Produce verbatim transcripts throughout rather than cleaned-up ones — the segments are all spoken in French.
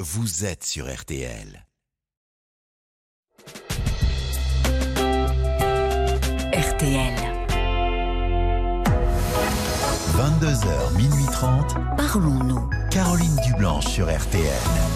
vous êtes sur R T L. R T L. vingt-deux heures, minuit trente. Parlons-nous. Caroline Dublanche sur R T L.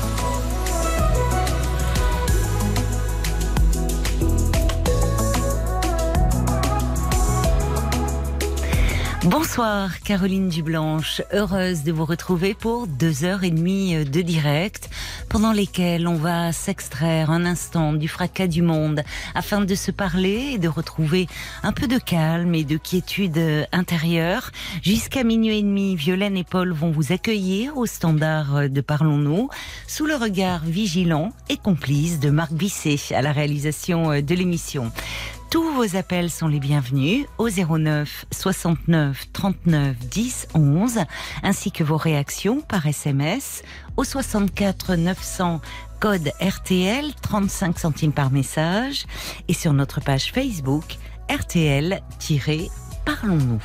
Bonsoir Caroline Dublanche, heureuse de vous retrouver pour deux heures et demie de direct, pendant lesquelles on va s'extraire un instant du fracas du monde afin de se parler et de retrouver un peu de calme et de quiétude intérieure. Jusqu'à minuit et demi, Violaine et Paul vont vous accueillir au standard de Parlons-nous, sous le regard vigilant et complice de Marc Bisset à la réalisation de l'émission. Tous vos appels sont les bienvenus au zéro neuf soixante-neuf trente-neuf dix onze, ainsi que vos réactions par S M S au soixante-quatre neuf cents code R T L, trente-cinq centimes par message, et sur notre page Facebook R T L-Parlons-nous.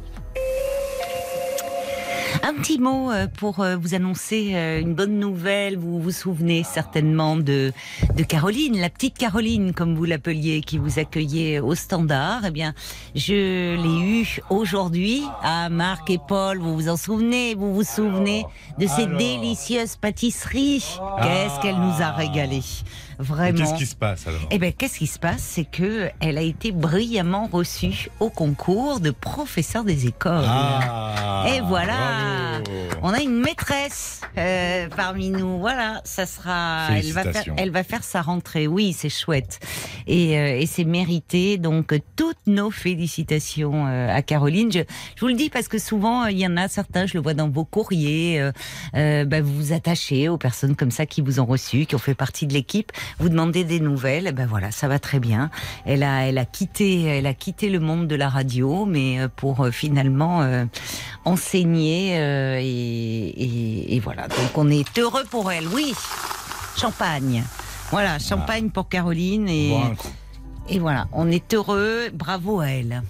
Un petit mot pour vous annoncer une bonne nouvelle. Vous vous souvenez certainement de, de Caroline, la petite Caroline, comme vous l'appeliez, qui vous accueillait au standard. Eh bien, je l'ai eue aujourd'hui à Marc et Paul. Vous vous en souvenez? Vous vous souvenez de ces Alors. délicieuses pâtisseries? ah. Qu'est-ce qu'elle nous a régalé! Vraiment. Qu'est-ce qui se passe alors? Eh bien, qu'est-ce qui se passe? C'est que elle a été brillamment reçue au concours de professeur des écoles. Ah, Et voilà, bravo. On a une maîtresse euh, parmi nous. Voilà, ça sera. Elle va faire, elle va faire sa rentrée. Oui, c'est chouette et, euh, et c'est mérité. Donc toutes nos félicitations euh, à Caroline. Je, je vous le dis parce que souvent il y en a certains, je le vois dans vos courriers. Euh, euh, bah, vous vous attachez aux personnes comme ça qui vous ont reçu, qui ont fait partie de l'équipe. Vous demandez des nouvelles, ben voilà, ça va très bien. Elle a, elle a quitté, elle a quitté le monde de la radio, mais pour euh, finalement euh, enseigner euh, et, et, et voilà. Donc on est heureux pour elle. Oui, champagne. Voilà, champagne pour Caroline et bon. et voilà, on est heureux. Bravo à elle.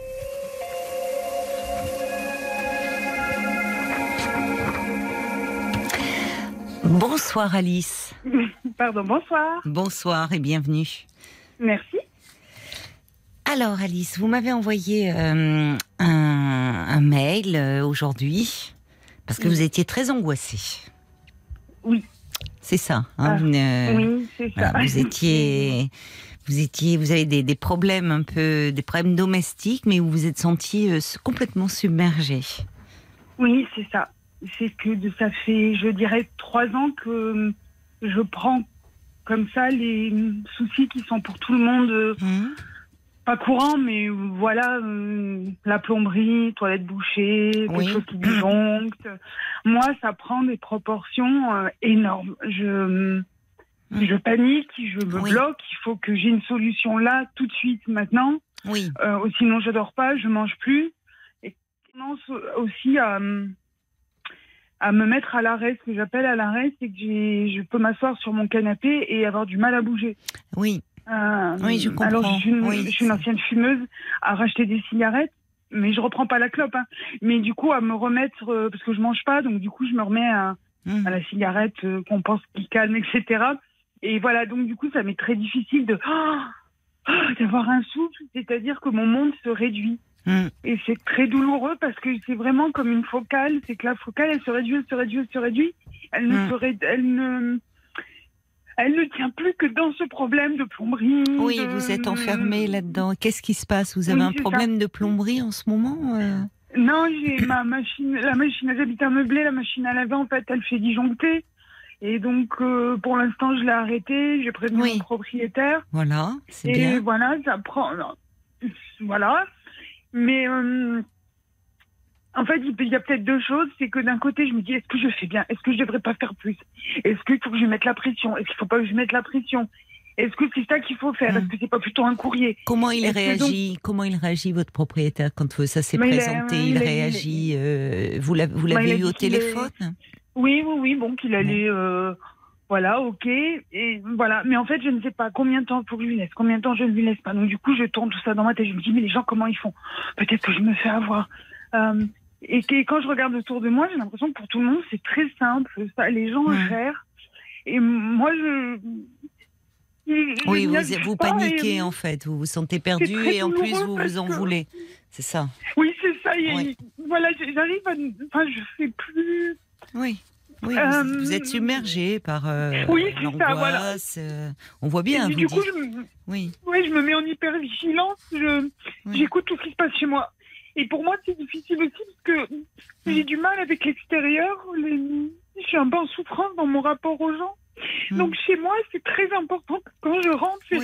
Bonsoir Alice. Pardon, bonsoir. Bonsoir et bienvenue. Merci. Alors Alice, vous m'avez envoyé euh, un, un mail euh, aujourd'hui parce que oui. vous étiez très angoissée. Oui. C'est ça. Hein, ah, une, euh, oui, c'est ça. Voilà, vous étiez, vous étiez, vous avez des, des problèmes un peu, des problèmes domestiques, mais vous vous êtes sentie euh, complètement submergée. Oui, c'est ça. C'est que ça fait, je dirais, trois ans que je prends comme ça les soucis qui sont pour tout le monde, mmh. pas courants, mais voilà, euh, la plomberie, toilette bouchée, quelque oui. chose qui disjoncte. Moi, ça prend des proportions euh, énormes. Je, mmh. je panique, je me oui. bloque. Il faut que j'ai une solution là, tout de suite, maintenant. Oui. Euh, sinon, je dors pas, je mange plus. Et je commence aussi à à me mettre à l'arrêt. Ce que j'appelle à l'arrêt, c'est que j'ai, je peux m'asseoir sur mon canapé et avoir du mal à bouger. Oui, euh, oui, je comprends. Alors, je suis une, oui. je suis une ancienne fumeuse à racheter des cigarettes, mais je reprends pas la clope. Hein. Mais du coup, à me remettre, euh, parce que je mange pas, donc du coup, je me remets à, mmh. à la cigarette euh, qu'on pense qui calme, et cetera. Et voilà, donc du coup, ça m'est très difficile de oh, oh, d'avoir un souffle, c'est-à-dire que mon monde se réduit. Mmh. Et c'est très douloureux parce que c'est vraiment comme une focale, c'est que la focale elle se réduit, elle se réduit, elle se réduit, elle ne, mmh. se ré... elle ne... elle ne tient plus que dans ce problème de plomberie. Oui, de... vous êtes enfermée là-dedans. Qu'est-ce qui se passe? Vous avez oui, un problème ça. de plomberie en ce moment euh... Non, j'ai ma machine, la machine à habitat meublé, la machine à laver en fait, elle fait disjoncter. Et donc, euh, pour l'instant, je l'ai arrêtée, j'ai prévenu oui. mon propriétaire. Voilà, c'est et bien. Et voilà, ça prend... Voilà. Mais euh, en fait, il y a peut-être deux choses. C'est que d'un côté, je me dis, est-ce que je fais bien? Est-ce que je devrais pas faire plus? Est-ce qu'il faut que je mette la pression? Est-ce qu'il faut pas que je mette la pression? Est-ce que c'est ça qu'il faut faire? mmh. Est-ce que c'est pas plutôt un courrier? Comment il est réagit donc... Comment il réagit, votre propriétaire, quand ça s'est Mais présenté? Il, a, il, il réagit... Il... Euh, vous l'avez, vous l'avez bah, eu au téléphone est... Oui, oui, oui. Bon, qu'il allait... Euh... Voilà, ok, et voilà. Mais en fait, je ne sais pas combien de temps il faut que je lui laisse, combien de temps je ne lui laisse pas. Donc du coup, je tourne tout ça dans ma tête. Je me dis, mais les gens, comment ils font? Peut-être que je me fais avoir. Euh, et, et quand je regarde autour de moi, j'ai l'impression que pour tout le monde, c'est très simple. Ça, les gens ouais. gèrent. Et moi, je. je Oui, je n'y vous, arrive vous pas paniquez et en fait, vous vous sentez perdu très et en plus douloureux vous parce vous en que- voulez. C'est ça. Oui, c'est ça. et- Oui. Voilà, j'arrive à. Enfin, je fais plus. Oui. Oui, Euh, vous, vous êtes submergé par euh, Oui, c'est ça, voilà. l'angoisse. euh, on voit Et bien, du vous coup, dites. je me, Oui. ouais, je me mets en hypervigilance. Je, Oui. j'écoute tout ce qui se passe chez moi. Et pour moi, c'est difficile aussi parce que j'ai du mal avec l'extérieur. Les... Je suis un peu en souffrance dans mon rapport aux gens. Mm. Donc chez moi, c'est très important que quand je rentre, c'est... Oui.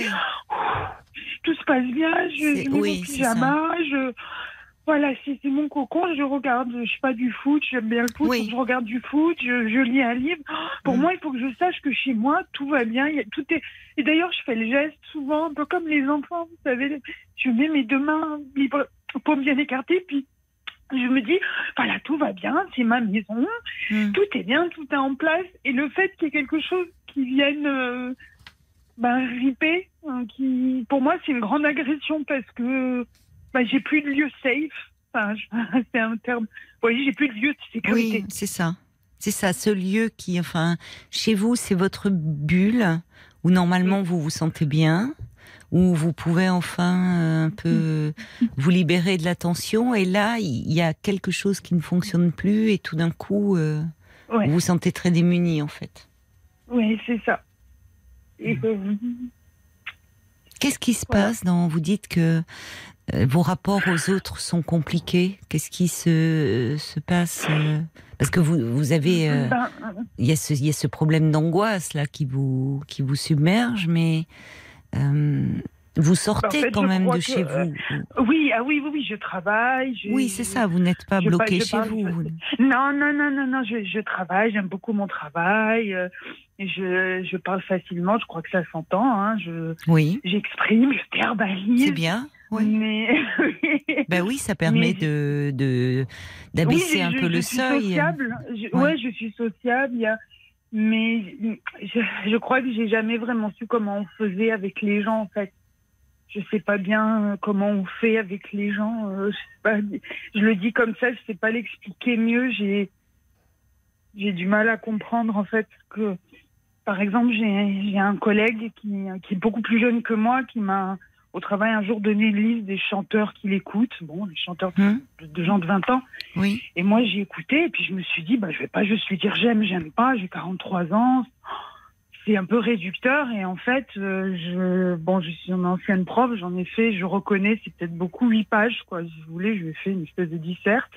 tout se passe bien. Je, C'est- je mets oui, mon c'est pyjama. Je... Voilà, c'est, c'est mon cocon. Je regarde, je sais pas, du foot. J'aime bien le foot. Oui. Donc je regarde du foot. Je, je lis un livre. Pour Mm. moi, il faut que je sache que chez moi, tout va bien. Il y a, tout est... Et d'ailleurs, je fais le geste souvent, un peu comme les enfants, vous savez. Je mets mes deux mains libres, paumes bien écartées, puis je me dis, voilà, tout va bien, c'est ma maison, Mm. tout est bien, tout est en place. Et le fait qu'il y ait quelque chose qui vienne euh, ben, riper, hein, qui, pour moi, c'est une grande agression parce que ben, j'ai plus de lieu safe. Enfin, je- c'est un terme. Vous voyez, j'ai plus de lieu de sécurité. Oui, c'est ça. C'est ça, ce lieu qui, enfin, chez vous, c'est votre bulle où normalement vous vous sentez bien, où vous pouvez enfin euh, un peu vous libérer de la tension. Et là, il y a quelque chose qui ne fonctionne plus et tout d'un coup, euh, Ouais. vous vous sentez très démuni en fait. Oui, c'est ça. Et, euh, Qu'est-ce qui se Voilà. passe dans, vous dites que euh, vos rapports aux autres sont compliqués. Qu'est-ce qui se, se passe euh, parce que vous, vous avez, euh, ben, il y a ce, il y a ce problème d'angoisse là qui vous, qui vous submerge, mais euh, vous sortez En fait, quand je même crois de que, chez euh, vous. oui, ah oui, oui, oui, je travaille. Je, Oui, c'est ça. Vous n'êtes pas je bloqué pa- je chez parle- vous. je- vous- Non, non, non, non, non, je, je travaille, j'aime beaucoup mon travail. euh, Je, je parle facilement, je crois que ça s'entend. Hein, je, Oui, j'exprime, je verbalise. c'est bien. Oui. Mais Ben oui, ça permet Mais- de, de oui, d'abaisser je, un je- peu je le suis seuil. sociable. Je, Ouais. ouais. je suis sociable. Il y a, mais je, je crois que j'ai jamais vraiment su comment on faisait avec les gens en fait. Je sais pas bien euh, comment on fait avec les gens. euh, je, sais pas, je le dis comme ça, je sais pas l'expliquer mieux. J'ai j'ai du mal à comprendre en fait que, par exemple, j'ai j'ai un collègue qui, qui est beaucoup plus jeune que moi, qui m'a au travail un jour donné une liste des chanteurs qu'il écoute. Bon, des chanteurs Hum, de, de gens de vingt ans. Oui. Et moi, j'ai écouté et puis je me suis dit, bah, je vais pas juste lui dire j'aime, j'aime pas. J'ai quarante-trois ans. C'est un peu réducteur et en fait, euh, je, bon, je suis une ancienne prof, j'en ai fait, je reconnais, c'est peut-être beaucoup huit pages, quoi. Si vous voulez, je lui ai fait une espèce de disserte.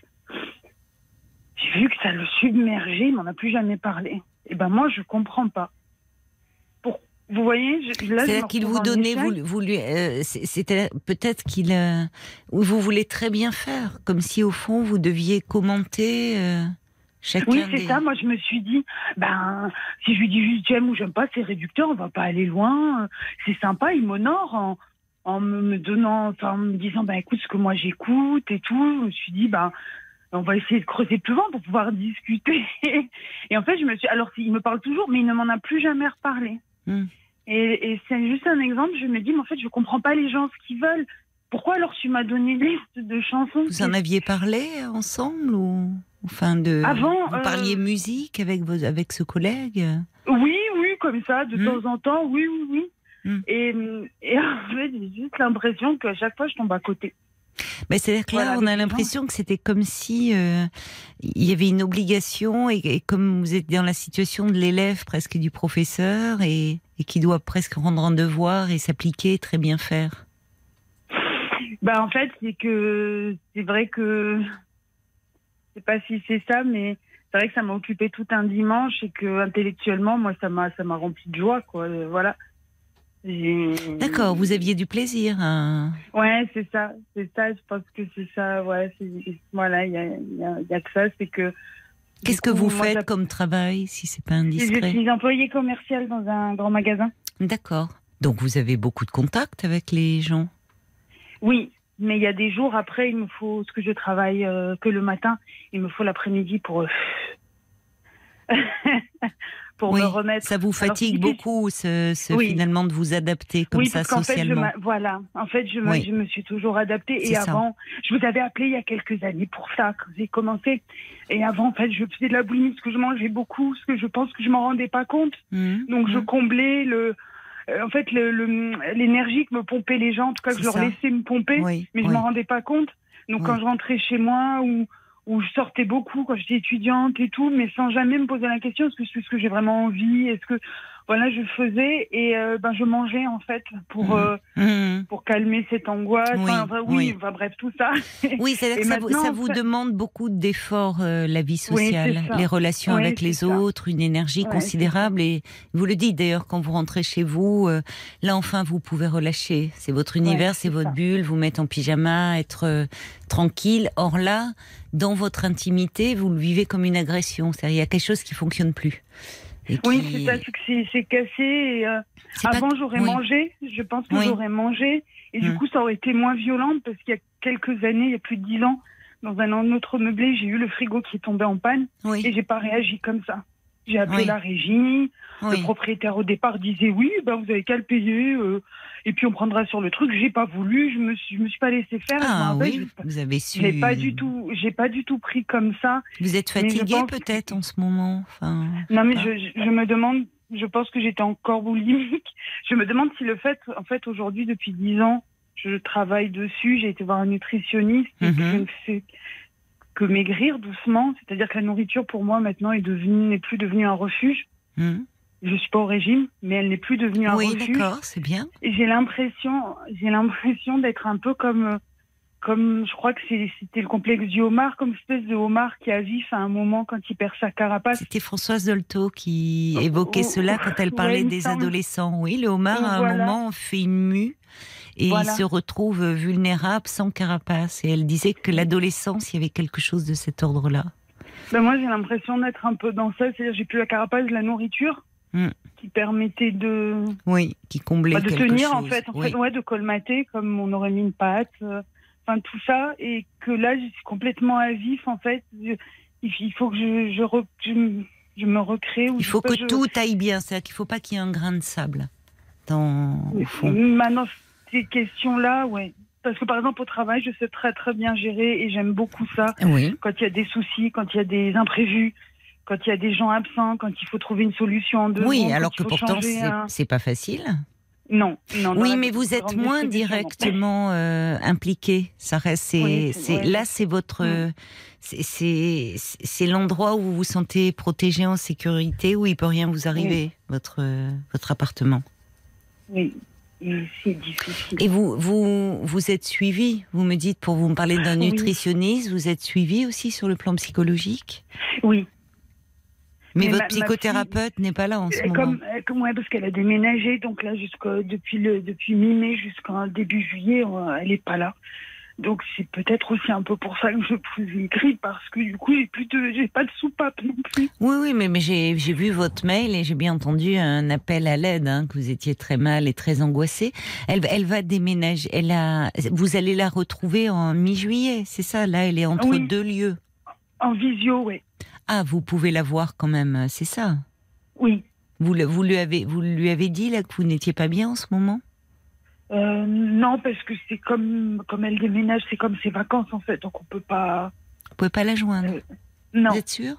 J'ai vu que ça le submergeait, il m'en a plus jamais parlé. Et ben moi, je comprends pas. Pour, vous voyez, je, là, je C'est-à-dire me qu'il retrouve vous en donnait, échec. vous, vous lui, euh, c'est- c'était peut-être qu'il, euh, vous voulez très bien faire, comme si au fond vous deviez commenter euh, chacun Oui, c'est des. ça. Moi, je me suis dit, ben, si je lui dis juste j'aime ou j'aime pas, c'est réducteur, on va pas aller loin. C'est sympa, il m'honore en, en me me donnant, enfin, en me disant, ben, écoute ce que moi j'écoute et tout. Je me suis dit, ben, on va essayer de creuser plus loin pour pouvoir discuter. Et en fait, je me suis, alors, il me parle toujours, mais il ne m'en a plus jamais reparlé. Hmm. Et, et c'est juste un exemple. Je me dis, mais en fait, je comprends pas les gens ce qu'ils veulent. Pourquoi alors tu m'as donné une liste de chansons? Vous en aviez parlé ensemble ou enfin de. Avant, vous euh, parliez musique avec vos, avec ce collègue. Oui, oui, comme ça, de Hmm. temps en temps, oui, oui, oui. Hmm. Et, et en fait, j'ai juste l'impression qu'à chaque fois, je tombe à côté. Mais c'est-à-dire que là, Voilà, on a avec les l'impression que c'était comme si euh, il y avait une obligation et, et comme vous êtes dans la situation de l'élève presque du professeur et, et qui doit presque rendre un devoir et s'appliquer, très bien faire. Bah, en fait, c'est que c'est vrai que je sais pas si c'est ça, mais c'est vrai que ça m'a occupé tout un dimanche et que intellectuellement, moi, ça m'a ça m'a rempli de joie, quoi. Euh, Voilà. J'ai- D'accord, vous aviez du plaisir. Hein. Ouais, c'est ça, c'est ça. Je pense que c'est ça. Ouais, c'est- voilà, il y a, il y, a, il y a que ça, c'est que. Qu'est-ce du que coup, vous moi, faites ça- comme travail, si c'est pas Je indiscret? suis employée commerciale dans un grand magasin. D'accord. Donc vous avez beaucoup de contacts avec les gens. Oui, mais il y a des jours après, il me faut ce que je travaille euh, que le matin, il me faut l'après-midi pour euh, pour oui, me remettre. Ça vous fatigue Alors, beaucoup, ce, ce oui. finalement, de vous adapter comme oui, ça parce qu'en socialement. Fait, je voilà, en fait, je me, oui. je me suis toujours adaptée. C'est et ça. avant, je vous avais appelé il y a quelques années pour ça, quand j'ai commencé. Et avant, en fait, je faisais de la boulimie parce que je mangeais beaucoup, parce que je pense que je m'en rendais pas compte. Mmh, Donc, mmh. je comblais le, euh, en fait, le, le, l'énergie que me pompaient les gens, en tout cas, que C'est je leur ça. laissais me pomper, Oui, mais je oui. m'en rendais pas compte. Donc, Oui. quand je rentrais chez moi ou où je sortais beaucoup quand j'étais étudiante et tout, mais sans jamais me poser la question est-ce que c'est ce que j'ai vraiment envie, est-ce que voilà, je faisais et euh, ben je mangeais en fait pour Mmh. euh, Mmh. pour calmer cette angoisse. Oui, Enfin, enfin, oui, oui. enfin, bref, tout ça. Oui, c'est-à-dire Et que ça, vous, maintenant, ça vous ça- demande beaucoup d'efforts, euh, la vie Oui, sociale, c'est ça. les relations Oui, avec c'est les ça. autres, une énergie Ouais, considérable. Et vous le dites d'ailleurs quand vous rentrez chez vous, euh, là enfin vous pouvez relâcher. C'est votre univers, Ouais, c'est c'est votre ça. bulle, vous mettre en pyjama, être euh, tranquille. Or là, dans votre intimité, vous le vivez comme une agression. C'est-à-dire il y a quelque chose qui fonctionne plus. Et Oui, qui- c'est ça, c'est que c'est, c'est cassé. Et, euh, c'est pas- avant, j'aurais oui. mangé. Je pense que Oui. j'aurais mangé. Et du Mm. coup, ça aurait été moins violent parce qu'il y a quelques années, il y a plus de dix ans, dans un autre meublé, j'ai eu le frigo qui est tombé en panne Oui, et j'ai pas réagi comme ça. J'ai appelé Oui. la régie. oui. Le propriétaire au départ disait oui, ben vous avez qu'à le payer euh, et puis on prendra sur le truc. J'ai pas voulu, je me suis, je me suis pas laissé faire. Je me Ah rappelle, oui, je l'ai pas- vous avez je su. l'ai pas du tout, j'ai pas du tout pris comme ça. Vous êtes Mais je fatigué pense- peut-être en ce moment. Enfin, Non mais pas. je, je, je me demande, je pense que j'étais encore boulimique. Je me demande si le fait, en fait aujourd'hui depuis dix ans, je travaille dessus. J'ai été voir un nutritionniste et Mhm. que je ne fais que maigrir doucement. C'est-à-dire que la nourriture pour moi maintenant est devenue, n'est plus devenue un refuge. Hmm. Je suis pas au régime, mais elle n'est plus devenue un Oui, refuge. d'accord, c'est bien. Et j'ai l'impression, j'ai l'impression d'être un peu comme, euh, comme, je crois que c'est- c'était le complexe du homard, comme une espèce de homard qui a vif à un moment quand il perd sa carapace. C'était Françoise Dolto qui évoquait Oh, cela quand elle ouais, parlait il me des semble. adolescents. Oui, le homard, à un Voilà. moment, fait une mue et Voilà. il se retrouve vulnérable, sans carapace. Et elle disait que l'adolescence, il y avait quelque chose de cet ordre-là. Ben moi, j'ai l'impression d'être un peu dans ça. C'est-à-dire, j'ai plus la carapace de la nourriture Mm. qui permettait de, Oui, qui comblait bah, de quelque tenir, chose. en fait, en Oui. fait, ouais, de colmater, comme on aurait mis une pâte, euh, enfin, tout ça. Et que là, je suis complètement à vif, en fait. Je- il faut que je, je, re- je, me- je me recrée. Ou Il je faut sais pas, que je- tout aille bien. C'est-à-dire qu'il ne faut pas qu'il y ait un grain de sable dans, au fond. Maintenant, ces questions-là, ouais. Parce que par exemple, au travail, je sais très très bien gérer et j'aime beaucoup ça. Oui. Quand il y a des soucis, quand il y a des imprévus, quand il y a des gens absents, quand il faut trouver une solution en deux Oui, secondes, alors quand que il faut pourtant, changer c'est un- c'est pas facile. Non, non. dans Oui, la mais vous êtes grande moins distribution, non. directement euh, impliqué. Ça reste, c'est, Oui, c'est- c'est- ouais. là, c'est votre, Mm. c'est, c'est, c'est l'endroit où vous vous sentez protégé, en sécurité, où il peut rien vous arriver, votre, euh, votre appartement. Oui, et c'est difficile. Et vous, vous, vous êtes suivi. Vous me dites, pour vous me parler d'un Oui. nutritionniste, vous êtes suivi aussi sur le plan psychologique. Oui. Mais, Mais votre ma- ma psychothérapeute n'est pas là en ce Euh, moment. Comme, euh, comme ouais, parce qu'elle a déménagé, donc là, jusqu'à depuis le depuis mi-mai jusqu'en début juillet, euh, elle est pas là. Donc c'est peut-être aussi un peu pour ça que je vous écris, parce que du coup j'ai plus de j'ai pas de soupape non plus. Oui, oui, mais, mais j'ai, j'ai vu votre mail et j'ai bien entendu un appel à l'aide, hein, que vous étiez très mal et très angoissée. Elle, elle va déménager. Elle a, vous allez la retrouver en mi-juillet, c'est ça? Là, elle est entre Oui. deux lieux. En visio, oui. Ah, vous pouvez la voir quand même, c'est ça? Oui. Vous, le- vous, lui avez, vous lui avez dit là que vous n'étiez pas bien en ce moment? Euh, non, parce que c'est comme comme elle déménage, c'est comme ses vacances en fait, donc on peut pas. Vous pouvez pas la joindre? Euh, Non, Vous êtes sûr?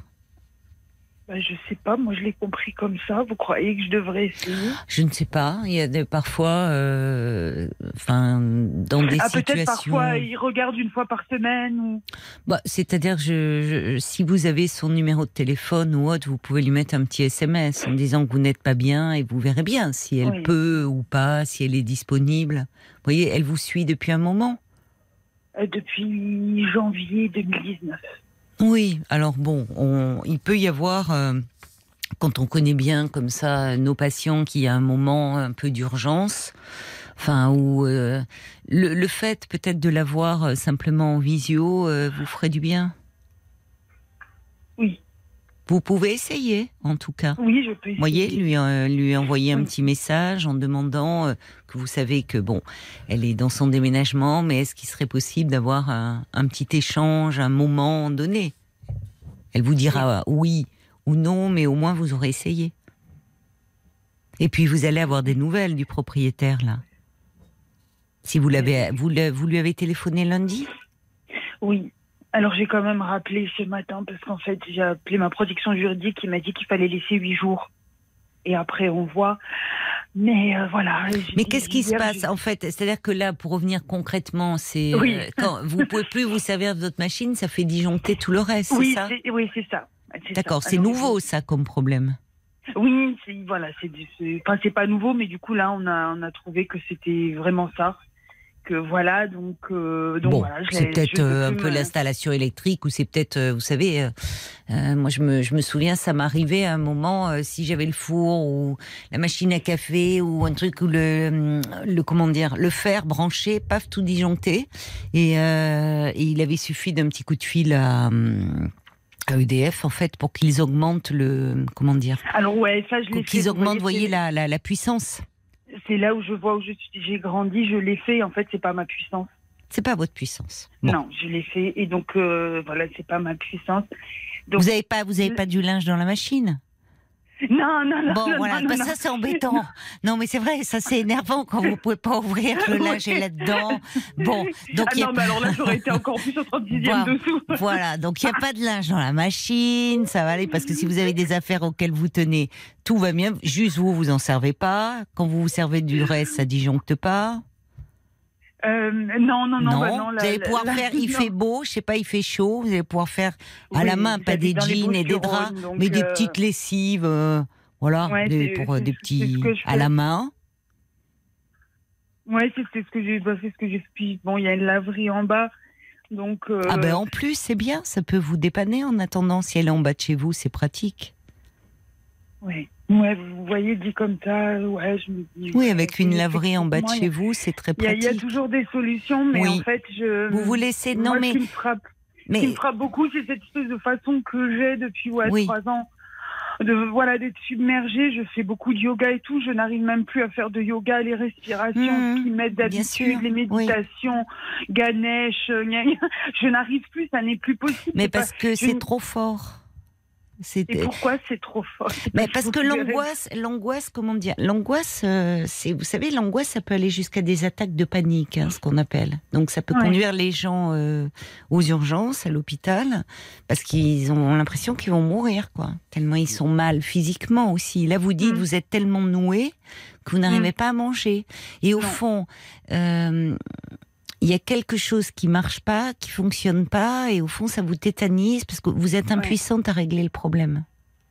bah, je sais pas. Moi, je l'ai compris comme ça. Vous croyez que je devrais essayer? Je ne sais pas. Il y a des, parfois, euh, enfin, dans des Ah, peut-être situations. parfois il regarde une fois par semaine ou. Bah, c'est-à-dire, je, je, si vous avez son numéro de téléphone ou autre, vous pouvez lui mettre un petit S M S en disant que vous n'êtes pas bien et vous verrez bien si elle Oui. peut ou pas, si elle est disponible. Vous voyez, elle vous suit depuis un moment. Euh, depuis janvier deux mille dix-neuf. Oui, alors bon, on, il peut y avoir, euh, quand on connaît bien comme ça nos patients, qui a un moment un peu d'urgence, enfin, où euh, le, le fait peut-être de l'avoir euh, simplement en visio euh, vous ferait du bien. Oui. Vous pouvez essayer, en tout cas. Oui, je peux essayer. Vous voyez, lui, euh, lui envoyer un Oui. petit message en demandant euh, que vous savez que, bon, elle est dans son déménagement, mais est-ce qu'il serait possible d'avoir un, un petit échange, un moment donné? Elle vous dira oui ou non, mais au moins vous aurez essayé. Et puis vous allez avoir des nouvelles du propriétaire là. Si vous l'avez, vous, vous lui avez téléphoné lundi ? Oui. Alors j'ai quand même rappelé ce matin parce qu'en fait j'ai appelé ma protection juridique qui m'a dit qu'il fallait laisser huit jours. Et après on voit. Mais euh, voilà. Mais qu'est-ce qui se passe en fait ? C'est-à-dire que là, pour revenir concrètement, c'est oui. euh, quand vous pouvez plus vous servir de votre machine, ça fait disjoncter tout le reste, oui, c'est ça ? c'est, Oui, c'est ça. C'est D'accord, ça. c'est Alors, nouveau ça comme problème. Oui, c'est, voilà, c'est, c'est, enfin, c'est pas nouveau, mais du coup là, on a, on a trouvé que c'était vraiment ça. Que voilà, donc, euh, donc bon, voilà. Je c'est peut-être je euh, un me... peu l'installation électrique ou c'est peut-être, euh, vous savez, euh, euh, moi je me, je me souviens, ça m'arrivait à un moment, euh, si j'avais le four ou la machine à café ou un truc où le, le comment dire, le fer branché, paf, tout disjoncté. Et, euh, et il avait suffi d'un petit coup de fil à... à E D F en fait pour qu'ils augmentent le comment dire alors ouais ça je l'ai fait qu'ils augmentent vous voyez, voyez la, la, la puissance. C'est là où je vois où je suis, j'ai grandi, je l'ai fait. En fait, c'est pas ma puissance. C'est pas votre puissance. Bon. Non, je l'ai fait et donc euh, voilà, c'est pas ma puissance. Donc, vous avez pas, vous avez pas du linge dans la machine? Non, non, non. Bon, non, voilà, non, bah, non. ça c'est embêtant. Non, mais c'est vrai, ça c'est énervant quand vous pouvez pas ouvrir le linge est là-dedans. Bon, donc ah il y a non, mais alors là, j'aurais été encore plus au trente-sixième voilà. dessous. Voilà, donc il n'y a pas de linge dans la machine, ça va aller, parce que si vous avez des affaires auxquelles vous tenez, tout va bien. Juste vous, vous en servez pas. Quand vous vous servez du reste, ça disjoncte pas. Euh, non, non, non, non. Bah non vous la, allez pouvoir la, faire, il non. fait beau, je sais pas, il fait chaud, vous allez pouvoir faire à oui, la main, pas des jeans et des draps, donc, mais des euh... petites lessives, euh, voilà, ouais, des, pour c'est, des petits c'est ce à la main. Ouais, c'est, c'est ce que j'ai, bah, c'est ce que j'explique. Bon, il y a une laverie en bas, donc. Euh... Ah ben en plus, c'est bien, ça peut vous dépanner en attendant. Si elle est en bas de chez vous, c'est pratique. Ouais. Ouais, vous voyez, dit comme ça, ouais, je me dis... Oui, avec une laverie en bas de chez vous, c'est très pratique. Il y, y a toujours des solutions, mais oui. en fait, je... Vous vous laissez... Non, moi, mais... Ce qui me frappe, mais... ce qui me frappe beaucoup, c'est cette espèce de façon que j'ai depuis ouais, oui. trois ans, de, voilà, d'être submergée. Je fais beaucoup de yoga et tout. Je n'arrive même plus à faire de yoga, les respirations, mmh, ce qui m'aide d'habitude, les méditations, oui. Ganesh, gna gna. Je n'arrive plus, ça n'est plus possible. Mais c'est parce pas, que c'est je... trop fort. Et pourquoi c'est trop fort? Mais parce que l'angoisse, l'angoisse, comment dire, l'angoisse, euh, c'est, vous savez, l'angoisse, ça peut aller jusqu'à des attaques de panique, hein, ce qu'on appelle. Donc ça peut ouais. conduire les gens euh, aux urgences, à l'hôpital, parce qu'ils ont l'impression qu'ils vont mourir, quoi. Tellement ils sont mal physiquement aussi. Là, vous dites, mmh. vous êtes tellement noué que vous n'arrivez mmh. pas à manger. Et au non. fond. Euh, il y a quelque chose qui marche pas, qui fonctionne pas, et au fond, ça vous tétanise parce que vous êtes impuissante ouais. à régler le problème.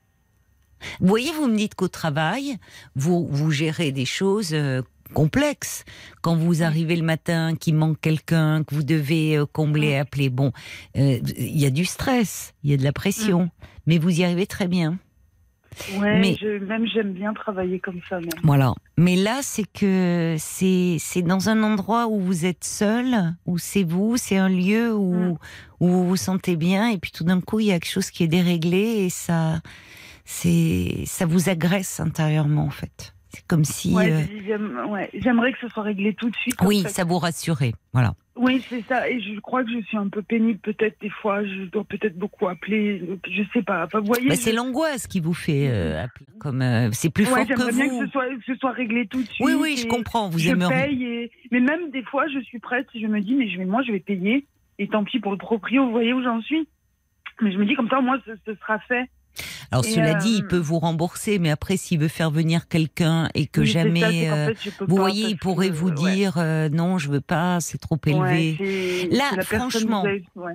Vous voyez, vous me dites qu'au travail, vous, vous gérez des choses euh, complexes. Quand vous arrivez le matin, qu'il manque quelqu'un, que vous devez euh, combler, appeler, bon, euh, il y a du stress, il y a de la pression, mmh. mais vous y arrivez très bien. Ouais, mais, je, même j'aime bien travailler comme ça. Même. Voilà. Mais là, c'est que c'est, c'est dans un endroit où vous êtes seul, où c'est vous, c'est un lieu où, mm. où vous vous sentez bien, et puis tout d'un coup, il y a quelque chose qui est déréglé, et ça, c'est, ça vous agresse intérieurement, en fait. C'est comme si... Ouais, euh... j'aime, ouais, j'aimerais que ce soit réglé tout de suite. Oui, fait. ça vous rassurait, voilà. Oui, c'est ça. Et je crois que je suis un peu pénible, peut-être, des fois. Je dois peut-être beaucoup appeler. Je sais pas. Enfin, vous voyez. Bah, je... c'est l'angoisse qui vous fait euh, appeler. Comme, euh, c'est plus ouais, fort que vous. J'aimerais bien que ce, soit, que ce soit réglé tout de suite. Oui, oui, je comprends. Vous je aimeriez. paye. Et... Mais même des fois, je suis prête. Je me dis, mais je vais, moi, je vais payer. Et tant pis pour le proprio. Vous voyez où j'en suis. Mais je me dis, comme ça, moi, ce, ce sera fait. Alors, et cela euh... dit, il peut vous rembourser, mais après, s'il veut faire venir quelqu'un et que oui, jamais... Ça, euh, fait, vous voyez, il pourrait que, vous ouais. dire euh, non, je veux pas, c'est trop élevé. Ouais, Là, franchement, ouais, ouais.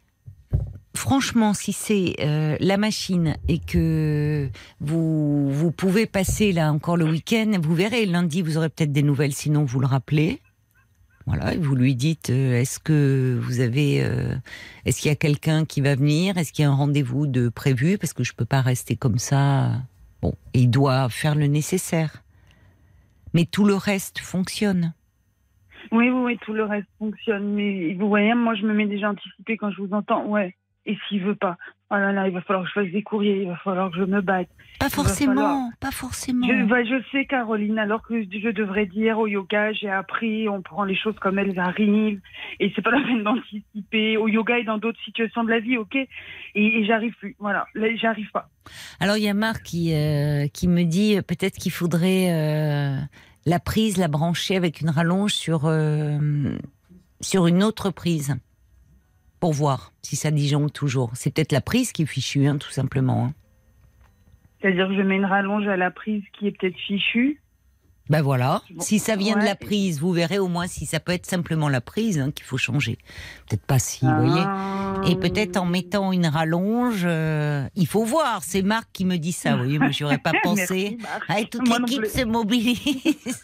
franchement, si c'est euh, la machine et que vous, vous pouvez passer là encore le week-end, vous verrez, lundi, vous aurez peut-être des nouvelles, sinon vous le rappelez. Voilà, et vous lui dites, euh, est-ce que vous avez, euh, est-ce qu'il y a quelqu'un qui va venir, est-ce qu'il y a un rendez-vous de prévu, parce que je peux pas rester comme ça. Bon, et il doit faire le nécessaire. Mais tout le reste fonctionne. Oui, oui, oui, tout le reste fonctionne. Mais vous voyez, moi, je me mets déjà anticipée quand je vous entends. Ouais. Et s'il veut pas, oh là là, il va falloir que je fasse des courriers, il va falloir que je me batte. Pas forcément, falloir... pas forcément. Je, bah, je sais, Caroline, alors que je devrais dire au yoga, j'ai appris, on prend les choses comme elles arrivent, et c'est pas la peine d'anticiper. Au yoga et dans d'autres situations de la vie, ok. Et, et j'arrive plus, voilà, là, j'arrive pas. Alors il y a Marc qui euh, qui me dit euh, peut-être qu'il faudrait euh, la prise, la brancher avec une rallonge sur euh, sur une autre prise. Pour voir si ça disjoncte toujours. C'est peut-être la prise qui est fichue, hein, tout simplement. Hein. C'est-à-dire que je mets une rallonge à la prise qui est peut-être fichue. Ben voilà. Bon, si ça vient ouais. de la prise, vous verrez au moins si ça peut être simplement la prise hein, qu'il faut changer. Peut-être pas si, ah. vous voyez. Et peut-être en mettant une rallonge, euh, il faut voir. C'est Marc qui me dit ça, vous voyez. Moi, j'aurais pas pensé. Merci, ah, et toute Moi l'équipe se mobilise.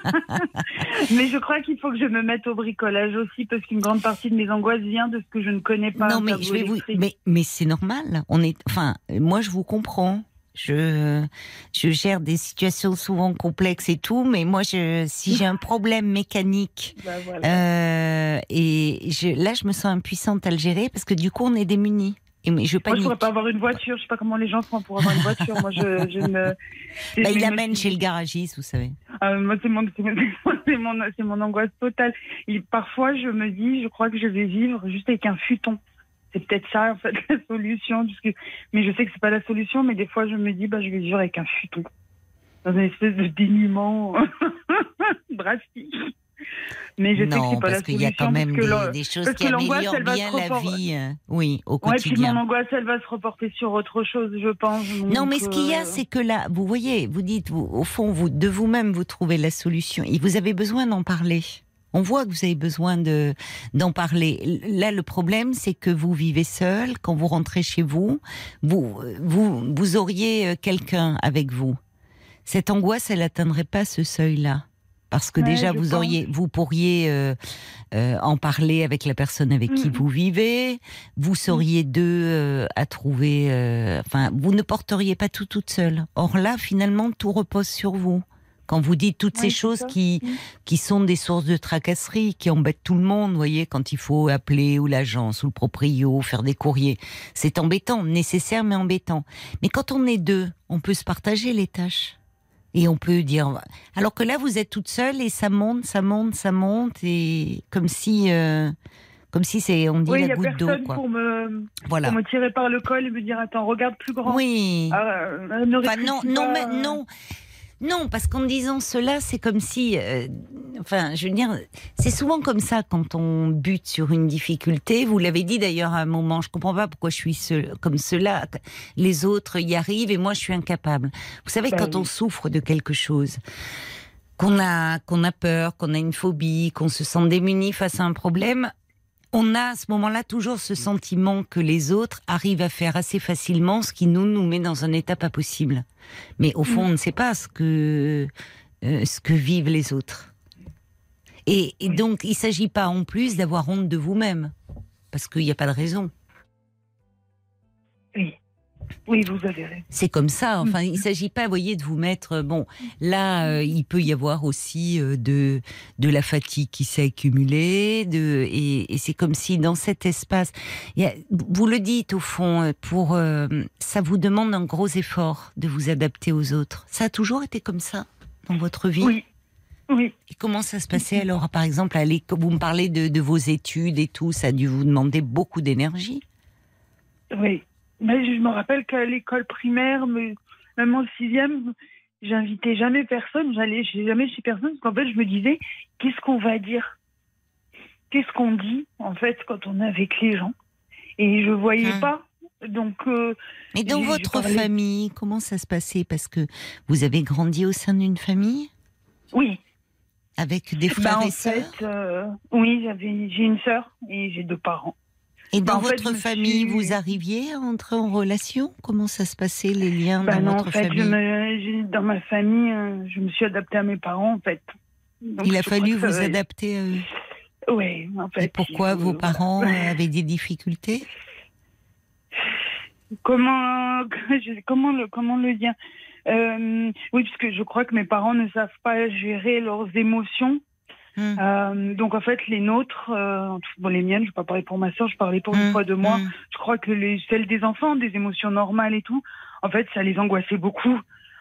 Mais je crois qu'il faut que je me mette au bricolage aussi, parce qu'une grande partie de mes angoisses vient de ce que je ne connais pas. Non, mais je vais vous. Mais, mais c'est normal. On est. Enfin, moi, je vous comprends. Je, je gère des situations souvent complexes et tout, mais moi, je, si j'ai un problème mécanique, bah voilà. euh, et je, là, je me sens impuissante à le gérer parce que du coup, on est démunis. Et je panique. Moi, je pourrais pas avoir une voiture. Je sais pas comment les gens font pour avoir une voiture. Moi, je, je me. Bah, il l'amène chez le garagiste, vous savez. Euh, moi, c'est mon, c'est mon, c'est mon, c'est mon angoisse totale. Et parfois, je me dis, je crois que je vais vivre juste avec un futon. C'est peut-être ça, en fait, la solution. Parce que, mais je sais que c'est pas la solution, mais des fois, je me dis, bah, je vais vivre avec un futon. Dans une espèce de dénuement drastique. Mais je non, sais que c'est pas la solution. parce qu'il y a quand même des, des choses qui améliorent bien la vie, euh, oui, au quotidien. Ouais, puis mon angoisse, elle va se reporter sur autre chose, je pense. Donc, non, mais ce qu'il y a, c'est que là, vous voyez, vous dites, vous, au fond, vous, de vous-même, vous trouvez la solution. Et vous avez besoin d'en parler. On voit que vous avez besoin de, d'en parler. Là, le problème, c'est que vous vivez seul. Quand vous rentrez chez vous, vous, vous, vous auriez quelqu'un avec vous. Cette angoisse, elle n'atteindrait pas ce seuil-là. Parce que ouais, déjà, vous auriez, vous pourriez euh, euh, en parler avec la personne avec mmh. qui vous vivez. Vous seriez deux euh, à trouver. Euh, enfin, vous ne porteriez pas tout toute seule. Or là, finalement, tout repose sur vous. Quand vous dites toutes ouais, ces choses qui, qui sont des sources de tracasserie, qui embêtent tout le monde, vous voyez, quand il faut appeler ou l'agence ou le proprio, faire des courriers, c'est embêtant, nécessaire mais embêtant. Mais quand on est deux, on peut se partager les tâches. Et on peut dire... Alors que là, vous êtes toute seule et ça monte, ça monte, ça monte, et comme si... Euh... Comme si c'est, on dit, oui, la goutte d'eau. Oui, il n'y a personne pour me, voilà. pour me tirer par le col et me dire, attends, regarde plus grand. Oui. Euh, ne enfin, non, non, mais non. Non, parce qu'en disant cela, c'est comme si... Euh, enfin, je veux dire, c'est souvent comme ça quand on bute sur une difficulté. Vous l'avez dit d'ailleurs à un moment, je ne comprends pas pourquoi je suis seul, comme cela. Les autres y arrivent et moi, je suis incapable. Vous savez, ben quand oui. on souffre de quelque chose, qu'on a, qu'on a peur, qu'on a une phobie, qu'on se sent démuni face à un problème... On a à ce moment-là toujours ce sentiment que les autres arrivent à faire assez facilement ce qui nous, nous met dans un état pas possible. Mais au fond, on ne sait pas ce que, euh, ce que vivent les autres. Et, et donc, il ne s'agit pas en plus d'avoir honte de vous-même, parce qu'il n'y a pas de raison. Oui. Oui, vous avez raison. C'est comme ça. Enfin, il ne s'agit pas, vous voyez, de vous mettre... Bon, là, euh, il peut y avoir aussi euh, de, de la fatigue qui s'est accumulée. De, et, et c'est comme si dans cet espace... Il y a, vous le dites, au fond, pour, euh, ça vous demande un gros effort de vous adapter aux autres. Ça a toujours été comme ça dans votre vie ? Oui. Oui. Et comment ça se passait alors, par exemple, à l'école, vous me parlez de, de vos études et tout, ça a dû vous demander beaucoup d'énergie ? Oui. Mais je me rappelle qu'à l'école primaire, mais même en sixième, j'invitais jamais personne, j'allais jamais chez personne, parce qu'en fait, je me disais, qu'est-ce qu'on va dire ? Qu'est-ce qu'on dit, en fait, quand on est avec les gens ? Et je voyais hum. pas. Donc, euh, Mais dans votre parlais... famille, comment ça se passait ? Parce que vous avez grandi au sein d'une famille ? Oui. Avec des frères bah, et sœurs ? En fait, euh, oui, j'avais, j'ai une sœur et j'ai deux parents. Et dans bah, votre fait, famille, suis... vous arriviez à entrer en relation ? Comment ça se passait, les liens bah dans non, votre en fait, famille ? je me, dans ma famille, je me suis adaptée à mes parents, en fait. Donc, Il a fallu vous ça... adapter à eux ? Oui, en fait. Et pourquoi vos parents voilà. avaient des difficultés ? Comment, comment, le, comment le dire ? euh, Oui, parce que je crois que mes parents ne savent pas gérer leurs émotions. Mmh. Euh, donc en fait, les nôtres, euh, bon, les miennes, je ne vais pas parler pour ma soeur, je parlais pour une Mmh. fois de moi. Mmh. Je crois que les, celles des enfants, des émotions normales et tout, en fait, ça les angoissait beaucoup.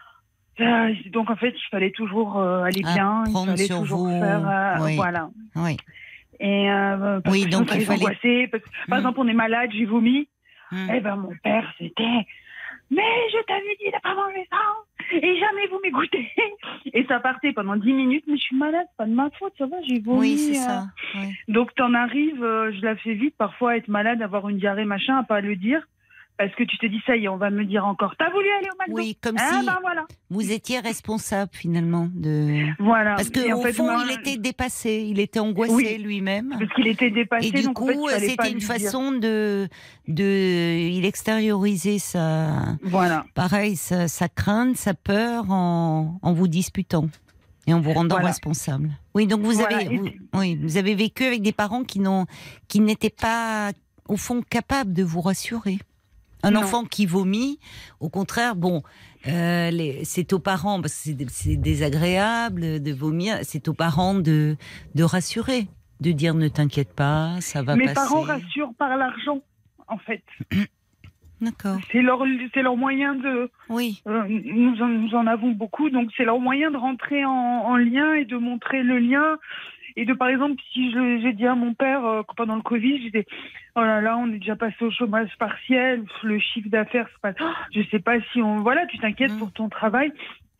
Euh, donc en fait, il fallait toujours euh, aller À bien, il prendre fallait sur toujours vous. faire, euh, Oui. voilà. Oui. Et euh, parce Oui, que donc ça il les fallait- angoissait. Parce que, par Mmh. exemple, on est malade, j'ai vomi. Mmh. Eh ben mon père, c'était. Mais je t'avais dit de pas manger ça et jamais vous m'écoutez. Et ça partait pendant dix minutes, mais je suis malade, c'est pas de ma faute, ça va, j'ai vomi. Oui, c'est euh. ça. Oui. Donc t'en arrives, euh, je la fais vite, parfois à être malade, avoir une diarrhée, machin, à pas le dire. Parce que tu te dis, ça y est, on va me dire encore, t'as voulu aller au McDo? Oui, comme Ah si ben voilà. vous étiez responsable finalement de. Voilà. Parce Et en qu'au fait, fond, moi, il était dépassé, il était angoissé Oui. lui-même. Parce qu'il était dépassé, Et du donc en fait, coup, il fallait pas c'était une lui dire. façon de, de, il extériorisait sa, Voilà. pareil, sa, sa crainte, sa peur en, en vous disputant et en vous rendant Voilà. responsable. Oui, donc vous Voilà. avez, Et- vous, oui, vous avez vécu avec des parents qui n'ont, qui n'étaient pas, au fond, capables de vous rassurer. Un Non. enfant qui vomit, au contraire, bon, euh, les, c'est aux parents, parce que c'est, c'est désagréable de vomir, c'est aux parents de, de rassurer, de dire ne t'inquiète pas, ça va Mes passer. parents rassurent par l'argent, en fait. D'accord. C'est leur, c'est leur moyen de. Oui. Euh, nous, en, nous en avons beaucoup, donc c'est leur moyen de rentrer en, en lien et de montrer le lien. Et de, par exemple, si je, j'ai dit à mon père euh, pendant le Covid, j'ai dit oh là là, on est déjà passé au chômage partiel, le chiffre d'affaires, c'est pas. Je sais pas si on. Voilà, tu t'inquiètes Mm. pour ton travail.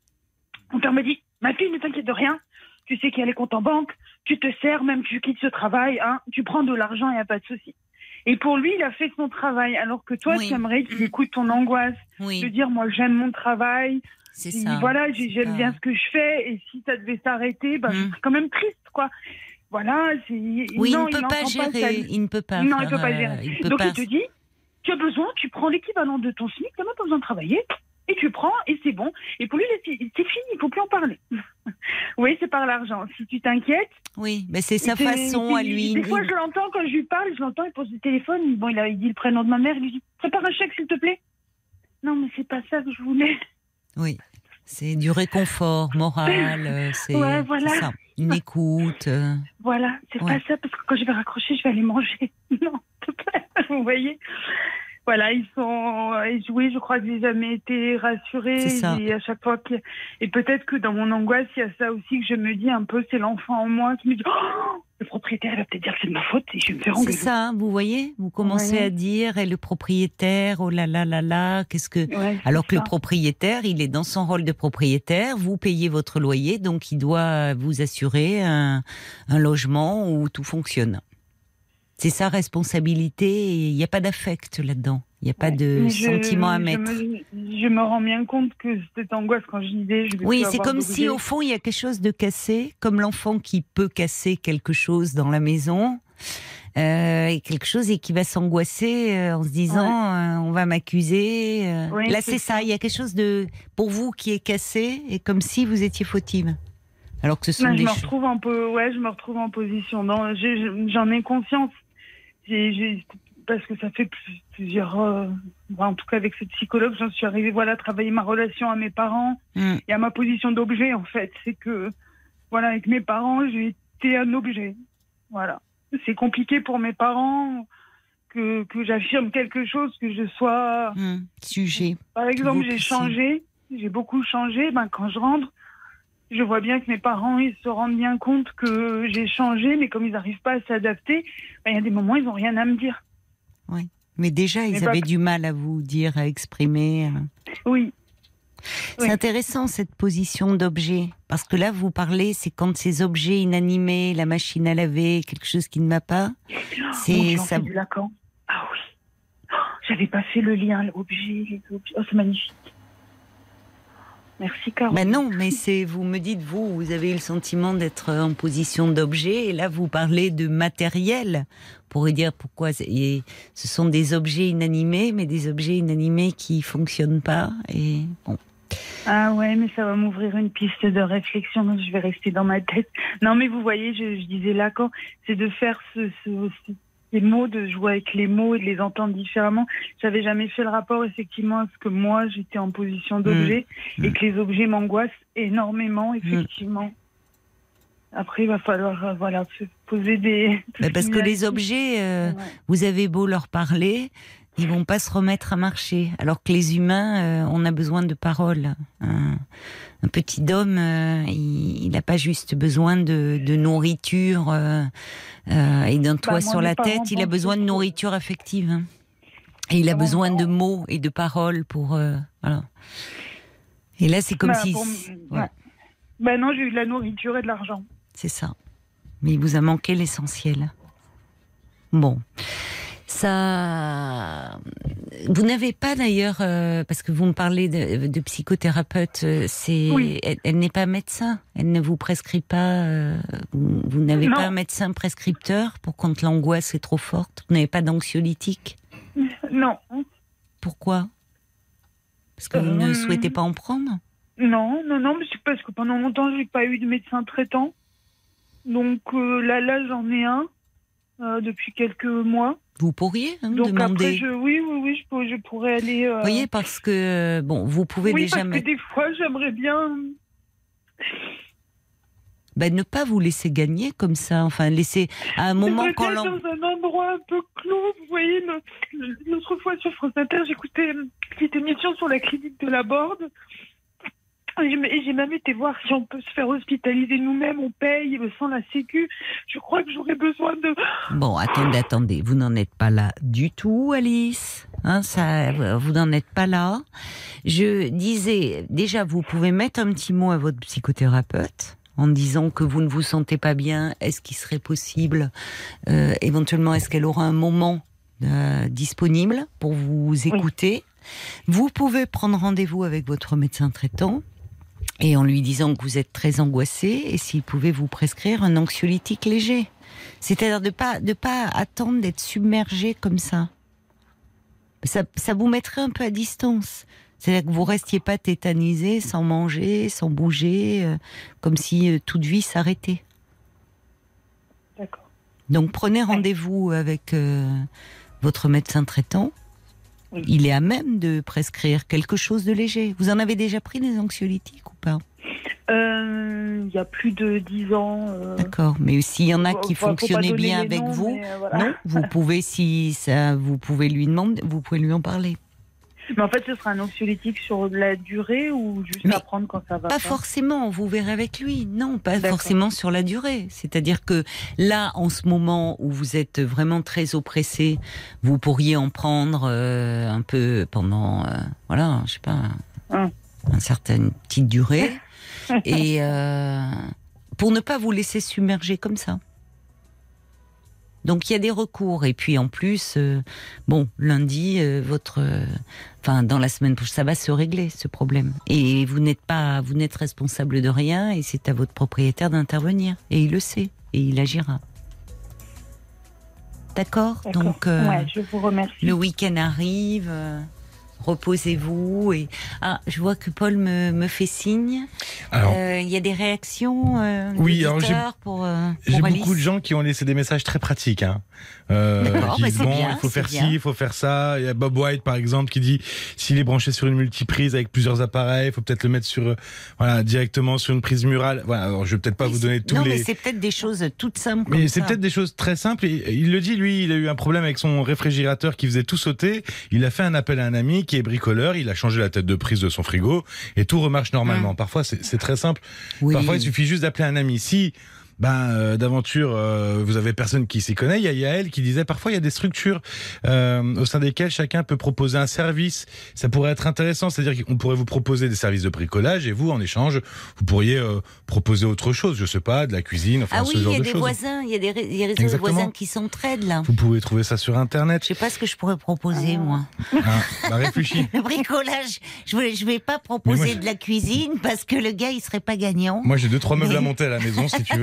Mon père m'a dit ma fille, ne t'inquiète de rien. Tu sais qu'il y a les comptes en banque, tu te sers, même tu quittes ce travail, hein, tu prends de l'argent, il n'y a pas de souci. Et pour lui, il a fait son travail, alors que toi, Oui. tu aimerais qu'il écoute ton angoisse, de Oui, dire moi j'aime mon travail, c'est et ça. voilà, j'ai- j'aime pas- bien ce que je fais, et si ça devait s'arrêter, bah, Mm. je serais quand même triste, quoi. Voilà, c'est. Oui, non, il ne peut pas n'entend gérer, ça. il ne peut pas. Non, faire, il peut pas euh, gérer. il peut Donc pas. il te dit, tu as besoin, tu prends l'équivalent de ton SMIC, tu n'as même pas besoin de travailler, et tu prends, et c'est bon. Et pour lui, c'est c'est fini, il ne faut plus en parler. Oui, c'est par l'argent. Si tu t'inquiètes. Oui, mais c'est sa il te- façon à il- lui. Des fois, il- je l'entends quand je lui parle, je l'entends, il pose le téléphone, bon, il, a, il dit le prénom de ma mère, il lui dit, prépare un chèque, s'il te plaît. Non, mais c'est pas ça que je voulais. Oui, c'est du réconfort moral, euh, c'est Ouais, voilà. c'est ça, une écoute. euh, Voilà, c'est Ouais. pas ça, parce que quand je vais raccrocher, je vais aller manger. Non, s'il te plaît. Vous voyez? Voilà, ils sont. Et oui, je crois que j'ai jamais été rassurée. C'est ça. Et à chaque fois que. Et peut-être que dans mon angoisse, il y a ça aussi que je me dis un peu, c'est l'enfant en moi qui me dit oh, le propriétaire, il va peut-être dire que c'est de ma faute et je vais me faire C'est engueuler. ça, hein, vous voyez, vous commencez Ouais. à dire, et le propriétaire, oh là là là là, qu'est-ce que... Ouais, c'est Alors que ça. le propriétaire, il est dans son rôle de propriétaire, vous payez votre loyer, donc il doit vous assurer un, un logement où tout fonctionne. C'est sa responsabilité, et il n'y a pas d'affect là-dedans, il n'y a pas de Mais je- sentiment à je mettre. Me, je me rends bien compte que cette angoisse, quand je disais, je vais Oui, plus c'est avoir comme d'objet. si au fond il y a quelque chose de cassé, comme l'enfant qui peut casser quelque chose dans la maison, euh, et quelque chose et qui va s'angoisser euh, en se disant euh, on va m'accuser. euh. Oui, Là c'est c'est ça, ça. il y a quelque chose de pour vous qui est cassé et comme si vous étiez fautive. Alors que ce sont Non, je des me choses. retrouve un peu, ouais, je me retrouve en position. Non, j'ai- j'ai- j'en ai conscience. J'ai- j'ai- parce que ça fait plus- plusieurs, euh, bon, en tout cas avec ce psychologue, j'en suis arrivée, voilà, à travailler ma relation à mes parents Mm. et à ma position d'objet, en fait. C'est que, voilà, avec mes parents, j'ai été un objet. Voilà. C'est compliqué pour mes parents que, que j'affirme quelque chose, que je sois. Mm. Sujet. Par exemple, vous j'ai puissiez. changé, j'ai beaucoup changé. Ben, quand je rentre, je vois bien que mes parents, ils se rendent bien compte que j'ai changé, mais comme ils n'arrivent pas à s'adapter, ben, il y a des moments, ils n'ont rien à me dire. Mais déjà ils Mais avaient pas- du mal à vous dire, à exprimer. euh. Oui, C'est Oui. intéressant cette position d'objet, parce que là vous parlez, c'est quand ces objets inanimés, la machine à laver, quelque chose qui ne va pas, c'est Mon Dieu, on ça. fait du Lacan. Ah oui. Oh, j'avais pas fait le lien, l'objet, les objets. Oh, c'est magnifique. Merci, Caro. Ben non, mais c'est vous me dites vous, vous avez eu le sentiment d'être en position d'objet, et là vous parlez de matériel. On pourrait dire pourquoi c'est- et ce sont des objets inanimés, mais des objets inanimés qui fonctionnent pas. Et bon, Ah ouais, mais ça va m'ouvrir une piste de réflexion, donc je vais rester dans ma tête. Non, mais vous voyez, je, je disais Lacan, c'est de faire ce, ce, ce- ces mots, de jouer avec les mots et de les entendre différemment. J'avais jamais fait le rapport effectivement à ce que moi j'étais en position d'objet Mmh. et que les objets m'angoissent énormément, effectivement. Après, il va falloir euh, voilà, se poser des... Ben parce que les objets, euh, ouais. vous avez beau leur parler, ils vont pas se remettre à marcher. Alors que les humains, euh, on a besoin de paroles. Un, un petit homme, euh, il n'a pas juste besoin de, de nourriture euh, euh, et d'un toit bah, sur la tête, il a besoin de nourriture affective. Hein. Et il a bah, besoin de mots et de paroles pour... Euh, voilà. Et là, c'est comme bah, si... Pour... Ouais. Ouais. Ben non, j'ai eu de la nourriture et de l'argent. C'est ça. Mais il vous a manqué l'essentiel. Bon. Ça... Vous n'avez pas d'ailleurs, euh, parce que vous me parlez de, de psychothérapeute, c'est... Oui. Elle, elle n'est pas médecin. Elle ne vous prescrit pas... Euh, vous, vous n'avez non. pas un médecin prescripteur pour quand l'angoisse est trop forte. Vous n'avez pas d'anxiolytique? Non. Pourquoi? Parce que vous euh... ne souhaitez pas en prendre? Non, non, non, mais c'est parce que pendant longtemps, j'ai pas eu de médecin traitant. Donc euh, là, là, j'en ai un euh, depuis quelques mois. Vous pourriez hein, Donc demander. Après, je, oui, oui, oui, je, pourrais, je pourrais aller. Euh... Vous voyez, parce que bon, vous pouvez oui, déjà. parce mettre... que des fois, j'aimerais bien. Ben, ne pas vous laisser gagner comme ça. Enfin, laisser à un moment quand l'on. Dans un endroit un peu clos, vous voyez. L'autre fois sur France Inter, j'écoutais cette émission sur la clinique de la Borde. Et j'ai même été voir si on peut se faire hospitaliser nous-mêmes, on paye sans la sécu. Je crois que j'aurais besoin de... Bon, attendez, attendez, vous n'en êtes pas là du tout, Alice. Hein, ça, vous n'en êtes pas là. Je disais, déjà, vous pouvez mettre un petit mot à votre psychothérapeute en disant que vous ne vous sentez pas bien. Est-ce qu'il serait possible, euh, éventuellement, est-ce qu'elle aura un moment euh, disponible pour vous écouter? Oui. Vous pouvez prendre rendez-vous avec votre médecin traitant et en lui disant que vous êtes très angoissé et s'il pouvait vous prescrire un anxiolytique léger. C'est-à-dire de ne pas, de pas attendre d'être submergé comme ça. ça. Ça vous mettrait un peu à distance. C'est-à-dire que vous ne restiez pas tétanisé, sans manger, sans bouger, euh, comme si euh, toute vie s'arrêtait. D'accord. Donc prenez rendez-vous avec euh, votre médecin traitant. Oui. Il est à même de prescrire quelque chose de léger. Vous en avez déjà pris des anxiolytiques ou pas? euh, Il y a plus de dix ans. Euh... D'accord, mais s'il y en a qui faut, fonctionnaient faut bien avec noms, vous, euh, voilà. non, vous pouvez, si ça, vous pouvez lui demander, vous pouvez lui en parler. Mais en fait, ce sera un anxiolytique sur la durée ou juste mais à prendre quand ça va pas pas forcément, vous verrez avec lui. Non, pas D'accord. forcément sur la durée. C'est-à-dire que là, en ce moment où vous êtes vraiment très oppressé, vous pourriez en prendre euh, un peu pendant, euh, voilà, je sais pas, hum. une certaine petite durée. et euh, pour ne pas vous laisser submerger comme ça. Donc il y a des recours et puis en plus, euh, bon lundi, euh, votre, enfin euh, dans la semaine prochaine, ça va se régler ce problème. Et vous n'êtes pas, vous n'êtes responsable de rien et c'est à votre propriétaire d'intervenir et il le sait et il agira. D'accord, D'accord. Donc euh, ouais, je vous remercie. Le week-end arrive. Euh, Reposez-vous et ah, je vois que Paul me, me fait signe. Alors, il euh, y a des réactions. Euh, oui, alors j'ai, pour, euh, pour j'ai Alice. beaucoup de gens qui ont laissé des messages très pratiques. Hein. Euh, D'accord, qui bah disent c'est bon, bien, il faut faire bien. ci, il faut faire ça. Il y a Bob White par exemple qui dit s'il est branché sur une multiprise avec plusieurs appareils, il faut peut-être le mettre sur, euh, voilà, directement sur une prise murale. Voilà, alors je vais peut-être pas oui, vous donner tous non, les. Non, mais c'est peut-être des choses toutes simples. Mais comme c'est ça. peut-être des choses très simples. Et il le dit, lui, il a eu un problème avec son réfrigérateur qui faisait tout sauter. Il a fait un appel à un ami qui est bricoleur. Il a changé la tête de prise de son frigo et tout remarche normalement. Mmh. Parfois, c'est, c'est très simple. Oui. Parfois, il suffit juste d'appeler un ami. Si, ben, euh, d'aventure, euh, vous avez personne qui s'y connaît. Il y a Yael qui disait parfois il y a des structures euh, au sein desquelles chacun peut proposer un service. Ça pourrait être intéressant, c'est-à-dire qu'on pourrait vous proposer des services de bricolage et vous, en échange, vous pourriez euh, proposer autre chose. Je sais pas, de la cuisine, enfin ah ce oui, genre de Ah choses. oui, il y a des voisins, il y a des, il y a des réseaux de voisins qui s'entraident là. Vous pouvez trouver ça sur Internet. Je sais pas ce que je pourrais proposer ah. moi. Ah, bah réfléchis. Le bricolage, je vais, je vais pas proposer moi, de la cuisine parce que le gars il serait pas gagnant. Moi j'ai deux trois meubles Mais... à monter à la maison si tu veux.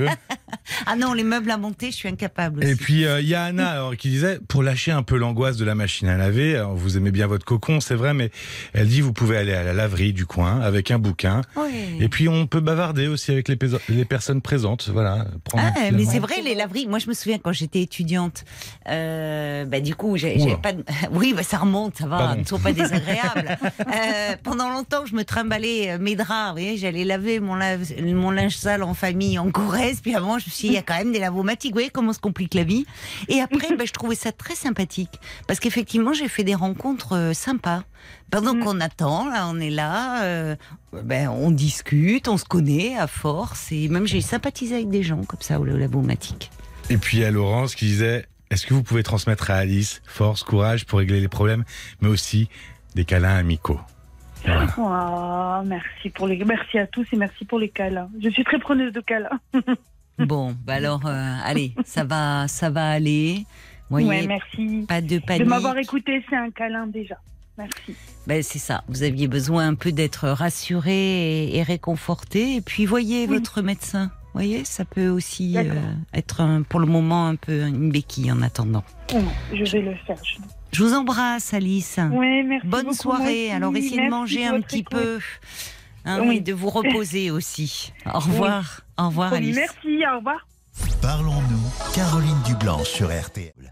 Ah non, les meubles à monter, je suis incapable aussi. Et puis, il euh, y a Anna alors, qui disait, pour lâcher un peu l'angoisse de la machine à laver, alors, vous aimez bien votre cocon, c'est vrai, mais elle dit, vous pouvez aller à la laverie du coin avec un bouquin. Oui. Et puis, on peut bavarder aussi avec les, pesa- les personnes présentes. Voilà. Prendre un Ah, petit mais moment. c'est vrai, les laveries. Moi, je me souviens quand j'étais étudiante, euh, bah, du coup, j'ai, Oula. j'ai pas de... Oui, bah, ça remonte, ça va, Pardon. ne sont pas désagréables. euh, pendant longtemps, je me trimballais mes draps, vous voyez, j'allais laver mon, lave... mon linge sale en famille, en Corrèze, puis avant, je me suis dit, il y a quand même des lavomatiques, vous voyez comment se complique la vie. Et après, bah, je trouvais ça très sympathique, parce qu'effectivement, j'ai fait des rencontres euh, sympas. Pendant Mm. qu'on attend, là, on est là, euh, ben, on discute, on se connaît à force, et même j'ai sympathisé avec des gens comme ça au lavomatique. Et puis, il y a Laurence qui disait, est-ce que vous pouvez transmettre à Alice force, courage pour régler les problèmes, mais aussi des câlins amicaux? Voilà. Oh, merci pour les, merci à tous et merci pour les câlins. Je suis très preneuse de câlins. Bon, bah alors, euh, allez, ça va, ça va aller. Voyez, Ouais, merci pas de de panique. m'avoir écouté. C'est un câlin déjà. Merci. Ben, c'est ça. Vous aviez besoin un peu d'être rassuré et, et réconforté. Et puis, voyez Oui. votre médecin. Voyez, ça peut aussi euh, D'accord. être un- pour le moment un peu une béquille en attendant. Oh, je vais le faire. Je... Je vous embrasse, Alice. Ouais, merci Bonne beaucoup, soirée. moi aussi. Alors, essayez de Merci manger pour un votre petit écoute. peu. Hein, Oui. et de vous reposer aussi. Au revoir. Au revoir, Alice. Merci, au revoir. Parlons-nous, Caroline Dublanche sur R T L.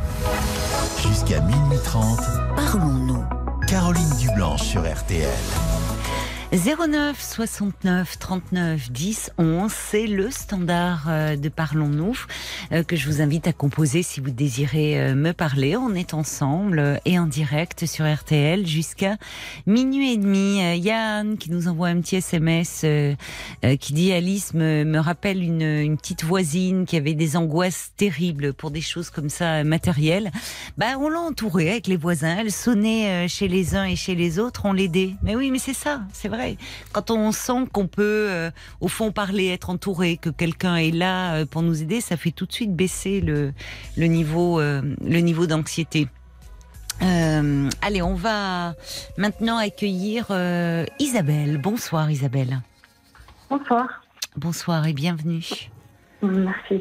Jusqu'à minuit trente, Parlons-nous. Caroline Dublanche sur R T L. zéro neuf soixante-neuf trente-neuf dix onze, c'est le standard euh, de Parlons-nous euh, que je vous invite à composer si vous désirez euh, me parler. On est ensemble euh, et en direct sur R T L jusqu'à minuit et demi. Euh, Yann qui nous envoie un petit S M S euh, euh, qui dit Alice me, me rappelle une, une petite voisine qui avait des angoisses terribles pour des choses comme ça euh, matérielles. Bah, on l'a entourée avec les voisins, elle sonnait euh, chez les uns et chez les autres, on l'aidait. Mais oui, mais c'est ça, c'est vrai. Quand on sent qu'on peut, euh, au fond, parler, être entouré, que quelqu'un est là euh, pour nous aider, ça fait tout de suite baisser le, le niveau, euh, le niveau d'anxiété. Euh, allez, on va maintenant accueillir euh, Isabelle. Bonsoir Isabelle. Bonsoir. Bonsoir et bienvenue. Merci.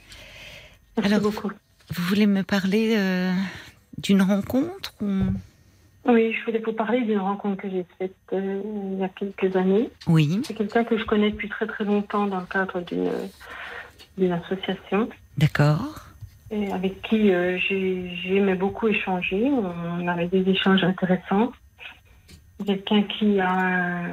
Merci Alors, beaucoup. Vous voulez me parler euh, d'une rencontre ou... Oui, je voulais vous parler d'une rencontre que j'ai faite euh, il y a quelques années. Oui, C'est quelqu'un que je connais depuis très très longtemps dans le cadre d'une d'une association d'accord. et avec qui euh, j'ai j'aimais beaucoup échanger. On avait des échanges intéressants. Quelqu'un qui a... un-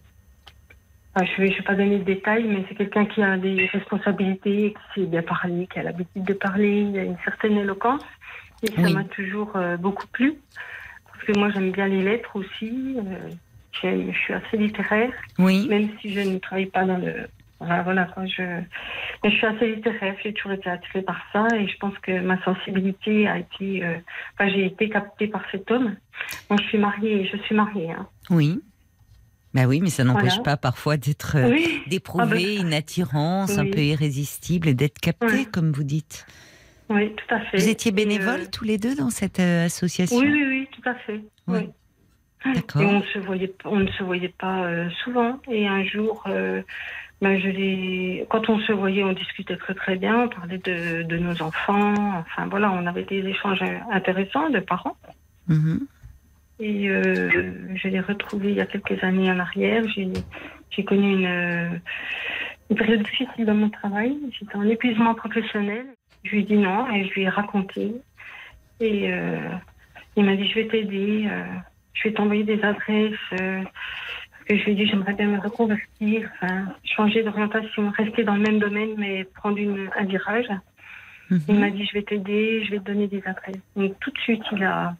Enfin, je ne vais, je vais pas donner de détails, mais c'est quelqu'un qui a des responsabilités, qui sait bien parler, qui a l'habitude de parler, il a une certaine éloquence. Et ça Oui. m'a toujours euh, beaucoup plu. Parce que moi, j'aime bien les lettres aussi. Euh, j'aime- je suis assez littéraire, Oui, même si je ne travaille pas dans le... Voilà, voilà quoi, je... Mais je suis assez littéraire, j'ai toujours été attirée par ça. Et je pense que ma sensibilité a été... euh, Enfin, j'ai été captée par cet homme. Moi, je suis mariée, je suis mariée. Hein. oui. Bah oui, mais ça n'empêche Voilà. pas parfois d'être, euh, Oui. d'éprouver Ah ben, une attirance un oui. peu irrésistible et d'être capté, Ouais. comme vous dites. Oui, tout à fait. Vous étiez Et, bénévoles euh, tous les deux dans cette euh, association? Oui, oui, oui, tout à fait. Oui. Oui. D'accord. Et on ne se voyait, on ne se voyait pas euh, souvent. Et un jour, euh, ben, je l'ai... quand on se voyait, on discutait très très bien. On parlait de, de nos enfants. Enfin voilà, on avait des échanges intéressants de parents. Mhm. Et euh, je l'ai retrouvé il y a quelques années en arrière. J'ai, j'ai connu une, euh, une période difficile dans mon travail. J'étais en épuisement professionnel. Je lui ai dit non et je lui ai raconté. Et euh, il m'a dit je vais t'aider, euh, je vais t'envoyer des adresses. Euh, parce que je lui ai dit j'aimerais bien me reconvertir, enfin, changer d'orientation, rester dans le même domaine mais prendre une, un virage. Mhm. Il m'a dit je vais t'aider, je vais te donner des adresses. Donc tout de suite il a,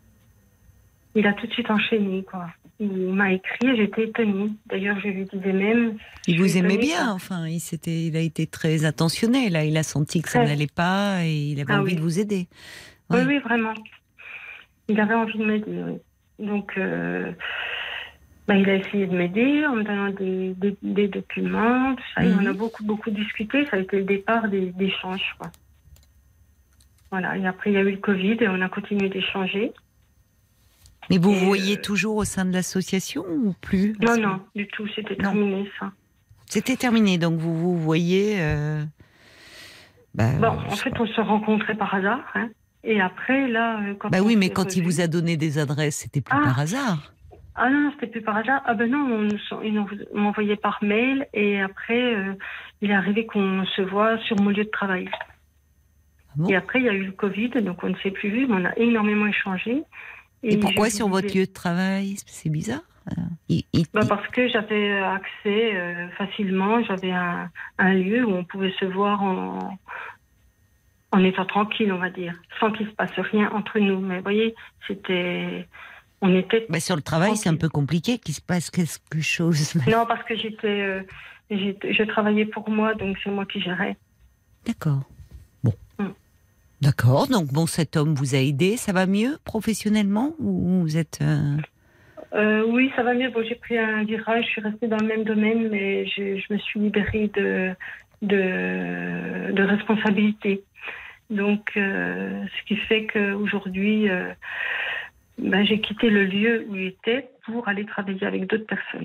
il a tout de suite enchaîné quoi. Il m'a écrit, j'étais étonnée. D'ailleurs je lui disais même. Il je vous suis aimait étonnée, bien, quoi. enfin, il, s'était, il a été très attentionné, là, il a senti que ça Très. n'allait pas et il avait Ah envie oui. de vous aider. Oui, Ouais. oui, vraiment. Il avait envie de m'aider, oui. Donc, euh, ben, il a essayé de m'aider en me donnant des, des, des documents, tout ça. Et Mhm. on a beaucoup, beaucoup discuté. Ça a été le départ des, d'échanges, quoi. Voilà. Et après, il y a eu le Covid et on a continué d'échanger. Mais vous Et, vous voyez euh, toujours au sein de l'association ou plus? Non, Parce que non, du tout. C'était Non. terminé, ça. C'était terminé, donc vous vous voyez... euh, Bah, Bon, en fait, on se rencontrait par hasard. Hein. Et après, là, euh, quand bah on oui, mais s'est quand il revus- vous a donné des adresses, c'était plus Ah. par hasard. Ah non, non, c'était plus par hasard. Ah ben non, on, nous- ils nous- m'envoyaient par mail et après, euh, il est arrivé qu'on se voit sur mon lieu de travail. Ah bon Et après, il y a eu le Covid, donc on ne s'est plus vu, mais on a énormément échangé. Et pourquoi je sur lui votre disais- lieu de travail? C'est bizarre. Euh, il- il- Bah il- parce que j'avais accès euh, facilement, j'avais un, un lieu où on pouvait se voir en, en étant tranquille, on va dire, sans qu'il se passe rien entre nous. Mais vous voyez, c'était... On était... bah, sur le travail, c'est un tranquille. peu compliqué qu'il se passe quelque chose. Non, parce que j'étais, euh, j'étais- je travaillais pour moi, donc c'est moi qui gérais. D'accord. Bon. Mm. D'accord. Donc, bon, cet homme vous a aidé. Ça va mieux professionnellement ou vous êtes. euh, Euh, oui, ça va mieux. Bon, j'ai pris un virage, je suis restée dans le même domaine, mais je, je me suis libérée de, de, de responsabilités. Donc, euh, ce qui fait qu'aujourd'hui, euh, ben, j'ai quitté le lieu où il était pour aller travailler avec d'autres personnes.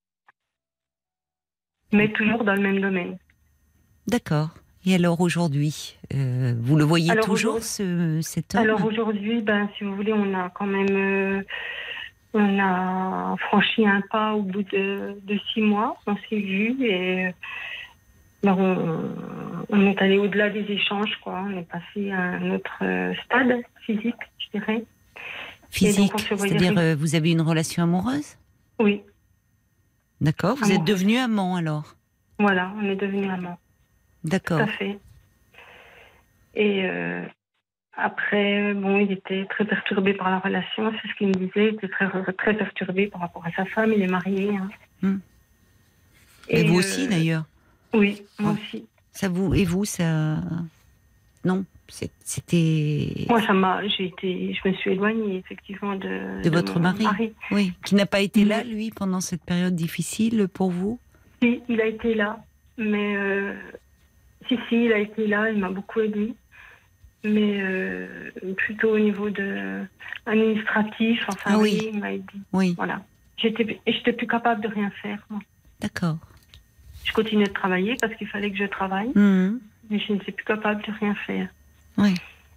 Mais toujours dans le même domaine. D'accord. Et alors aujourd'hui, euh, vous le voyez Alors, toujours, aujourd'hui- ce, cet homme? Alors aujourd'hui, ben, si vous voulez, on a quand même euh, on a franchi un pas au bout de, de six mois. On s'est vus et ben, on, on est allé au-delà des échanges, quoi. On est passé à un autre euh, stade physique, je dirais. Physique, on se voyait c'est-à-dire ré- euh, vous avez une relation amoureuse? Oui, D'accord. Vous êtes Amoureuse. devenu amant alors? voilà, on est devenus amants. Tout D'accord. à fait. Et euh, après, bon, il était très perturbé par la relation, c'est ce qu'il me disait. Il était très, très perturbé par rapport à sa femme. Il est marié. Hein. Hmm. Et, vous euh, aussi d'ailleurs? Oui, moi Oh. aussi. Ça vous et vous ça? Non, c'est- c'était Moi, ça m'a. J'ai été. Je me suis éloignée effectivement de. de votre mon mari. Oui, qui n'a pas été Oui. là lui pendant cette période difficile pour vous? Si, il a été là, mais euh, si, si, il a été là. Il m'a beaucoup aidé, mais euh, plutôt au niveau de administratif. Enfin, Ah vous oui. voyez, il m'a aidé. Oui, Voilà. J'étais, et j'étais plus capable de rien faire. Moi. d'accord. Je continuais de travailler parce qu'il fallait que je travaille, Mhm. mais je n'étais plus capable de rien faire. Oui.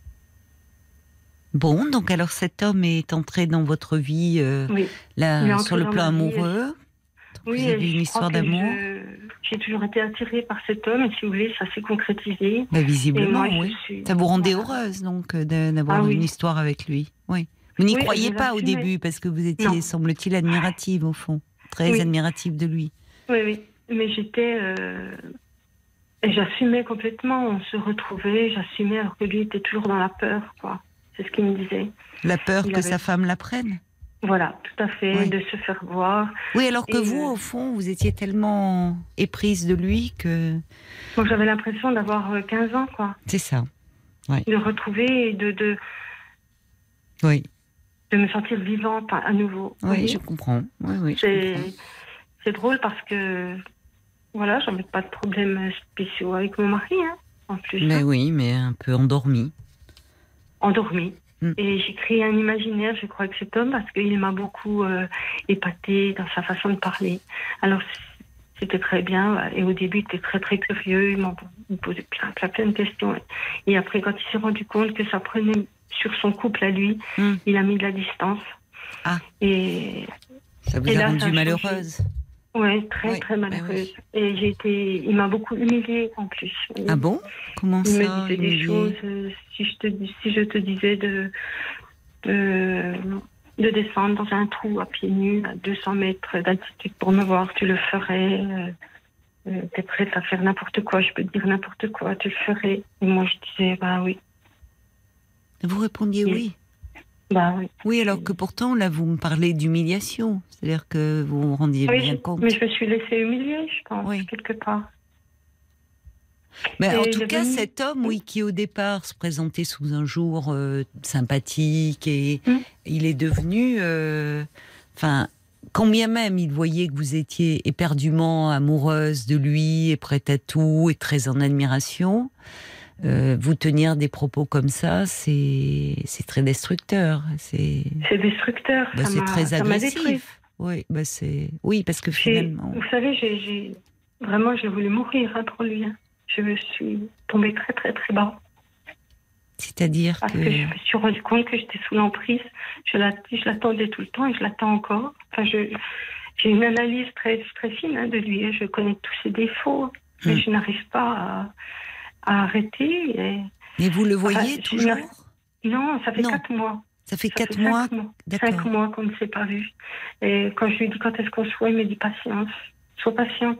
Bon, donc alors cet homme est entré dans votre vie euh, Oui. là, Il est entré sur le dans plan ma vie, amoureux. Donc, Oui, vous et avez une je histoire crois que d'amour. je- J'ai toujours été attirée par cet homme, et si vous voulez, ça s'est concrétisé. Bah, Et visiblement, moi, je oui. suis- Ça vous rendait voilà. heureuse donc euh, de- d'avoir Ah oui. une histoire avec lui. Oui. Vous n'y Oui, croyez je pas au l'assumais. début parce que vous étiez, Non. semble-t-il, admirative au fond, très Oui. admirative de lui. Oui, oui. Mais j'étais. euh, et j'assumais complètement. On se retrouvait, j'assumais, alors que lui était toujours dans la peur, quoi. C'est ce qu'il me disait. La peur Il que avait- sa femme la prenne. Voilà, tout à fait, Oui. de se faire voir. Oui, alors que Et, vous, euh, au fond, vous étiez tellement éprise de lui que Donc j'avais l'impression d'avoir euh, quinze ans, quoi. c'est ça. De retrouver et de, de, Oui, de me sentir vivante à, à nouveau. Vous oui, voyez je comprends. Oui, oui, je C'est, comprends. c'est drôle parce que, voilà, j'avais pas de problèmes spéciaux avec mon mari, hein, en plus. Mais hein, oui, mais un peu endormi. endormi. Mm. Et j'ai créé un imaginaire, je crois, avec cet homme parce qu'il m'a beaucoup euh, épatée dans sa façon de parler. Alors, c'était très bien. Et au début, il était très, très curieux. Il m'a il me posait plein, plein, plein de questions. Et après, quand il s'est rendu compte que ça prenait sur son couple à lui, Mm. il a mis de la distance. Ah. Et Ça vous Et a là, ça a rendue changé. malheureuse. ouais, très, Oui, très bah malheureuse. oui. Et j'ai été, il m'a beaucoup humiliée en plus. vous voyez. Ah bon? Comment Il ça me disait des humilié choses. euh, si je te dis, si je te disais de, de de descendre dans un trou à pieds nus à deux cents mètres d'altitude pour me voir, tu le ferais. Euh, euh, t'es prête à faire n'importe quoi. Je peux te dire n'importe quoi, tu le ferais. Et moi, je disais bah oui, Vous répondiez Oui. oui. bah oui. Oui, alors que pourtant, là, vous me parlez d'humiliation. C'est-à-dire que vous vous rendiez Oui, bien je- compte. mais je me suis laissée humilier, je pense, Oui. quelque part. Mais en Et tout j'ai cas, venu- cet homme, oui, qui au départ se présentait sous un jour euh, sympathique, et Mm. il est devenu, euh, enfin, quand bien même il voyait que vous étiez éperdument amoureuse de lui, et prête à tout, et très en admiration, euh, vous tenir des propos comme ça, c'est c'est très destructeur. C'est C'est destructeur. bah, ça c'est m'a- très ça m'a détruit. agressif. Oui, bah c'est oui parce que J'ai- finalement. Vous savez, j'ai, j'ai- vraiment, j'ai voulu mourir hein, pour lui. hein. je me suis tombée très, très, très bas. C'est-à-dire Parce que... que je me suis rendu compte que j'étais sous l'emprise. Je, la, je l'attendais tout le temps et je l'attends encore. Enfin, je, j'ai une analyse très, très fine hein, de lui. Je connais tous ses défauts, mais Hum. je n'arrive pas à, à arrêter. Et... Mais vous le voyez Enfin, je toujours? n'arrive- Non, ça fait Non. quatre mois. Ça fait Ça quatre fait mois? cinq mois. D'accord. Cinq mois qu'on ne s'est pas vu. Et quand je lui dis quand est-ce qu'on se voit, il me dit patience. Sois patiente.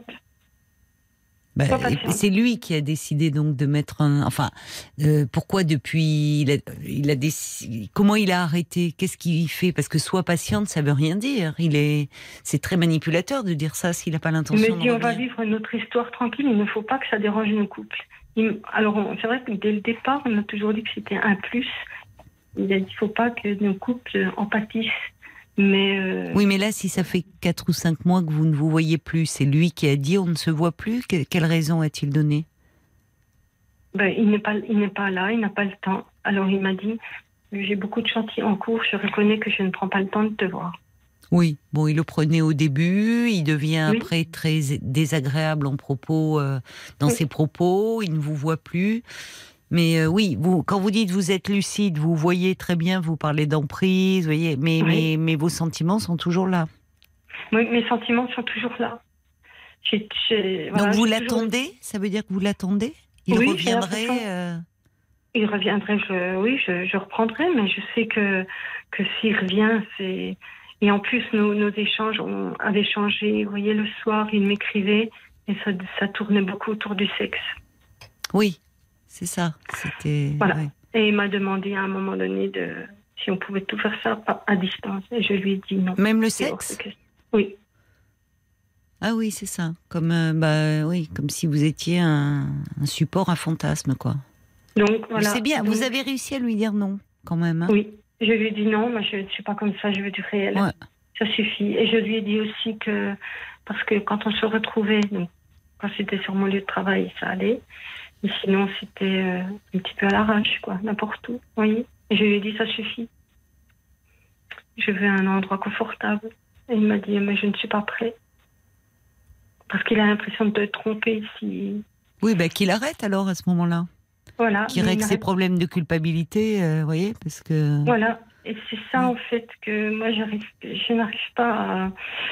Bah, Sois et patient. c'est lui qui a décidé donc de mettre un... Enfin, euh, pourquoi depuis... Il a, il a déc- Comment il a arrêté? Qu'est-ce qu'il fait? Parce que sois patiente, ça veut rien dire. Il est... C'est très manipulateur de dire ça s'il n'a pas Il l'intention me de dit on va revenir. vivre notre histoire tranquille, il ne faut pas que ça dérange nos couples. Il me- Alors on- c'est vrai que dès le départ, on a toujours dit que c'était un plus. Il a dit il ne faut pas que nos couples en pâtissent. Mais euh, Oui, mais là, si ça fait quatre ou cinq mois que vous ne vous voyez plus, c'est lui qui a dit on ne se voit plus. Que- Quelle raison a-t-il donné? ben, il n'est pas, il n'est pas là, il n'a pas le temps. Alors il m'a dit j'ai beaucoup de chantiers en cours, je reconnais que je ne prends pas le temps de te voir. Oui, bon, il le prenait au début, il devient Oui. après très désagréable en propos, euh, dans Oui. ses propos, il ne vous voit plus. Mais euh, oui, vous, quand vous dites vous êtes lucide, vous voyez très bien, vous parlez d'emprise, vous voyez, mais, Oui. mais, mais vos sentiments sont toujours là. Oui, mes sentiments sont toujours là. J'ai- j'ai- voilà, Donc vous j'ai toujours- l'attendez? Ça veut dire que vous l'attendez? Il Oui, j'ai reviendrait l'impression. euh, Il reviendrait, je, oui, je, je reprendrai, mais je sais que, que s'il revient, c'est... Et en plus, nos, nos échanges ont, avaient changé. Vous voyez, le soir, il m'écrivait et ça, ça tournait beaucoup autour du sexe. Oui, c'est ça. C'était. Voilà. ouais. Et il m'a demandé à un moment donné de, si on pouvait tout faire ça à à distance. Et je lui ai dit non. Même le C'est hors de sexe? question. Oui. Ah oui, c'est ça. Comme, euh, bah, oui, comme si vous étiez un, un support à fantasme, quoi. Donc, voilà. C'est bien, Donc, vous avez réussi à lui dire non, quand même. Hein. Oui. Je lui ai dit non, moi je ne suis pas comme ça, je veux du réel. Ouais. Ça suffit. Et je lui ai dit aussi que, parce que quand on se retrouvait, donc, quand c'était sur mon lieu de travail, ça allait. Mais sinon, c'était euh, un petit peu à l'arrache, quoi, n'importe où. Vous voyez. Et je lui ai dit, ça suffit. Je veux un endroit confortable. Et il m'a dit, mais je ne suis pas prêt. Parce qu'il a l'impression de te tromper si. Oui, bah, qu'il arrête alors à ce moment-là. Voilà. Qu'il Mais règle il ses arrête. problèmes de culpabilité, euh, vous voyez, parce que. Voilà. Et c'est ça, Ouais. en fait, que moi, j'arrive, je n'arrive pas à,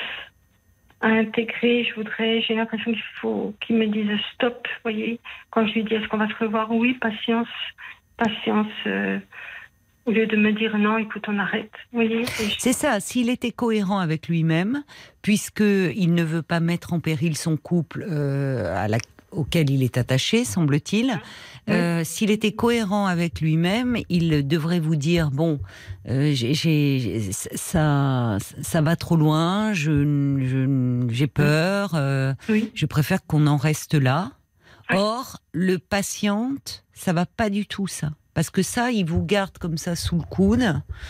à intégrer. Je voudrais, j'ai l'impression qu'il faut qu'il me dise stop, vous voyez. Quand je lui dis, est-ce qu'on va se revoir? Oui, patience, patience. euh, au lieu de me dire non, écoute, on arrête. Vous voyez. Et je- C'est ça, s'il était cohérent avec lui-même, puisqu'il ne veut pas mettre en péril son couple euh, à la, auquel il est attaché, semble-t-il, Oui. euh, s'il était cohérent avec lui-même, il devrait vous dire, bon, euh, j'ai, j'ai, ça, ça va trop loin, je, je, j'ai peur, euh, Oui. je préfère qu'on en reste là. Oui. Or, le patiente, ça va pas du tout, ça. Parce que ça, il vous garde comme ça sous le coude.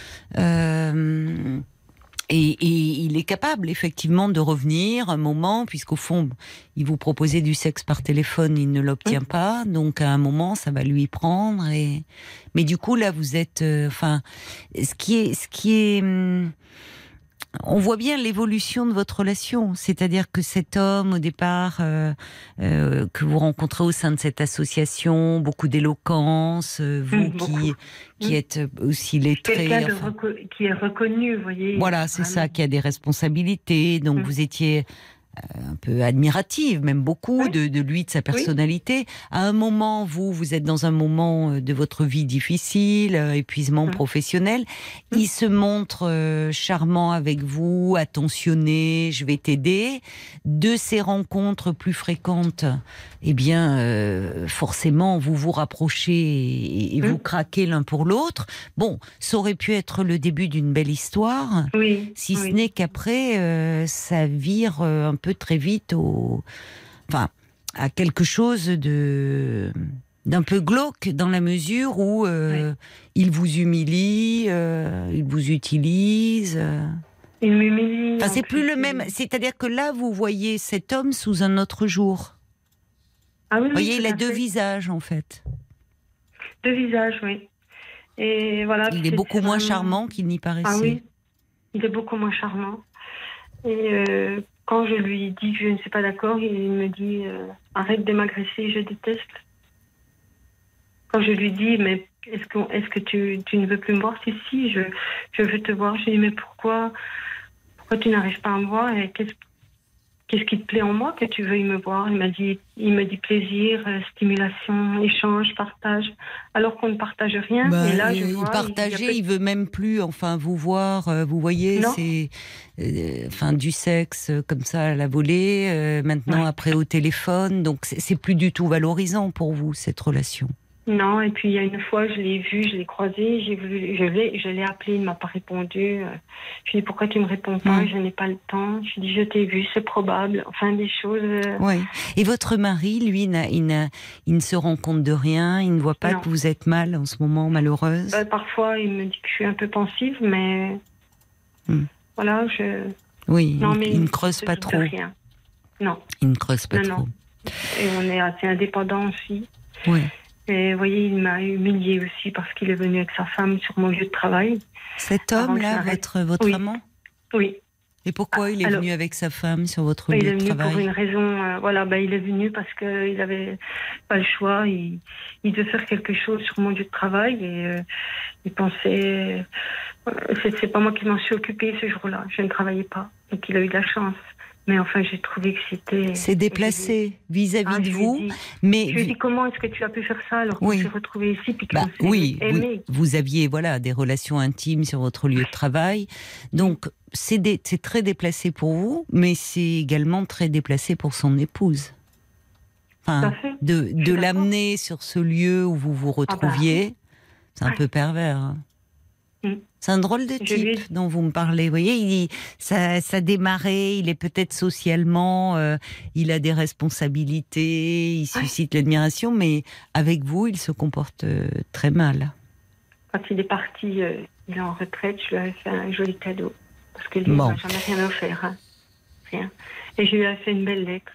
Euh, et, et il est capable, effectivement, de revenir un moment, puisqu'au fond, il vous proposait du sexe par téléphone, il ne l'obtient Oui. pas. Donc, à un moment, ça va lui prendre. Et... Mais du coup, là, vous êtes... euh, Enfin, ce qui est... Ce qui est hum, on voit bien l'évolution de votre relation, c'est-à-dire que cet homme, au départ, euh, euh, que vous rencontrez au sein de cette association, beaucoup d'éloquence, euh, vous Mmh, qui, beaucoup. qui Mmh. êtes aussi lettré, Quelqu'un de enfin, reco- qui est reconnu, vous voyez. voilà, c'est Vraiment. ça, qui a des responsabilités, donc Mm. vous étiez euh, un peu admirative, même beaucoup, Oui. de, de lui, de sa personnalité. À un moment, vous, vous êtes dans un moment euh, de votre vie difficile, euh, épuisement Mm. professionnel. Mm. Il se montre euh, charmant avec vous, attentionné, je vais t'aider. De ces rencontres plus fréquentes, eh bien, euh, forcément, vous vous rapprochez et, et Mm. vous craquez l'un pour l'autre. Bon, ça aurait pu être le début d'une belle histoire. Oui. Si ce oui. n'est qu'après, euh, ça vire euh, un peu très vite au, enfin, à quelque chose de d'un peu glauque dans la mesure où euh, il vous humilie, euh, il vous utilise. euh. Il m'humilie. Enfin, en c'est plus le il- même. C'est-à-dire que là, vous voyez cet homme sous un autre jour. Ah oui, Vous oui, voyez, tout il a à deux fait. visages en fait. Deux visages, oui. Et voilà. Il est c'est- beaucoup c'est moins vraiment- charmant qu'il n'y paraissait. Ah oui, il est beaucoup moins charmant. Et euh, quand je lui dis que je ne suis pas d'accord, il me dit euh, arrête de m'agresser, je déteste. Quand je lui dis mais est-ce que, est-ce que tu, tu ne veux plus me voir? Si, si, je, je veux te voir. Je lui dis mais pourquoi, pourquoi tu n'arrives pas à me voir? Et qu'est-ce, qu'est-ce qui te plaît en moi que tu veuilles me voir? Il m'a dit, il me dit plaisir, euh, stimulation, échange, partage, alors qu'on ne partage rien. Bah, et là, je il vois, partager, il, il, il veut même plus, enfin, vous voir. Euh, vous voyez, non. c'est, euh, enfin, du sexe euh, comme ça à la volée. Euh, maintenant, ouais. Après au téléphone, donc c'est, c'est plus du tout valorisant pour vous cette relation. Non, et puis il y a une fois, je l'ai vu, je l'ai croisé, j'ai voulu, je l'ai, je l'ai appelé, il m'a pas répondu. Je lui ai dit pourquoi tu me réponds pas, mmh. Je n'ai pas le temps. Je lui ai dit je t'ai vu, c'est probable. Enfin des choses. Oui. Et votre mari, lui, n'a, il, n'a, il ne se rend compte de rien, il ne voit pas non. que vous êtes mal en ce moment, malheureuse. Bah, parfois, il me dit que je suis un peu pensive, mais mmh. voilà, je. Oui. Non, il, mais il ne creuse pas trop. Rien. Non. Il ne creuse pas non, trop. Non. Et on est assez indépendants aussi. Oui. Et vous voyez, il m'a humiliée aussi parce qu'il est venu avec sa femme sur mon lieu de travail. Cet homme-là, votre, votre oui. amant? Oui. Et pourquoi il est Alors, venu avec sa femme sur votre lieu de travail? Il est venu pour une raison, euh, voilà, bah, il est venu parce qu'il n'avait pas le choix. Il, il devait faire quelque chose sur mon lieu de travail et euh, il pensait... Euh, c'est, c'est pas moi qui m'en suis occupée ce jour-là. Je ne travaillais pas. Donc il a eu de la chance. Mais enfin, j'ai trouvé que c'était... C'est déplacé vis-à-vis ah, de vous. Dit, mais je lui ai dit, comment est-ce que tu as pu faire ça alors qu'on oui. s'est retrouvés ici puis qu'on bah, s'est oui, aimés. Vous, vous aviez voilà, des relations intimes sur votre lieu de travail. Donc, c'est, des, c'est très déplacé pour vous, mais c'est également très déplacé pour son épouse. Enfin, de, de l'amener sur ce lieu où vous vous retrouviez, ah bah. C'est un ouais. peu pervers. Hein. Mm. C'est un drôle de type lui... dont vous me parlez. Vous voyez, il, ça, ça démarrait, il est peut-être socialement, euh, il a des responsabilités, il suscite ouais. l'admiration, mais avec vous, il se comporte euh, très mal. Quand il est parti, euh, il est en retraite, je lui avais fait un joli cadeau. Parce que lui, bon. il m'a jamais rien offert. Hein. Rien. Et je lui ai fait une belle lettre.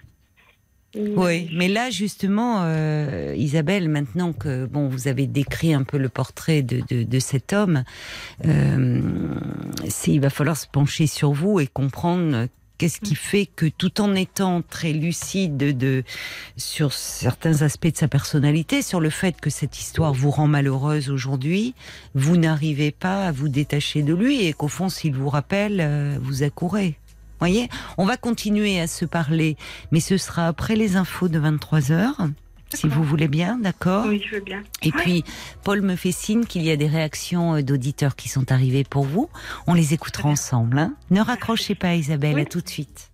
Oui, mais là justement, euh, Isabelle, maintenant que bon, vous avez décrit un peu le portrait de, de, de cet homme, euh, c'est, il va falloir se pencher sur vous et comprendre qu'est-ce qui fait que, tout en étant très lucide de, de, sur certains aspects de sa personnalité, sur le fait que cette histoire vous rend malheureuse aujourd'hui, vous n'arrivez pas à vous détacher de lui et qu'au fond, s'il vous rappelle, euh, vous accourez. Voyez, on va continuer à se parler, mais ce sera après les infos de vingt-trois heures, si vous voulez bien, d'accord ? Oui, je veux bien. Et ouais. puis, Paul me fait signe qu'il y a des réactions d'auditeurs qui sont arrivées pour vous. On les écoutera ensemble. Hein. Ne raccrochez pas, Isabelle, oui. À tout de suite.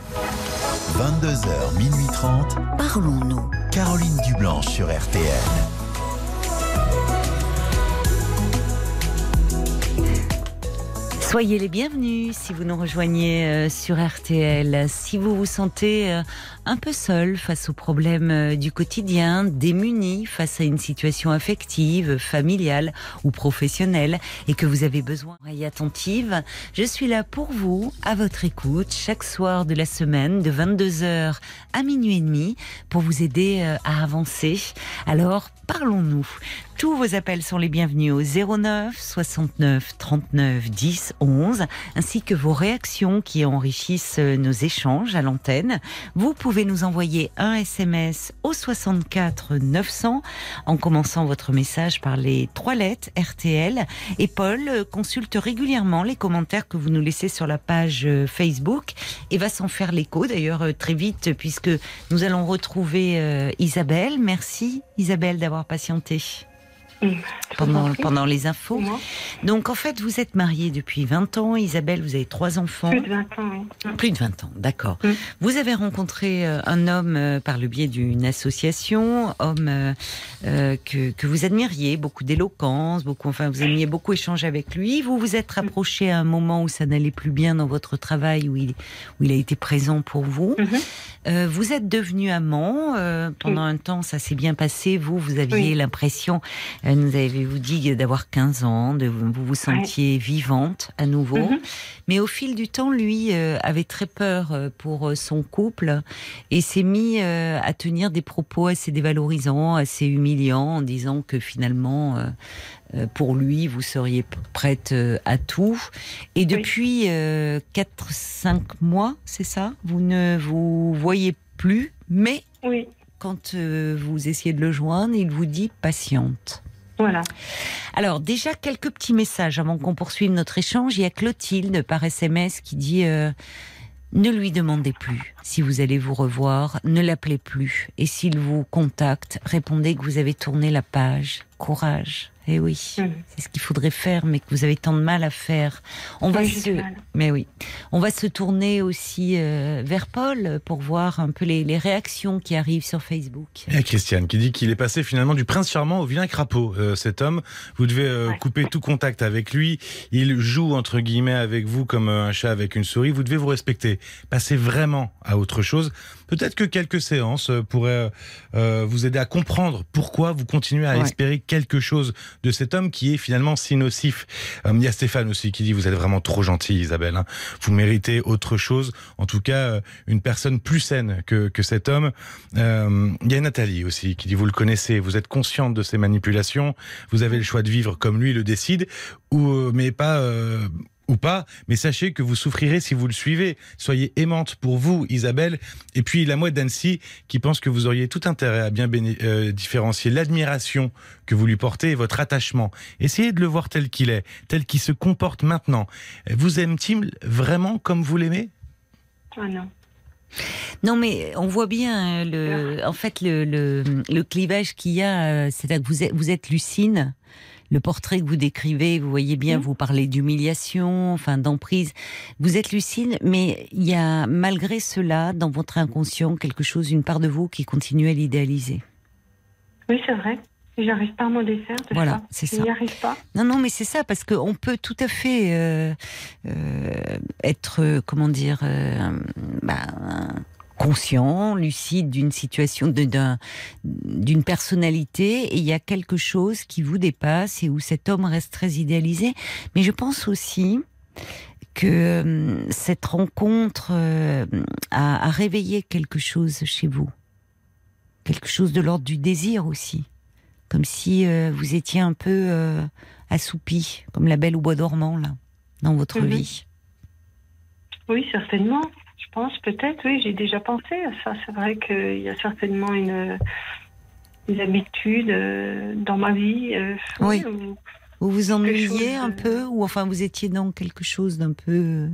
vingt-deux heures, minuit trente. Parlons-nous. Caroline Dublanche sur R T L. Soyez les bienvenus si vous nous rejoignez euh, sur R T L. Si vous vous sentez euh, un peu seul face aux problèmes euh, du quotidien, démuni face à une situation affective, familiale ou professionnelle et que vous avez besoin d'oreilles attentives, je suis là pour vous, à votre écoute, chaque soir de la semaine de vingt-deux heures à minuit et demi pour vous aider euh, à avancer. Alors, parlons-nous. Tous vos appels sont les bienvenus au zéro neuf soixante-neuf trente-neuf dix onze, ainsi que vos réactions qui enrichissent nos échanges à l'antenne. Vous pouvez nous envoyer un S M S au soixante-quatre neuf cents en commençant votre message par les trois lettres R T L. Et Paul consulte régulièrement les commentaires que vous nous laissez sur la page Facebook et va s'en faire l'écho d'ailleurs très vite puisque nous allons retrouver euh, Isabelle. Merci Isabelle d'avoir patienté. Pendant, pendant les infos. Donc en fait, vous êtes mariée depuis vingt ans. Isabelle, vous avez trois enfants. Plus de vingt ans, oui. Plus de vingt ans, d'accord. Mm. Vous avez rencontré euh, un homme euh, par le biais d'une association, homme euh, euh, que, que vous admiriez, beaucoup d'éloquence, beaucoup, enfin vous aimiez beaucoup échanger avec lui. Vous vous êtes rapproché à un moment où ça n'allait plus bien dans votre travail, où il, où il a été présent pour vous. Mm-hmm. Euh, vous êtes devenu amant. Euh, pendant mm. un temps, ça s'est bien passé. Vous, vous aviez oui. l'impression Euh, nous avez-vous dit d'avoir quinze ans, de vous vous sentiez ouais. vivante à nouveau. Mm-hmm. Mais au fil du temps, lui euh, avait très peur pour son couple et s'est mis euh, à tenir des propos assez dévalorisants, assez humiliants, en disant que finalement, euh, pour lui, vous seriez prête euh, à tout. Et depuis euh, quatre cinq mois, c'est ça ? Vous ne vous voyez plus, mais oui. quand euh, vous essayez de le joindre, il vous dit patiente. Voilà. Alors déjà, quelques petits messages avant qu'on poursuive notre échange. Il y a Clotilde par S M S qui dit euh, « Ne lui demandez plus si vous allez vous revoir, ne l'appelez plus. Et s'il vous contacte, répondez que vous avez tourné la page. Courage. » Eh oui, mmh. c'est ce qu'il faudrait faire, mais que vous avez tant de mal à faire. On va oui, se, mais oui, on va se tourner aussi euh, vers Paul pour voir un peu les, les réactions qui arrivent sur Facebook. Et Christiane qui dit qu'il est passé finalement du prince charmant au vilain crapaud. Euh, cet homme, vous devez euh, ouais. couper tout contact avec lui. Il joue entre guillemets avec vous comme un chat avec une souris. Vous devez vous respecter. Passez vraiment à autre chose. Peut-être que quelques séances pourraient euh, vous aider à comprendre pourquoi vous continuez à ouais. espérer quelque chose de cet homme qui est finalement si nocif. Euh, il y a Stéphane aussi qui dit « Vous êtes vraiment trop gentille, Isabelle. Hein. Vous méritez autre chose. En tout cas, euh, une personne plus saine que, que cet homme. Euh, » Il y a Nathalie aussi qui dit « Vous le connaissez, vous êtes consciente de ses manipulations. Vous avez le choix de vivre comme lui le décide, ou euh, mais pas... Euh, ou pas, mais sachez que vous souffrirez si vous le suivez. Soyez aimante pour vous, Isabelle. Et puis la mouette d'Annecy qui pense que vous auriez tout intérêt à bien béné- euh, différencier l'admiration que vous lui portez et votre attachement. Essayez de le voir tel qu'il est, tel qu'il se comporte maintenant. Vous aime-t-il vraiment comme vous l'aimez ? Ah non. Non, mais on voit bien le, en fait le, le, le clivage qu'il y a. C'est-à-dire que vous êtes, vous êtes Lucine. Le portrait que vous décrivez, vous voyez bien, mmh. vous parlez d'humiliation, enfin d'emprise. Vous êtes lucide, mais il y a malgré cela, dans votre inconscient, quelque chose, une part de vous qui continue à l'idéaliser. Oui, c'est vrai. J'arrive pas à m'en défaire de voilà, ça. c'est Je ça. n'y arrive pas. Non, non, mais c'est ça, parce qu'on peut tout à fait euh, euh, être, comment dire, euh, bah, conscient, lucide d'une situation, de, d'un, d'une personnalité, et il y a quelque chose qui vous dépasse et où cet homme reste très idéalisé. Mais je pense aussi que euh, cette rencontre euh, a, a réveillé quelque chose chez vous. Quelque chose de l'ordre du désir aussi. Comme si euh, vous étiez un peu euh, assoupi, comme la Belle au bois dormant, là, dans votre mmh. vie. Oui, certainement. Je pense peut-être, oui, j'ai déjà pensé à ça. C'est vrai qu'il y a certainement une, une habitude euh, dans ma vie. Euh, oui. Où, vous vous ennuyiez un de... peu, ou enfin vous étiez dans quelque chose d'un peu...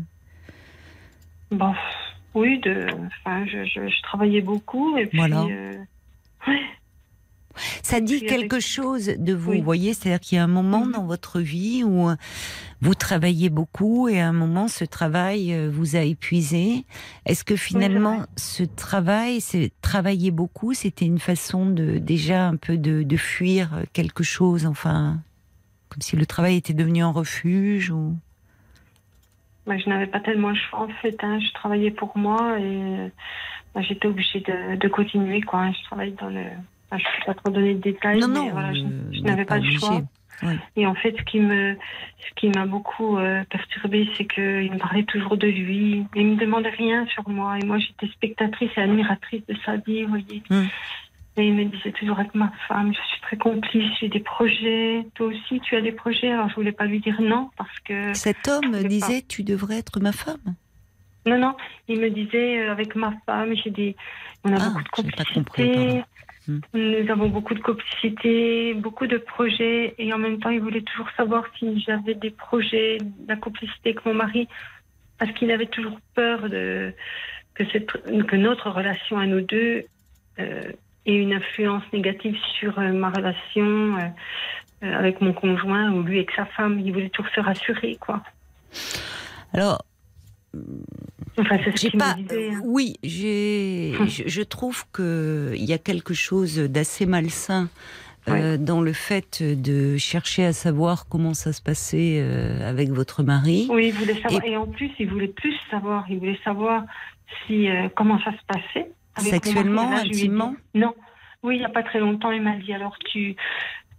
Bon, oui, de, enfin, je, je, je travaillais beaucoup et puis... Voilà. Euh, ouais. Ça dit quelque avec... chose de vous, oui. Vous voyez, c'est-à-dire qu'il y a un moment mmh. dans votre vie où vous travaillez beaucoup et à un moment ce travail vous a épuisé. Est-ce que finalement oui, ce travail, c'est travailler beaucoup, c'était une façon de déjà un peu de, de fuir quelque chose, enfin, comme si le travail était devenu un refuge ou... Bah, je n'avais pas tellement le choix en fait. Hein. Je travaillais pour moi et bah, j'étais obligée de, de continuer quoi. Je travaillais dans le je ne peux pas trop donner de détails, non, mais non, voilà, je, je pas n'avais pas obligé. le choix. Oui. Et en fait, ce qui me, ce qui m'a beaucoup euh, perturbée, c'est qu'il me parlait toujours de lui. Il ne me demandait rien sur moi. Et moi, j'étais spectatrice et admiratrice de sa vie, vous voyez. Mm. Et il me disait toujours avec ma femme, je suis très complice, j'ai des projets. Toi aussi, tu as des projets. Alors, je ne voulais pas lui dire non, parce que... Cet homme disait, pas. Tu devrais être ma femme. Non, non. Il me disait, euh, avec ma femme, j'ai des... on a ah, beaucoup de complicité. Pas compris, Nous avons beaucoup de complicité, beaucoup de projets, et en même temps, il voulait toujours savoir si j'avais des projets, de la complicité avec mon mari, parce qu'il avait toujours peur de, que, cette, que notre relation à nous deux euh, ait une influence négative sur euh, ma relation euh, avec mon conjoint, ou lui avec sa femme. Il voulait toujours se rassurer, quoi. Alors... Enfin, c'est ce j'ai qu'il pas, me disait. Hein. Oui, j'ai, hum. je, je trouve qu'il y a quelque chose d'assez malsain euh, oui. dans le fait de chercher à savoir comment ça se passait euh, avec votre mari. Oui, il voulait savoir. Et, et en plus, il voulait plus savoir. Il voulait savoir si, euh, comment ça se passait. Avec sexuellement, là, intimement dit, non. Oui, il n'y a pas très longtemps, il m'a dit, alors tu...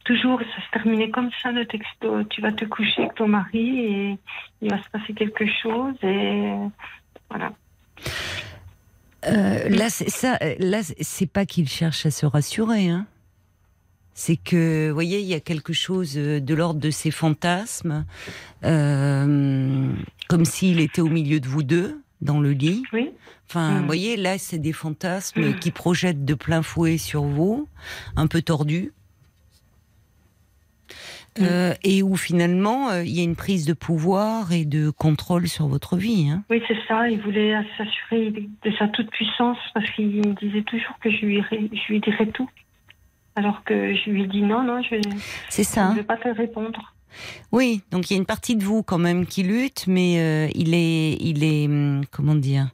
toujours, ça se terminait comme ça, le texto. Tu vas te coucher avec ton mari et il va se passer quelque chose et voilà. Euh, là, c'est ça. Là, c'est pas qu'il cherche à se rassurer, hein. C'est que, vous voyez, il y a quelque chose de l'ordre de ses fantasmes, euh, comme s'il était au milieu de vous deux, dans le lit. Oui. Enfin, mmh. vous voyez, là, c'est des fantasmes mmh. qui projettent de plein fouet sur vous, un peu tordus, mmh. euh, et où finalement, euh, il y a une prise de pouvoir et de contrôle sur votre vie. Hein. Oui, c'est ça. Il voulait s'assurer de sa toute-puissance parce qu'il me disait toujours que je lui, je lui dirais tout. Alors que je lui ai dit non, non, je c'est ça. ne vais pas te répondre. Oui, donc il y a une partie de vous quand même qui lutte, mais euh, il est, il est, comment dire,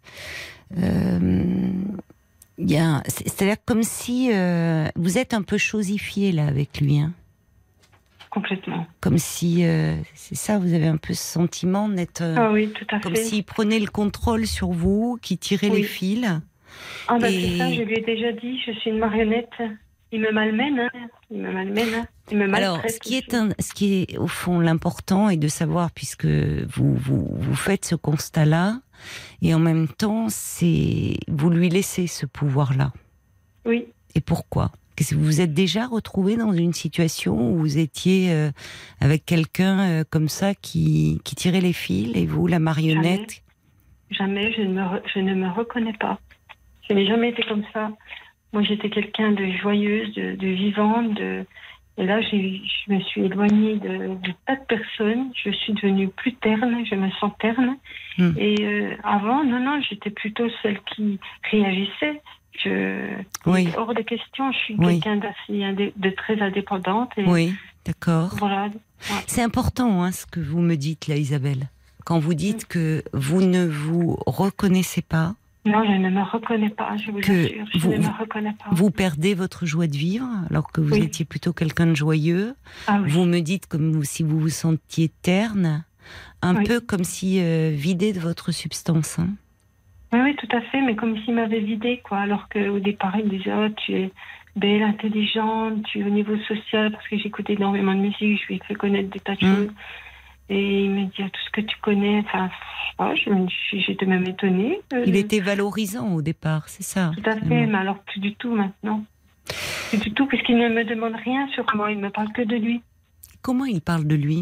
euh, il y a, c'est-à-dire comme si euh, vous êtes un peu chosifié là avec lui, hein. Complètement. Comme si, euh, c'est ça, vous avez un peu ce sentiment d'être, euh, ah oui, tout à comme fait. s'il prenait le contrôle sur vous, qu'il tirait oui. les fils. Ah ben et... c'est ça, je lui ai déjà dit, je suis une marionnette. Il me malmène, hein. il me malmène, hein. il me maltraite. Alors, ce qui est, un, ce qui est au fond l'important est de savoir, puisque vous, vous, vous faites ce constat-là, et en même temps, c'est vous lui laissez ce pouvoir-là. Oui. Et pourquoi ? Qu'est-ce que vous vous êtes déjà retrouvé dans une situation où vous étiez euh, avec quelqu'un euh, comme ça qui, qui tirait les fils, et vous, la marionnette ? Jamais, jamais je, ne me re, je ne me reconnais pas. Je n'ai jamais été comme ça. Moi, j'étais quelqu'un de joyeuse, de, de vivante. De... Et là, j'ai, je me suis éloignée de, de tas de personnes. Je suis devenue plus terne. Je me sens terne. Mmh. Et euh, avant, non, non, j'étais plutôt celle qui réagissait. Je... Oui. Hors de question, je suis oui. quelqu'un d'assez indé... de très indépendante. Et... Oui, d'accord. Voilà. Ouais. C'est important, hein, ce que vous me dites là, Isabelle. Quand vous dites mmh. que vous ne vous reconnaissez pas. Non, je ne me reconnais pas, je vous que assure, je vous, ne me reconnais pas. Vous perdez votre joie de vivre, alors que vous oui. étiez plutôt quelqu'un de joyeux. Ah, oui. Vous me dites comme si vous vous sentiez terne, un oui. peu comme si euh, vidé de votre substance. Hein. Oui, oui, tout à fait, mais comme s'il m'avait vidé, quoi. Alors qu'au départ, il me disait, oh, tu es belle, intelligente, tu es au niveau social, parce que j'écoutais énormément de musique, je lui ai fait connaître des tas de mmh. choses. Et il me dit, tout ce que tu connais, enfin, oh, j'étais même étonnée. Il était valorisant au départ, c'est ça. Tout à fait, finalement. Mais alors plus du tout maintenant. Plus du tout, puisqu'il ne me demande rien sur moi, il ne me parle que de lui. Comment il parle de lui ?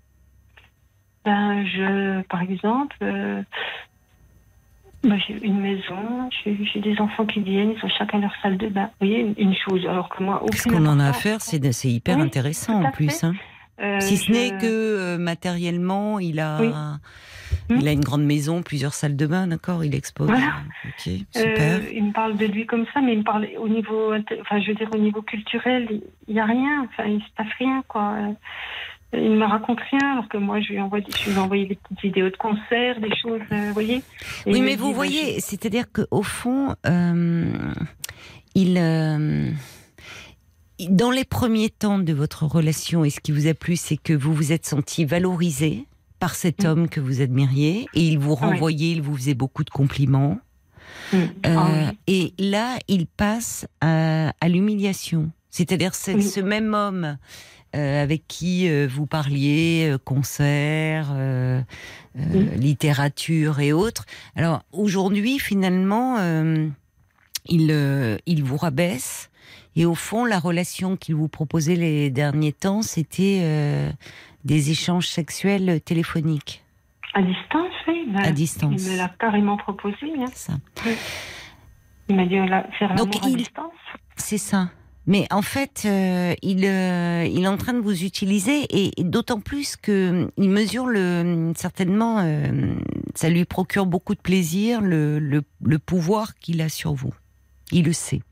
Ben, je, par exemple, euh, ben, j'ai une maison, j'ai, j'ai des enfants qui viennent, ils ont chacun leur salle de bain. Vous voyez, une, une chose, alors que moi, aucune. Ce qu'on en a à faire, c'est, c'est hyper oui, intéressant en plus, hein. Euh, si ce je... n'est que euh, matériellement, il a, oui. il mmh. a une grande maison, plusieurs salles de bain, d'accord, il expose. Voilà. Ok, super. Euh, il me parle de lui comme ça, mais il me parle au niveau, enfin, je veux dire au niveau culturel, il n'y a rien, enfin, il se passe rien, quoi. Il ne me raconte rien, alors que moi, je lui envoie, je lui ai envoyé des petites vidéos de concerts, des choses, euh, vous voyez. Oui, mais vous dit, voyez, je... c'est-à-dire qu'au fond, euh, il. Euh, Dans les premiers temps de votre relation, et ce qui vous a plu, c'est que vous vous êtes senti valorisé par cet mmh. homme que vous admiriez, et il vous renvoyait, oui. il vous faisait beaucoup de compliments. Mmh. Euh, oh, oui. Et là, il passe à, à l'humiliation. C'est-à-dire c'est, oui. ce même homme euh, avec qui euh, vous parliez, euh, concerts, euh, oui. euh, littérature et autres. Alors aujourd'hui, finalement, euh, il, euh, il vous rabaisse. Et au fond, la relation qu'il vous proposait les derniers temps, c'était euh, des échanges sexuels téléphoniques. À distance, oui. À distance. Il me l'a carrément proposé. Hein. C'est ça. Oui. Il m'a dit faire l'amour Donc, à il... distance. C'est ça. Mais en fait, euh, il, euh, il est en train de vous utiliser, et, et d'autant plus que il mesure le, certainement, euh, ça lui procure beaucoup de plaisir, le, le, le pouvoir qu'il a sur vous. Il le sait.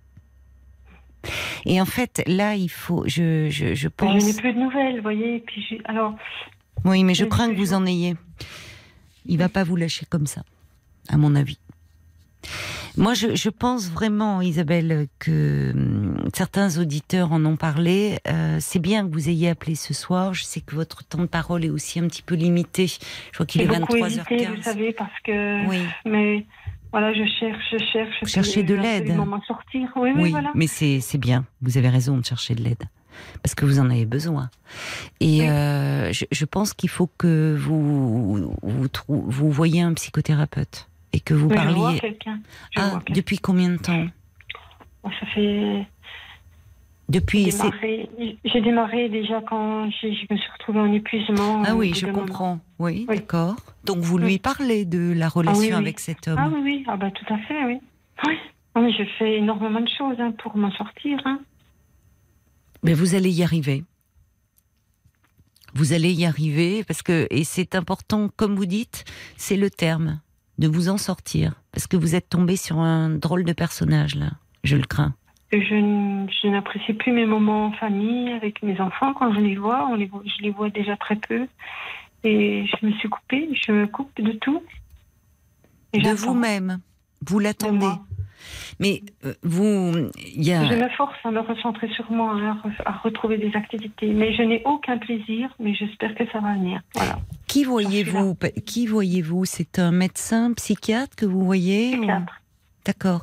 Et en fait, là, il faut, je, je, je pense. Je n'ai plus de nouvelles, vous voyez. Puis j'ai... alors. Oui, mais je crains que vous en ayez. Il va pas vous lâcher comme ça, à mon avis. Moi, je, je pense vraiment, Isabelle, que hum, certains auditeurs en ont parlé. Euh, c'est bien que vous ayez appelé ce soir. Je sais que votre temps de parole est aussi un petit peu limité. Je crois qu'il est vingt-trois heures quinze. Hésité, vous savez, parce que. Oui. Mais. Voilà, je cherche, je cherche. Vous cherchez de l'aide. M'en sortir. Oui, oui, oui voilà. Mais c'est, c'est bien. Vous avez raison de chercher de l'aide. parce que vous en avez besoin. Et oui. euh, je, je pense qu'il faut que vous vous, trou- vous voyez un psychothérapeute et que vous Mais parliez. je vois quelqu'un. Je Ah, vois quelqu'un. depuis combien de temps? Ça fait... Depuis. J'ai c'est- démarré, j'ai démarré déjà quand j'ai- je me suis retrouvée en épuisement. Ah au oui, bout je d'un comprends. moment. Oui, Oui. d'accord. Donc vous lui Oui. parlez de la relation oui, oui. avec cet homme. Ah oui, oui, ah bah tout à fait, oui. Oui, ah, mais je fais énormément de choses hein, pour m'en sortir. Hein. Mais vous allez y arriver. Vous allez y arriver parce que, et c'est important, comme vous dites, c'est le terme, de vous en sortir. Parce que vous êtes tombé sur un drôle de personnage, là. Je le crains. Que je, n- je n'apprécie plus mes moments en famille avec mes enfants quand je les vois. On les voit je les vois déjà très peu. Et je me suis coupée, je me coupe de tout. Et De j'attends. vous-même. Vous l'attendez. moi. Mais euh, vous, il y a... Je me force à me recentrer sur moi, hein, à, re- à retrouver des activités. Mais je n'ai aucun plaisir, mais j'espère que ça va venir. Voilà. Qui voyez-vous Qui voyez-vous C'est un médecin, psychiatre que vous voyez ou- Psychiatre. D'accord.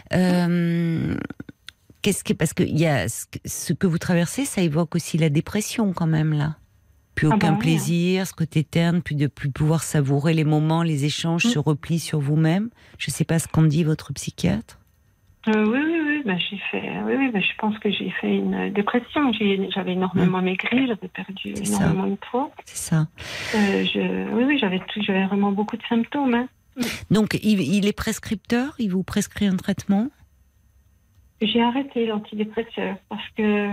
Euh, qu'est-ce que parce que il y a ce que, ce que vous traversez, ça évoque aussi la dépression quand même là. Plus Ah aucun bah oui, plaisir, ce côté terne, plus de plus pouvoir savourer les moments, les échanges, Mm. se repli sur vous-même. Je ne sais pas ce qu'en dit votre psychiatre. Euh, oui, oui, oui. Ben, j'ai fait. Oui, oui. Ben, je pense que j'ai fait une dépression. J'ai- J'avais énormément maigri. J'avais perdu C'est ça. énormément de poids. C'est ça. Euh, je... Oui, oui. J'avais tout- j'avais vraiment beaucoup de symptômes. Hein. Donc il, il est prescripteur, il vous prescrit un traitement. J'ai arrêté l'antidépresseur parce que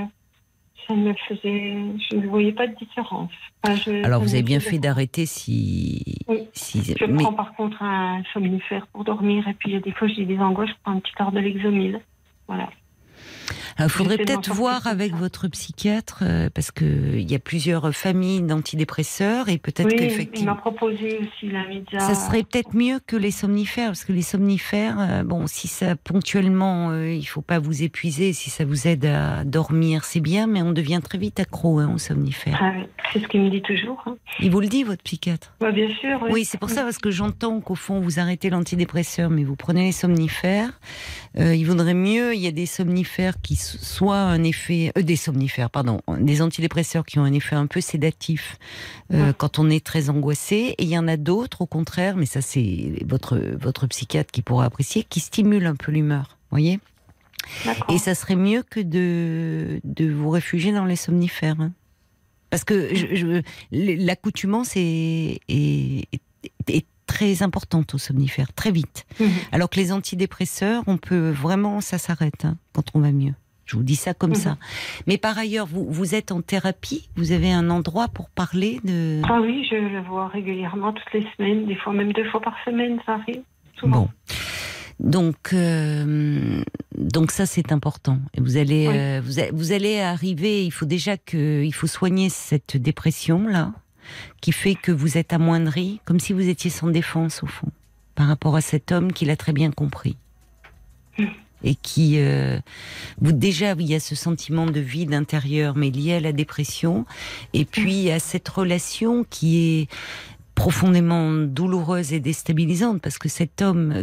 ça me faisait. Je ne voyais pas de différence. Enfin, je... Alors ça vous me avez bien faisait- fait d'arrêter si. Oui. si Je mais- prends par contre un somnifère pour dormir et puis il y a des fois j'ai des angoisses, je prends un petit quart de Lexomil. Voilà. Alors, il faudrait J'essaie de m'en peut-être sortir voir comme avec ça. votre psychiatre, euh, parce qu'il y a plusieurs familles d'antidépresseurs, et peut-être Oui, il qu'effectivement... m'a proposé aussi la média. Ça serait peut-être mieux que les somnifères, parce que les somnifères, euh, bon, si ça ponctuellement, euh, il faut pas vous épuiser, si ça vous aide à dormir, c'est bien, mais on devient très vite accro hein, aux somnifères. Ah oui, c'est ce qu'il me dit toujours. Hein. Il vous le dit, votre psychiatre? Bah, bien sûr. Oui, Oui, c'est pour ça, parce que j'entends qu'au fond, vous arrêtez l'antidépresseur, mais vous prenez les somnifères. Euh, il vaudrait mieux, il y a des somnifères qui so- soient un effet... Euh, des somnifères, pardon. Des antidépresseurs qui ont un effet un peu sédatif euh, Ouais. quand on est très angoissé. Et il y en a d'autres, au contraire, mais ça, c'est votre, votre psychiatre qui pourra apprécier, qui stimulent un peu l'humeur. Voyez? D'accord. Et ça serait mieux que de, de vous réfugier dans les somnifères. Hein. Parce que je, je, l'accoutumance est, est, est, est très importante aux somnifères, très vite. Mhm. Alors que les antidépresseurs, on peut vraiment, ça s'arrête hein, quand on va mieux. Je vous dis ça comme Mhm. ça. Mais par ailleurs, vous, vous êtes en thérapie, vous avez un endroit pour parler de... Ah oui, je le vois régulièrement, toutes les semaines, des fois même deux fois par semaine, ça arrive. Souvent. Bon. Donc, euh, donc ça c'est important. Et vous allez, Oui. euh, vous, a- vous allez arriver. Il faut déjà que, il faut soigner cette dépression là, qui fait que vous êtes amoindri, comme si vous étiez sans défense au fond, par rapport à cet homme qui l'a très bien compris Mm. et qui, euh, vous déjà il y a ce sentiment de vide intérieur, mais lié à la dépression, et puis à cette relation qui est profondément douloureuse et déstabilisante parce que cet homme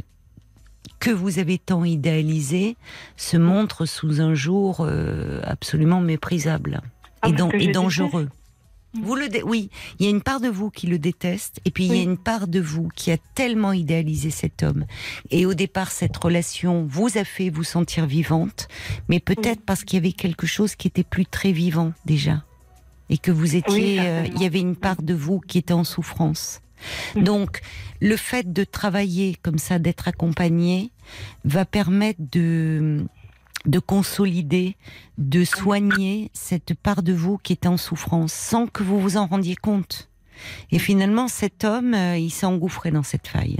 que vous avez tant idéalisé se montre sous un jour euh, absolument méprisable Ah, et, parce dan- que et je dangereux. déteste. Vous le dé- oui, il y a une part de vous qui le déteste et puis il y a Oui. une part de vous qui a tellement idéalisé cet homme. Et au départ, cette relation vous a fait vous sentir vivante, mais peut-être Oui. parce qu'il y avait quelque chose qui était plus très vivant déjà et que vous étiez, Oui, euh, certainement. il y avait une part de vous qui était en souffrance. Mhm. Donc, le fait de travailler comme ça, d'être accompagné, va permettre de de consolider, de soigner cette part de vous qui était en souffrance, sans que vous vous en rendiez compte. Et finalement, cet homme, euh, il s'est engouffré dans cette faille.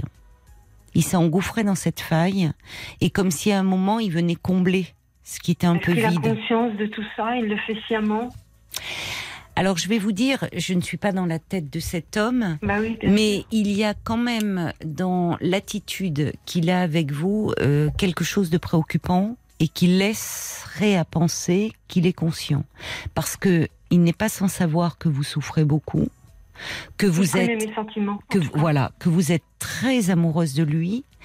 Il s'est engouffré dans cette faille, et comme si à un moment, il venait combler ce qui était un Est-ce peu qu'il a vide. conscience de tout ça? Il le fait sciemment? Alors, je vais vous dire, je ne suis pas dans la tête de cet homme, Bah oui, bien mais sûr. il y a quand même dans l'attitude qu'il a avec vous euh, quelque chose de préoccupant et qui laisserait à penser qu'il est conscient. Parce que il n'est pas sans savoir que vous souffrez beaucoup, que Il vous connaît êtes, mes sentiments. que en tout cas. voilà, que vous êtes très amoureuse de lui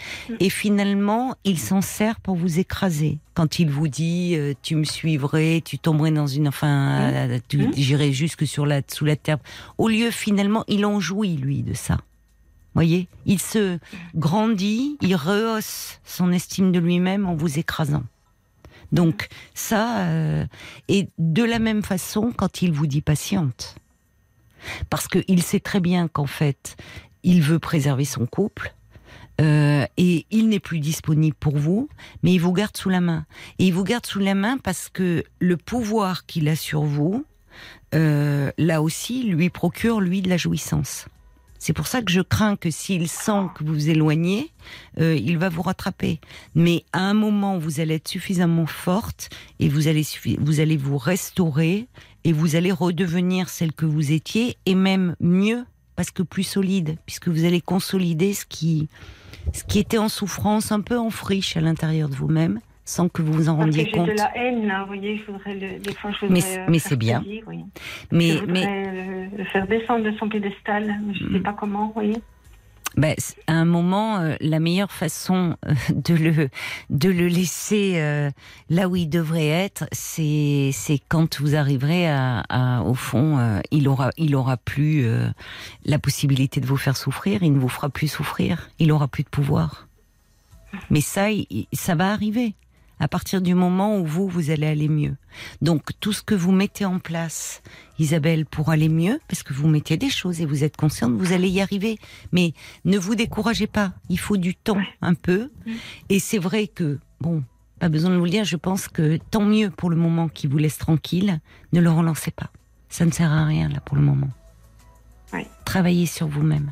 Et finalement, il s'en sert pour vous écraser. Quand il vous dit euh, tu me suivrais, tu tomberais dans une, enfin, Mmh. euh, tu Mmh. j'irais jusque sur la sous la terre. Au lieu finalement, il en jouit lui de ça. Voyez, il se grandit, il rehausse son estime de lui-même en vous écrasant. Donc ça, euh, et de la même façon quand il vous dit patiente, parce que il sait très bien qu'en fait, il veut préserver son couple. Euh, et il n'est plus disponible pour vous, mais il vous garde sous la main. Et il vous garde sous la main parce que le pouvoir qu'il a sur vous, euh, là aussi, lui procure, lui, de la jouissance. C'est pour ça que je crains que s'il sent que vous vous éloignez, euh, il va vous rattraper. Mais à un moment, vous allez être suffisamment forte et vous allez, suffi- vous allez vous restaurer et vous allez redevenir celle que vous étiez, et même mieux, parce que plus solide, puisque vous allez consolider ce qui, ce qui était en souffrance, un peu en friche à l'intérieur de vous-même, sans que vous vous en Parce rendiez que j'ai compte. de la haine, là, vous voyez, je voudrais le, des fois, je voudrais Mais- euh, mais faire c'est bien. plaisir, oui. Mais, je voudrais mais le, le faire descendre de son piédestal, mais je ne sais pas comment, vous voyez. ben, c- à un moment, euh, la meilleure façon euh, de le de le laisser euh, là où il devrait être, c'est c'est quand vous arriverez à, à au fond, euh, il aura il aura plus euh, la possibilité de vous faire souffrir, il ne vous fera plus souffrir, il aura plus de pouvoir. Mais ça, il- ça va arriver à partir du moment où vous vous allez aller mieux. Donc tout ce que vous mettez en place, Isabelle, pour aller mieux, parce que vous mettez des choses et vous êtes consciente, vous allez y arriver. Mais ne vous découragez pas, il faut du temps un peu. Et c'est vrai que, bon, pas besoin de vous le dire, je pense que tant mieux pour le moment qu'il vous laisse tranquille, ne le relancez pas. Ça ne sert à rien là pour le moment. Oui. Travaillez sur vous-même.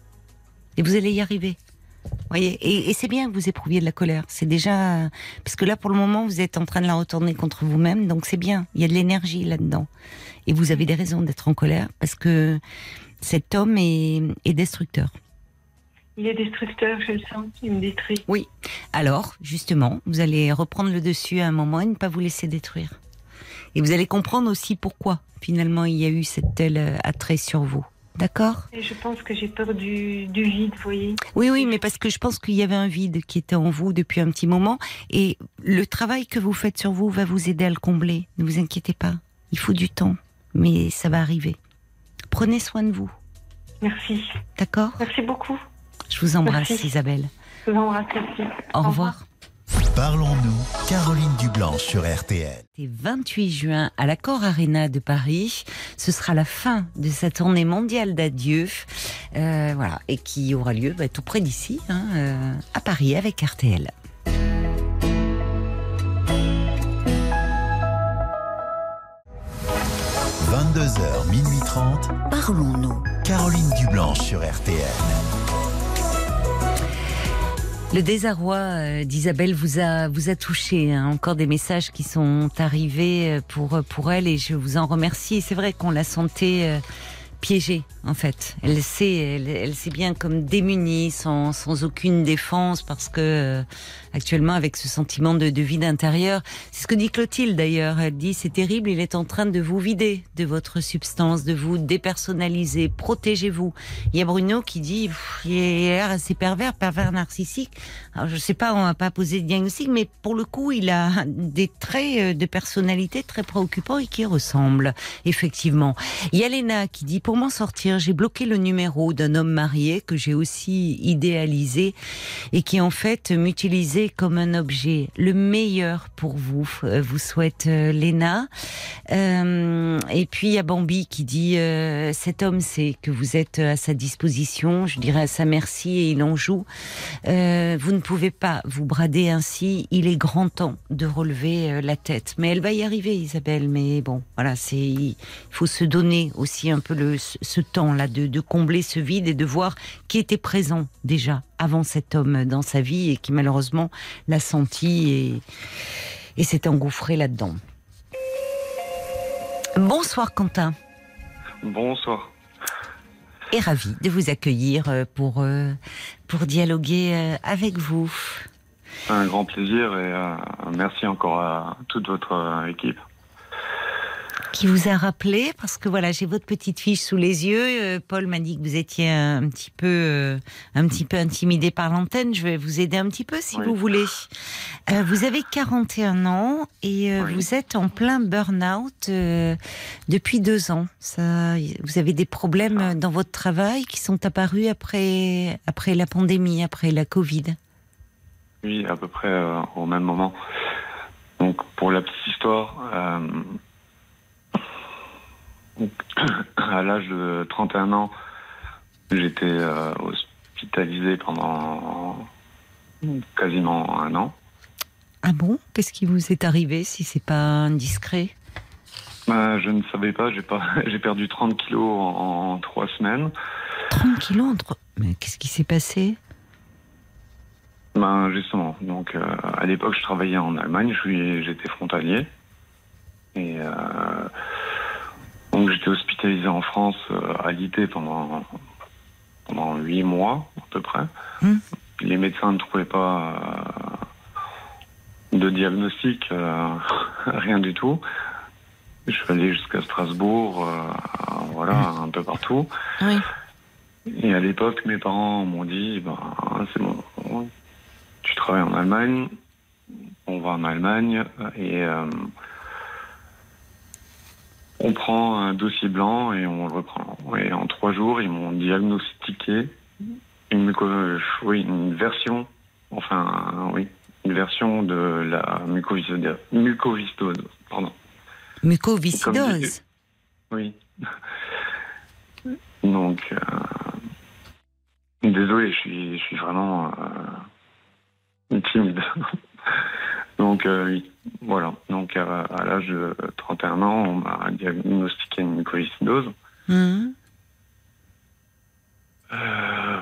Et vous allez y arriver. Voyez, et, et c'est bien que vous éprouviez de la colère. C'est déjà, parce que là, pour le moment, vous êtes en train de la retourner contre vous-même, donc c'est bien. Il y a de l'énergie là-dedans, et vous avez des raisons d'être en colère parce que cet homme est, est destructeur. Il est destructeur, je le sens, il me détruit. Oui. Alors, justement, vous allez reprendre le dessus à un moment et ne pas vous laisser détruire. Et vous allez comprendre aussi pourquoi finalement il y a eu cette tel euh, attrait sur vous. D'accord ? Et je pense que j'ai peur du, du vide, vous voyez. Oui, oui, mais parce que je pense qu'il y avait un vide qui était en vous depuis un petit moment, et le travail que vous faites sur vous va vous aider à le combler. Ne vous inquiétez pas. Il faut du temps, mais ça va arriver. Prenez soin de vous. Merci. D'accord ? Merci beaucoup. Je vous embrasse, Merci. Isabelle. Je vous embrasse aussi. Au revoir. Parlons-nous, Caroline Dublanche sur R T L. Le vingt-huit juin à l'Accor Arena de Paris, ce sera la fin de sa tournée mondiale d'adieu, euh, voilà, et qui aura lieu bah, tout près d'ici, hein, euh, à Paris avec R T L. vingt-deux heures, minuit trente, Parlons-nous. Caroline Dublanche sur R T L. Le désarroi euh, d'Isabelle vous a vous a touché. Hein. Encore des messages qui sont arrivés pour pour elle et je vous en remercie. C'est vrai qu'on la sentait euh, piégée en fait. Elle sait elle, elle sait bien comme démunie, sans sans aucune défense parce que euh, actuellement avec ce sentiment de, de vide intérieur, c'est ce que dit Clotilde d'ailleurs. Elle dit c'est terrible, il est en train de vous vider de votre substance, de vous dépersonnaliser. Protégez-vous. Il y a Bruno qui dit pff, il a l'air assez pervers, pervers narcissique. Alors je sais pas, on va pas poser de diagnostic, mais pour le coup il a des traits de personnalité très préoccupants et qui ressemblent effectivement. Il y a Léna qui dit pour m'en sortir j'ai bloqué le numéro d'un homme marié que j'ai aussi idéalisé et qui en fait m'utilisait comme un objet. Le meilleur pour vous, vous souhaite euh, Léna. Euh, et puis il y a Bambi qui dit euh, cet homme sait que vous êtes à sa disposition, je dirais à sa merci et il en joue. Euh, vous ne pouvez pas vous brader ainsi, il est grand temps de relever euh, la tête. Mais elle va y arriver Isabelle, mais bon, voilà, c'est il faut se donner aussi un peu le, ce, ce temps-là de, de combler ce vide et de voir qui était présent déjà avant cet homme dans sa vie et qui malheureusement l'a senti et, et s'est engouffré là-dedans. Bonsoir Quentin. Bonsoir. Et ravi de vous accueillir pour, euh, pour dialoguer avec vous. Un grand plaisir et euh, merci encore à toute votre euh, équipe. qui vous a rappelé, parce que voilà, j'ai votre petite fiche sous les yeux. Euh, Paul m'a dit que vous étiez un, un petit peu, euh, un petit peu intimidé par l'antenne. Je vais vous aider un petit peu si Oui. vous voulez. Euh, vous avez quarante et un ans et euh, Oui. vous êtes en plein burn-out euh, depuis deux ans. Ça, vous avez des problèmes dans votre travail qui sont apparus après, après la pandémie, après la Covid. Oui, à peu près euh, au même moment. Donc, pour la petite histoire, euh, donc, à l'âge de trente et un ans, j'étais euh, hospitalisé pendant quasiment un an. Ah bon? Qu'est-ce qui vous est arrivé, si c'est pas indiscret? Euh, je ne savais pas, j'ai pas, j'ai perdu trente kilos en, en trois semaines. trente kilos entre... Mais qu'est-ce qui s'est passé? Ben justement, donc euh, à l'époque je travaillais en Allemagne, je suis, j'étais frontalier et euh, donc j'étais hospitalisé en France euh, à l'I T pendant pendant huit mois à peu près. Mmh. Les médecins ne trouvaient pas euh, de diagnostic, euh, rien du tout. Je suis allé jusqu'à Strasbourg, euh, voilà, un peu partout. Oui. Et à l'époque, mes parents m'ont dit, ben c'est bon. Tu travailles en Allemagne, on va en Allemagne et euh, on prend un dossier blanc et on le reprend. Et en trois jours, ils m'ont diagnostiqué une, muco- oui, une version, enfin oui, une version de la mucoviscidose. mucoviscidose pardon. Mucoviscidose. Oui. Donc, euh, désolé, je suis, je suis vraiment... Euh, timide. Donc, euh, oui, voilà. Donc, euh, à l'âge de trente et un ans, on m'a diagnostiqué une mucoviscidose. Mmh. Euh,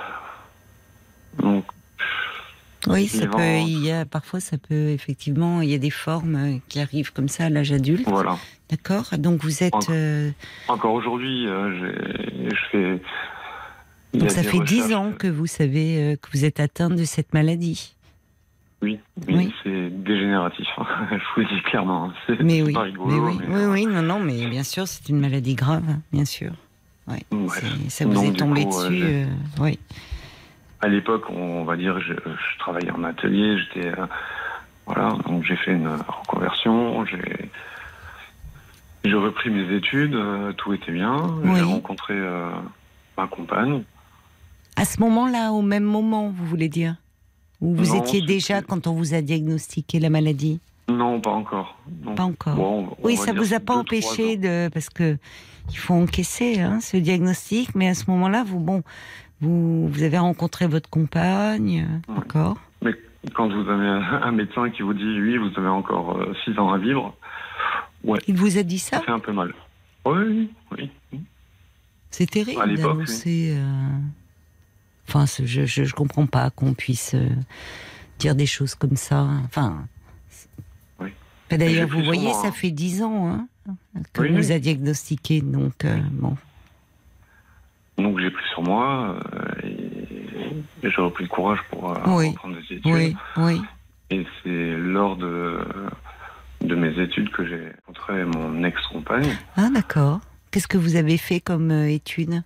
donc, Oui, ça vivant- peut, il y a, parfois, ça peut, effectivement, il y a des formes qui arrivent comme ça à l'âge adulte. voilà. D'accord? Donc, vous êtes... Encore- euh, Encore aujourd'hui, euh, j'ai- je fais... il y donc, a ça des fait dix recherches- ans que vous savez euh, que vous êtes atteinte de cette maladie. Oui, oui, Oui. c'est dégénératif. Je vous le dis clairement. C'est Mais c'est oui, pas mais rigolo. oui, mais, oui, euh, oui, non, non, mais bien sûr, c'est une maladie grave, hein, bien sûr. Oui, Bref. c'est- ça vous Donc, est du tombé coup, euh, dessus, j'ai- euh, oui. À l'époque, on va dire, je, je travaillais en atelier, j'étais, euh, voilà, donc j'ai fait une reconversion, j'ai, j'ai repris mes études, euh, tout était bien, Oui. j'ai rencontré euh, ma compagne. À ce moment-là, au même moment, vous voulez dire? Ou vous Non, étiez c'était- déjà quand on vous a diagnostiqué la maladie? Non, pas encore. Non. Pas encore. Bon, on Oui, va ça dire vous a pas deux, empêché trois ans. de, parce que il faut encaisser hein, ce diagnostic, mais à ce moment-là, vous bon, vous, vous avez rencontré votre compagne, Ouais. d'accord? Mais quand vous avez un médecin qui vous dit, oui, vous avez encore euh, six ans à vivre, ouais, Il vous a dit ça ça? fait un peu mal. Oui, oui. C'est terrible À l'époque, d'annoncer. euh, Enfin, ce- je, je je comprends pas qu'on puisse euh, dire des choses comme ça. Enfin. c'est- Oui. Bah, D'ailleurs, j'ai vous pris sur voyez, moi, ça hein. fait dix ans hein, que Oui, vous oui. a diagnostiqué, donc euh, bon. Donc j'ai pris sur moi euh, et, et j'ai repris le courage pour euh, Oui. reprendre des études. Oui, oui. Et c'est lors de, de mes études que j'ai rencontré mon ex-compagne. Ah, d'accord. Qu'est-ce que vous avez fait comme euh, étude?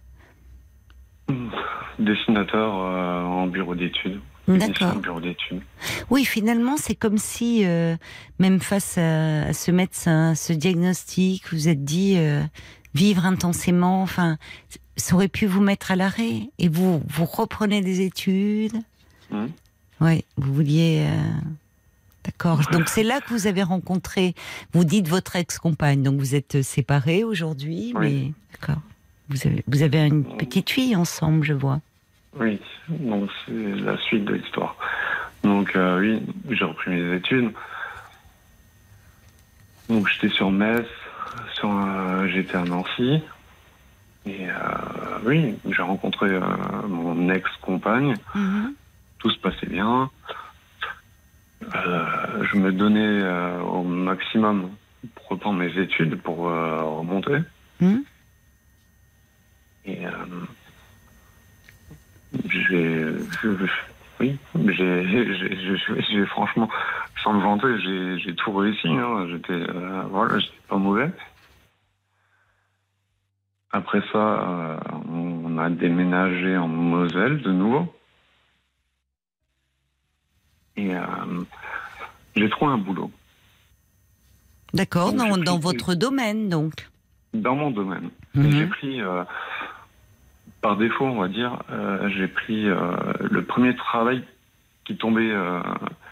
Dessinateur euh, en bureau d'études. Technicien D'accord. en bureau d'études. Oui, finalement, c'est comme si, euh, même face à, à ce médecin, à ce diagnostic, vous êtes dit euh, vivre intensément. Enfin, ça aurait pu vous mettre à l'arrêt. Et vous, vous reprenez des études. Mmh. Oui, vous vouliez. euh, D'accord. Donc c'est là que vous avez rencontré. Vous dites votre ex-compagne. Donc vous êtes séparés aujourd'hui, Oui. mais d'accord. Vous avez, vous avez une petite fille ensemble, je vois. Oui, donc c'est la suite de l'histoire. Donc euh, oui, j'ai repris mes études. Donc j'étais sur Metz, sur, euh, j'étais à Nancy. Et euh, oui, j'ai rencontré euh, mon ex-compagne. Mhm. Tout se passait bien. Euh, je me donnais euh, au maximum pour reprendre mes études, pour euh, remonter. Mhm. Et euh, j'ai, je- oui, j'ai, j'ai, j'ai- j'ai franchement, sans me vanter, j'ai, j'ai tout réussi. Hein. J'étais, euh, voilà, j'étais pas mauvais. après ça, euh, on a déménagé en Moselle de nouveau. Et euh, j'ai trouvé un boulot. D'accord, Donc, dans, j'ai dans pris- votre domaine, donc. Dans mon domaine. Mhm. Et j'ai pris, euh, par défaut, on va dire, euh, j'ai pris euh, le premier travail qui tombait, euh,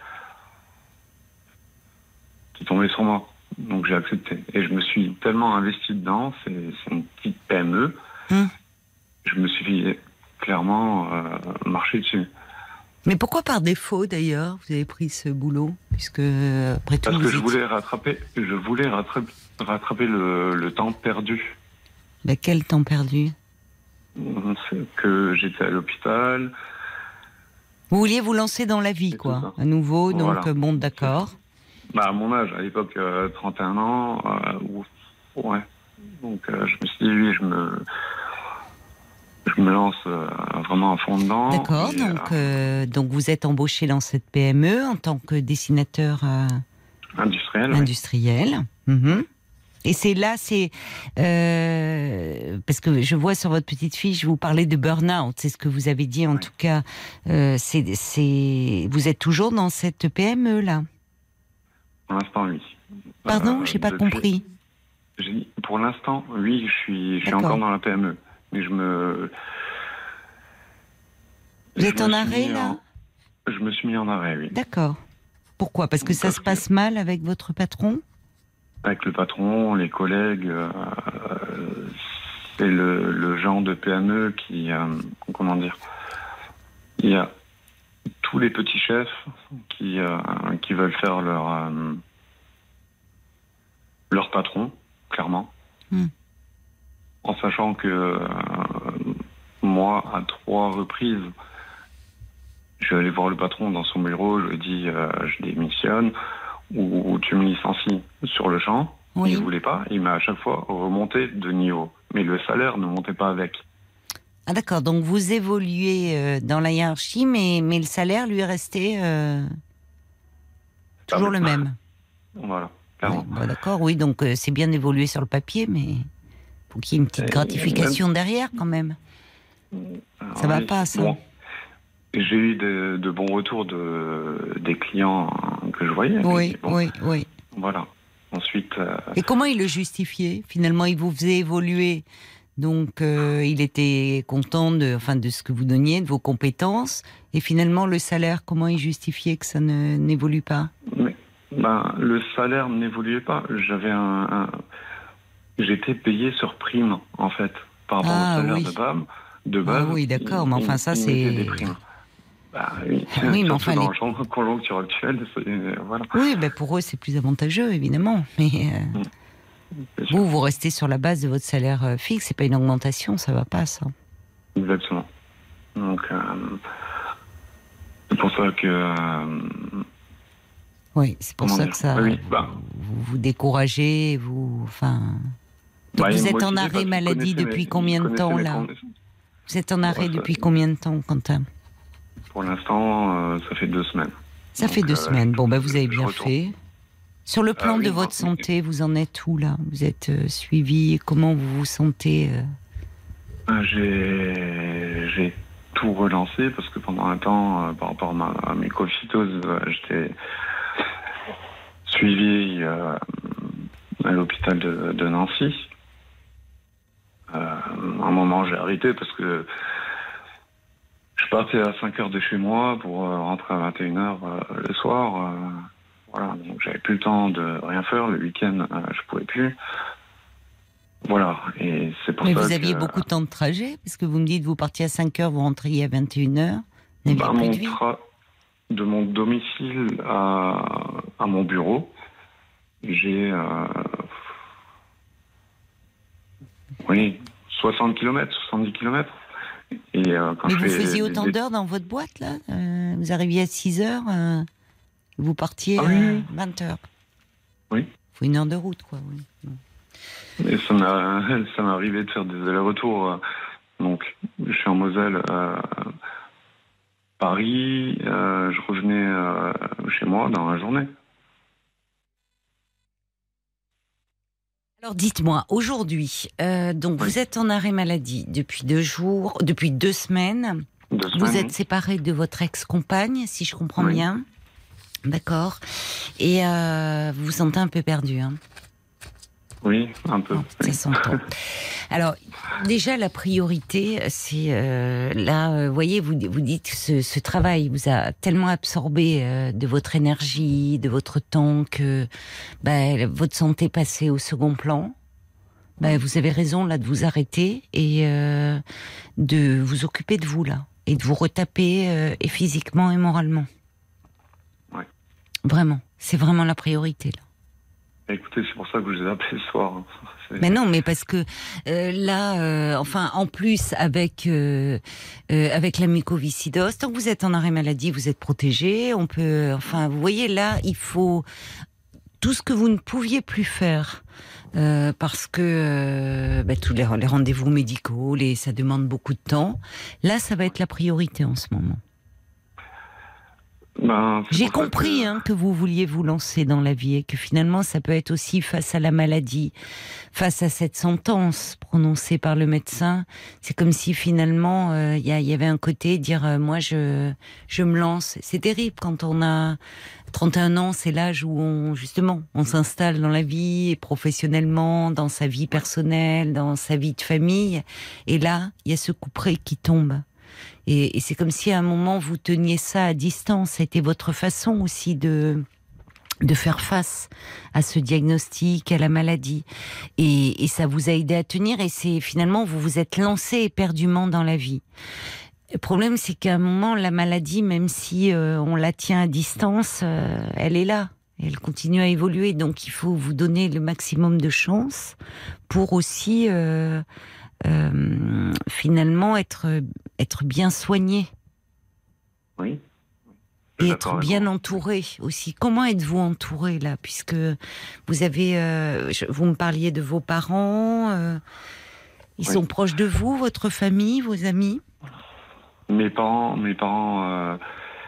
qui tombait sur moi. Donc j'ai accepté. Et je me suis tellement investi dedans, c'est, c'est une petite P M E. Mhm. Je me suis clairement euh, marché dessus. Mais pourquoi par défaut, d'ailleurs, vous avez pris ce boulot? Puisque, après tout, Parce vous que je étiez- voulais rattraper, je voulais rattraper, rattraper le, le temps perdu. Ben, quel temps perdu? C'est que j'étais à l'hôpital. Vous vouliez vous lancer dans la vie, C'est quoi, tout ça. à nouveau, donc Voilà. euh, bon, d'accord. Bah, à mon âge, à l'époque, euh, trente et un ans, euh, ou- ouais. Donc, euh, je me suis dit, oui, je me, je me lance euh, vraiment à fond dedans. D'accord, Et, donc, euh, euh, donc vous êtes embauché dans cette P M E en tant que dessinateur euh, industriel. oui. industriel. Mhm. Et c'est là, c'est euh, parce que je vois sur votre petite fiche, vous parlez de burn-out, c'est ce que vous avez dit en Oui. tout cas. Euh, c'est, c'est, vous êtes toujours dans cette P M E là? Pour l'instant, oui. Pardon, Euh, j'ai pas depuis- compris. j'ai dit, pour l'instant, oui, je suis, je suis D'accord. encore dans la P M E. Mais je me. Vous je êtes me en suis arrêt mis là? en- Je me suis mis en arrêt, oui. D'accord. Pourquoi? Parce que ça Parce se que- passe mal avec votre patron? Avec le patron, les collègues, euh, c'est le, le genre de P M E qui, euh, comment dire, il y a tous les petits chefs qui, euh, qui veulent faire leur, euh, leur patron, clairement, Hmm. en sachant que euh, moi, à trois reprises, je suis allé voir le patron dans son bureau, je lui ai dit euh, je démissionne ou, ou tu me licencies sur le champ. Oui. Il ne voulait pas, il m'a à chaque fois remonté de niveau. Mais le salaire ne montait pas avec. Ah d'accord, donc vous évoluez euh, dans la hiérarchie, mais, mais le salaire lui est resté euh, toujours le même. Voilà, Oui, clairement. bah d'accord, oui, donc euh, c'est bien évolué sur le papier, mais faut qu'il y ait une petite Et gratification derrière quand même. Alors, Ça va oui, pas, ça. bon. J'ai eu de, de bons retours de, des clients que je voyais. Oui, mais bon, oui, oui. Voilà. Ensuite, euh, Et comment il le justifiait? Finalement, il vous faisait évoluer. Donc, euh, il était content de, enfin, de ce que vous donniez, de vos compétences. Et finalement, le salaire, comment il justifiait que ça ne, n'évolue pas? mais, ben, le salaire n'évoluait pas. J'avais un, un- J'étais payé sur prime, en fait, par rapport Ah, au salaire oui. de base. De base Ah oui, d'accord, il- mais enfin, il- ça, il c'est- mettait des primes. Bah, oui, Ah oui, mais surtout enfin, dans les- la chambre- conjoncture actuelle, c'est- euh, voilà. Oui, ben pour eux, c'est plus avantageux, évidemment. Mais euh, C'est sûr. vous, vous restez sur la base de votre salaire euh, fixe. C'est pas une augmentation, ça va pas, ça. Exactement. Donc, euh, c'est pour ça que. euh, Oui, c'est pour Comment ça dire que ça. Oui, bah. Vous vous découragez, vous. Enfin. Donc bah, il vous me êtes en motivait arrêt parce qu'il maladie connaissait depuis mes- combien il de temps, connaissait mes là conditions. Vous êtes en arrêt Ouais, ça- depuis combien de temps, Quentin? Pour l'instant, euh, ça fait deux semaines. Ça Donc, fait deux euh, semaines. Bon, ben vous avez je bien retourne. fait. Sur le plan Ah oui, de non, votre mais- santé, vous en êtes où, là? Vous êtes euh, suivi? Comment vous vous sentez euh Ah, J'ai j'ai tout relancé parce que pendant un temps, euh, par rapport à, ma, à mes cocytoses, euh, j'étais suivi euh, à l'hôpital de, de Nancy. Euh, à un moment, j'ai arrêté parce que je partais à cinq heures de chez moi pour euh, rentrer à vingt et une heures euh, le soir. euh, voilà, donc j'avais plus le temps de rien faire. Le week-end, euh, je pouvais plus. Voilà, et c'est pour Mais ça vous que... aviez beaucoup de temps de trajet? Parce que vous me dites, vous partiez à cinq heures, vous rentriez à vingt et une heures. Vous n'aviez Bah, plus mon de vie? tra- de mon domicile à, à mon bureau, j'ai euh, oui, soixante kilomètres, soixante-dix kilomètres. Et, euh, quand Mais je vous fais faisiez des- autant des- d'heures dans votre boîte, là Euh, Vous arriviez à six heures, euh, vous partiez Ah oui, à oui. vingt heures. Oui. Faut une heure de route, quoi. Oui. Et ça m'a, ça m'est arrivé de faire des allers-retours. euh, Donc, je suis en Moselle, euh, Paris, euh, je revenais euh, chez moi dans la journée. Alors dites-moi, aujourd'hui, euh, donc Oui. vous êtes en arrêt maladie depuis deux jours, depuis deux semaines. Deux Vous semaines, êtes séparé de votre ex-compagne, si je comprends Oui. bien. D'accord. Et euh, vous vous sentez un peu perdu, hein. Oui, un peu. Bon, ça oui. s'entend. Alors, déjà, la priorité, c'est euh, là, euh, vous voyez, vous, vous dites que ce, ce travail vous a tellement absorbé euh, de votre énergie, de votre temps, que bah, votre santé passait au second plan. Bah, vous avez raison là de vous arrêter et euh, de vous occuper de vous là et de vous retaper euh, et physiquement et moralement. Ouais. Vraiment, c'est vraiment la priorité là. Écoutez, c'est pour ça que je vous ai appelé ce soir. C'est- Mais non, mais parce que euh, là, euh, enfin, en plus avec euh, euh, avec la mucoviscidose, tant que vous êtes en arrêt maladie, vous êtes protégé. On peut, enfin, vous voyez là, il faut tout ce que vous ne pouviez plus faire. Euh, parce que euh, bah, tous les, les rendez-vous médicaux, les, ça demande beaucoup de temps. Là, ça va être la priorité en ce moment. Ben, c'est J'ai pour ça compris que- hein, que vous vouliez vous lancer dans la vie et que finalement ça peut être aussi face à la maladie, face à cette sentence prononcée par le médecin. C'est comme si finalement il euh, y, y avait un côté dire euh, moi je je me lance. C'est terrible quand on a trente et un ans, c'est l'âge où on justement on s'installe dans la vie et professionnellement, dans sa vie personnelle, dans sa vie de famille. Et là il y a ce couperet qui tombe. Et, et c'est comme si à un moment vous teniez ça à distance. C'était votre façon aussi de de faire face à ce diagnostic, à la maladie. Et, et ça vous a aidé à tenir. Et c'est finalement vous vous êtes lancé éperdument dans la vie. Le problème, c'est qu'à un moment, la maladie, même si euh, on la tient à distance, euh, elle est là. Elle continue à évoluer. Donc il faut vous donner le maximum de chance pour aussi euh, euh, finalement être être bien soigné. Oui. Et Je suis être d'accord bien avec entouré aussi. Comment êtes-vous entouré là, puisque vous avez, euh, je- vous me parliez de vos parents, euh, ils Oui. sont proches de vous, votre famille, vos amis. vous. Mes parents, mes parents euh,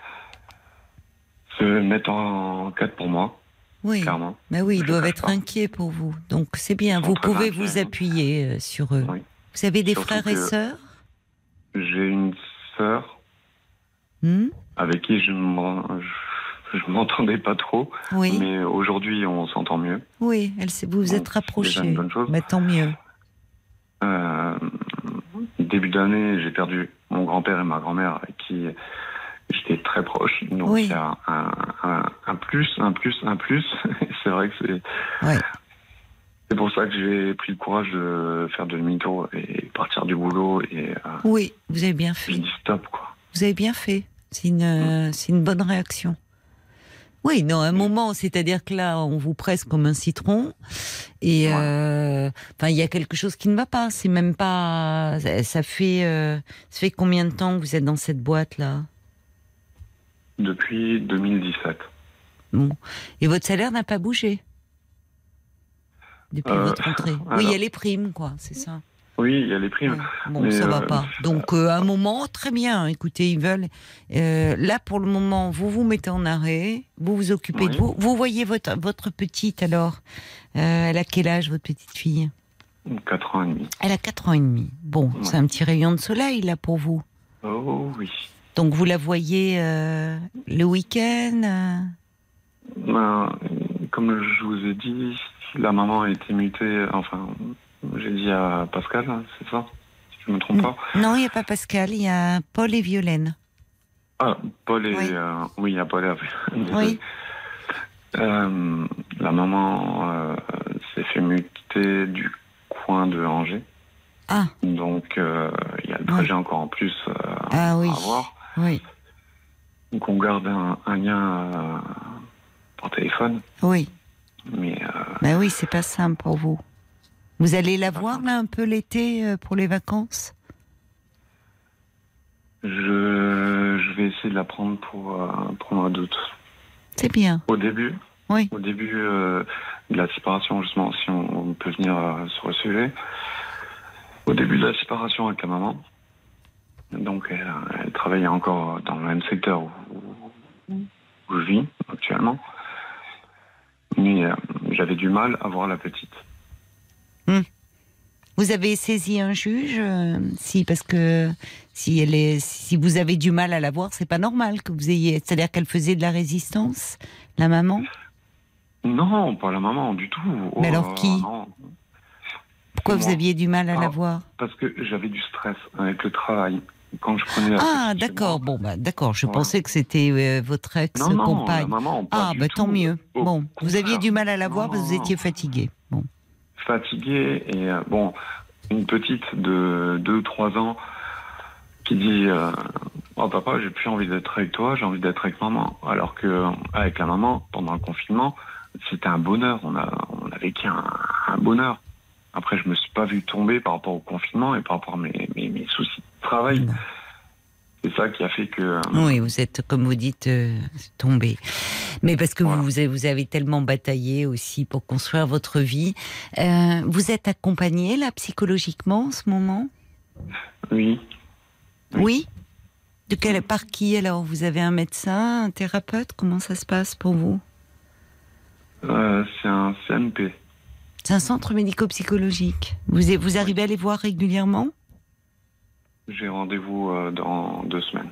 se mettent en quatre pour moi, Oui, clairement. bah oui, ils Je doivent cache être pas. inquiets pour vous. Donc c'est bien, Ils sont vous très pouvez inquiets. vous appuyer euh, sur eux. Oui. Vous avez des Surtout frères et que- sœurs J'ai une sœur Hmm. avec qui je m'en- je, je m'entendais pas trop, Oui, mais aujourd'hui on s'entend mieux. oui, elle, s'est- vous vous Donc, êtes c'est déjà rapprochés. une bonne chose. Bah, tant mieux. Euh, début d'année, j'ai perdu mon grand-père et ma grand-mère avec qui j'étais très proche. Donc Oui. il y a un, un, un plus, un plus, un plus. C'est vrai que c'est Oui. c'est pour ça que j'ai pris le courage de faire de demi-tour et partir du boulot et euh, Oui, vous avez bien j'ai fait. dit stop quoi. Vous avez bien fait. C'est une, euh, c'est une bonne réaction. Oui, non, un moment, c'est-à-dire que là, on vous presse comme un citron, et Ouais. euh, enfin, il y a quelque chose qui ne va pas. C'est même pas. Ça, ça fait, euh, ça fait combien de temps que vous êtes dans cette boîte là? Depuis deux mille dix-sept. Bon, et votre salaire n'a pas bougé depuis Euh, votre entrée. Oui, alors- il y a les primes, quoi, c'est ça. Oui, il y a les primes. Ouais. Bon, Mais, ça va euh, pas. Donc, euh, à un moment, très bien. Écoutez, ils veulent. Euh, là, pour le moment, vous vous mettez en arrêt, vous vous occupez Oui. de vous. Vous voyez votre votre petite alors. Euh, elle a quel âge, votre petite fille? Quatre ans et demi. Elle a quatre ans et demi. Bon, Ouais. c'est un petit rayon de soleil là pour vous. Oh oui. Donc, vous la voyez euh, le week-end. euh Ben, comme je vous ai dit, la maman a été mutée, enfin, j'ai dit à Pascal, hein, c'est ça, si je ne me trompe pas. Non, il n'y a pas Pascal, il y a Paul et Violaine. Ah, Paul et... Oui. euh, oui, il y a Paul et... Désolé. Oui. Euh, la maman euh, s'est fait muter du coin de Angers. Ah, Donc, euh, il y a le trajet encore en plus euh, ah oui. à avoir. Oui, Donc, on garde un, un lien euh, par téléphone. oui. Mais euh, Ben oui, c'est pas simple pour vous. Vous allez la voir là un peu l'été euh, pour les vacances? je, je vais essayer de la prendre pour, euh, pour le mois d'août. C'est bien. Au début, Oui. au début euh, de la séparation, justement, si on, on peut venir euh, sur le sujet. Au début de la séparation avec la maman, donc elle, elle travaillait encore dans le même secteur où, où, où je vis actuellement, mais euh, j'avais du mal à voir la petite. Vous avez saisi un juge euh, Si, parce que si, elle est, si vous avez du mal à la voir, c'est pas normal que vous ayez... C'est-à-dire qu'elle faisait de la résistance, la maman? Non, pas la maman, du tout. Mais Oh, alors qui? non. Pourquoi Moi. vous aviez du mal à Ah, la voir? Parce que j'avais du stress avec le travail. Quand je prenais la Ah, petite chez d'accord, moi. bon, bah, d'accord, je Voilà. pensais que c'était euh, votre Non, non, la ex-compagne. maman, pas Ah, du bah tout. tant mieux. Au Bon, vous aviez contraire. du mal à la voir parce que vous Non. étiez fatigué. Bon. Fatigué et euh, bon, une petite de deux trois ans qui dit euh, oh papa, j'ai plus envie d'être avec toi, j'ai envie d'être avec maman. Alors que avec la maman pendant le confinement, c'était un bonheur, on a on a vécu un, un bonheur. Après, je me suis pas vu tomber par rapport au confinement et par rapport à mes mes, mes soucis de travail. Bon. C'est ça qui a fait que euh, Oui, vous êtes, comme vous dites, euh, tombé. Mais parce que Voilà. vous, avez, vous avez tellement bataillé aussi pour construire votre vie. Euh, vous êtes accompagné, là, psychologiquement, en ce moment? oui. Oui. Oui. De quel, par qui, alors? Vous avez un médecin, un thérapeute? Comment ça se passe pour vous? Euh, c'est un C M P. C'est un centre médico-psychologique. Vous, vous arrivez à les voir régulièrement? J'ai rendez-vous euh, dans deux semaines.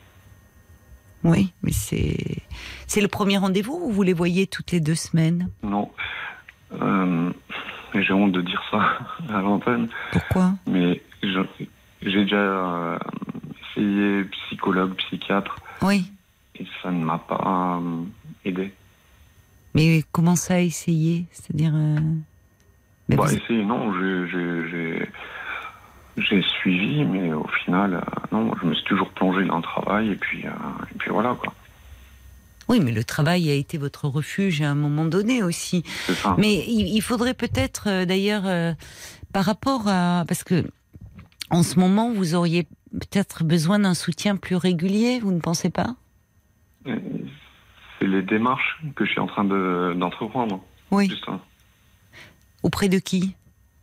Oui, mais c'est c'est le premier rendez-vous ou vous les voyez toutes les deux semaines? Non. Euh, j'ai honte de dire ça à l'antenne, Pourquoi? mais je- j'ai déjà euh, essayé psychologue, psychiatre, Oui, et ça ne m'a pas euh, aidé. mais comment ça essayer? C'est-à-dire... euh, mais Bah, vous- essayer, non, j'ai- j'ai j'ai- j'ai suivi, mais au final, euh, non, je me suis toujours plongé dans le travail, et puis, euh, et puis voilà, quoi. Oui, mais le travail a été votre refuge à un moment donné aussi. C'est ça. Mais il, il faudrait peut-être, euh, d'ailleurs, euh, par rapport à... Parce que, en ce moment, vous auriez peut-être besoin d'un soutien plus régulier, vous ne pensez pas? Et c'est les démarches que je suis en train de- d'entreprendre, Oui. justement. Auprès de qui?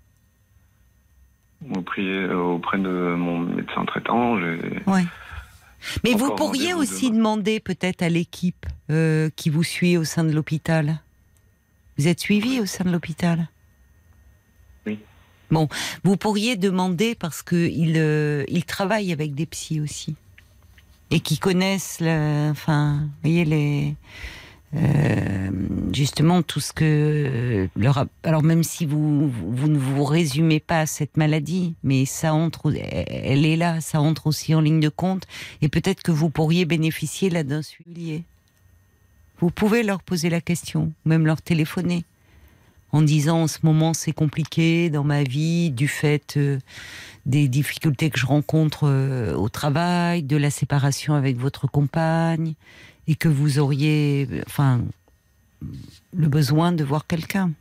Auprès, auprès de mon médecin traitant, j'ai... Oui. Mais vous Encore pourriez rendez-vous aussi demain. demander peut-être à l'équipe euh, qui vous suit au sein de l'hôpital. Vous êtes suivi au sein de l'hôpital? Oui. Bon, vous pourriez demander parce que il, euh, il travaille avec des psys aussi et qui connaissent, le, enfin, vous voyez les. Euh, justement tout ce que euh, leur, alors même si vous, vous vous ne vous résumez pas à cette maladie, mais ça entre, elle est là, ça entre aussi en ligne de compte, et peut-être que vous pourriez bénéficier là d'un suivi. Vous pouvez leur poser la question, même leur téléphoner, en disant en ce moment c'est compliqué dans ma vie du fait euh, des difficultés que je rencontre euh, au travail, de la séparation avec votre compagne, et que vous auriez, enfin, le besoin de voir quelqu'un.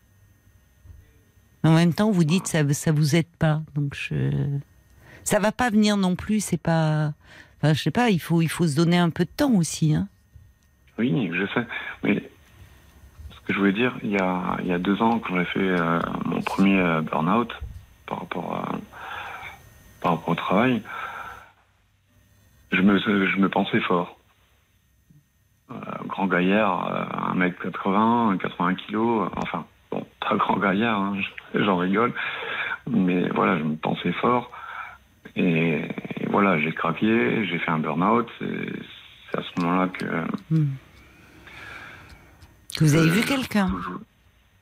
En même temps, vous dites ça, ça vous aide pas, donc je, ça va pas venir non plus. C'est pas, enfin, je sais pas. Il faut, il faut se donner un peu de temps aussi, hein. Oui, je sais. Mais ce que je voulais dire, il y a, il y a deux ans, quand j'ai fait euh, mon premier euh, burn-out par rapport, à, par rapport au travail, je me, je me pensais fort. Euh, grand gaillard, euh, un mètre quatre-vingts, quatre-vingts kilos, euh, enfin, bon, pas grand gaillard, hein, j'en rigole, mais voilà, je me pensais fort, et, et voilà, j'ai craqué, j'ai fait un burn-out, et c'est à ce moment-là que... Hmm. Que vous avez euh, vu quelqu'un. Pardon ?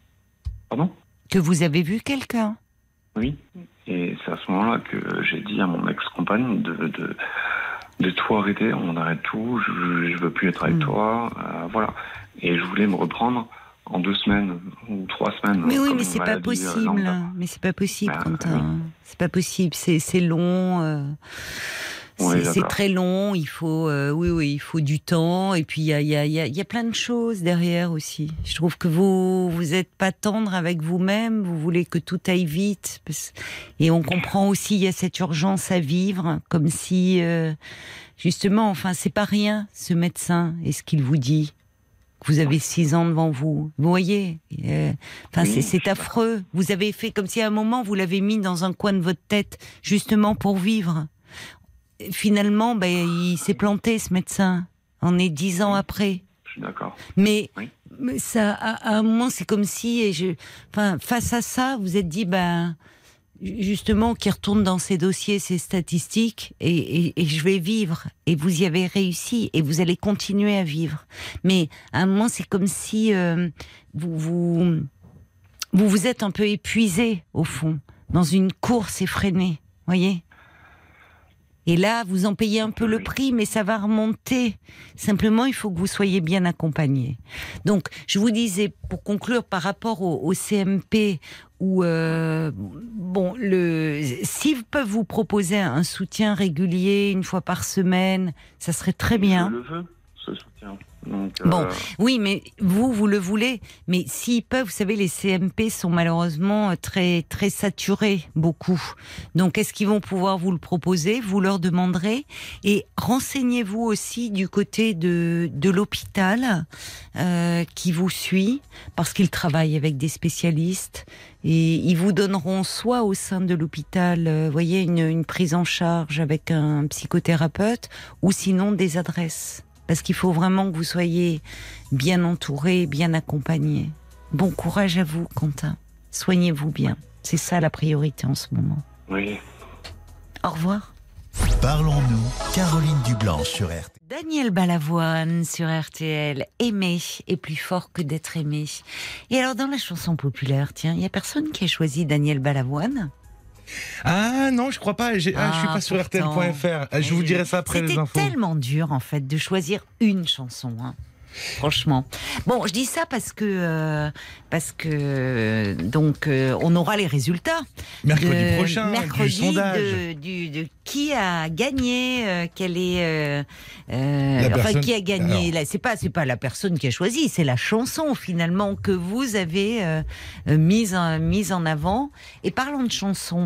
Que vous avez vu quelqu'un. Oui, et c'est à ce moment-là que j'ai dit à mon ex-compagne de... de de tout arrêter, on arrête tout, je, je veux plus être avec mmh. toi, euh, voilà. Et je voulais me reprendre en deux semaines ou trois semaines. Mais oui, comme mais une c'est pas maladie, euh, possible. lambda. Mais c'est pas possible, Bah, Quentin. C'est pas possible. C'est c'est long. Euh, Oui, c'est c'est d'accord. très long. Il faut, euh, oui, oui, il faut du temps. Et puis il y a, il y a, il y a, il y a plein de choses derrière aussi. Je trouve que vous, vous êtes pas tendre avec vous-même. Vous voulez que tout aille vite. Parce- Et on comprend aussi, il y a cette urgence à vivre, comme si. Euh, Justement, enfin, c'est pas rien, ce médecin, et ce qu'il vous dit. Vous avez six ans devant vous. Vous voyez, euh, enfin, Oui, c'est, c'est je suis affreux. Vous avez fait comme si à un moment, vous l'avez mis dans un coin de votre tête, justement pour vivre. Finalement, ben, il s'est planté, ce médecin. On est dix ans Oui. après. Je suis d'accord. Mais, Oui. mais ça, à, à un moment, c'est comme si, et je, enfin, face à ça, vous êtes dit, ben, justement, qui retourne dans ses dossiers, ses statistiques, et, et, et je vais vivre. Et vous y avez réussi, et vous allez continuer à vivre. Mais à un moment, c'est comme si euh, vous, vous vous vous êtes un peu épuisé, au fond, dans une course effrénée, voyez ? Et là, vous en payez un peu le prix, mais ça va remonter. Simplement, il faut que vous soyez bien accompagné. Donc, je vous disais, pour conclure, par rapport au, au C M P, où, euh, bon, le, s'ils peuvent vous proposer un soutien régulier, une fois par semaine, ça serait très bien. Je le veux, ce soutien. Donc, bon, euh... oui, mais vous, vous le voulez. Mais s'ils peuvent, vous savez, les C M P sont malheureusement très, très saturés, beaucoup. Donc, est-ce qu'ils vont pouvoir vous le proposer ? Vous leur demanderez. Et renseignez-vous aussi du côté de, de l'hôpital euh, qui vous suit, parce qu'ils travaillent avec des spécialistes. Et ils vous donneront soit au sein de l'hôpital, euh, voyez, une, une prise en charge avec un psychothérapeute, ou sinon des adresses. Parce qu'il faut vraiment que vous soyez bien entouré, bien accompagné. Bon courage à vous, Quentin. Soignez-vous bien. C'est ça la priorité en ce moment. Oui. Au revoir. Parlons-nous, Caroline Dublanche sur R T L. Daniel Balavoine sur R T L. Aimer est plus fort que d'être aimé. Et alors, dans la chanson populaire, tiens, il n'y a personne qui a choisi Daniel Balavoine ? Ah non, je crois pas. J'ai, ah, ah, je suis pas sur R T L point F R. Je vous dirai ça après les infos. C'était tellement dur en fait de choisir une chanson. Hein. Franchement. Bon, je dis ça parce que euh, parce que donc euh, on aura les résultats mercredi de, prochain mercredi du sondage de, du, de qui a gagné, euh, quelle est euh, euh, enfin personne... qui a gagné. Alors... Là, c'est pas c'est pas la personne qui a choisi, c'est la chanson finalement que vous avez euh, mise en, mise en avant. Et parlons de chansons.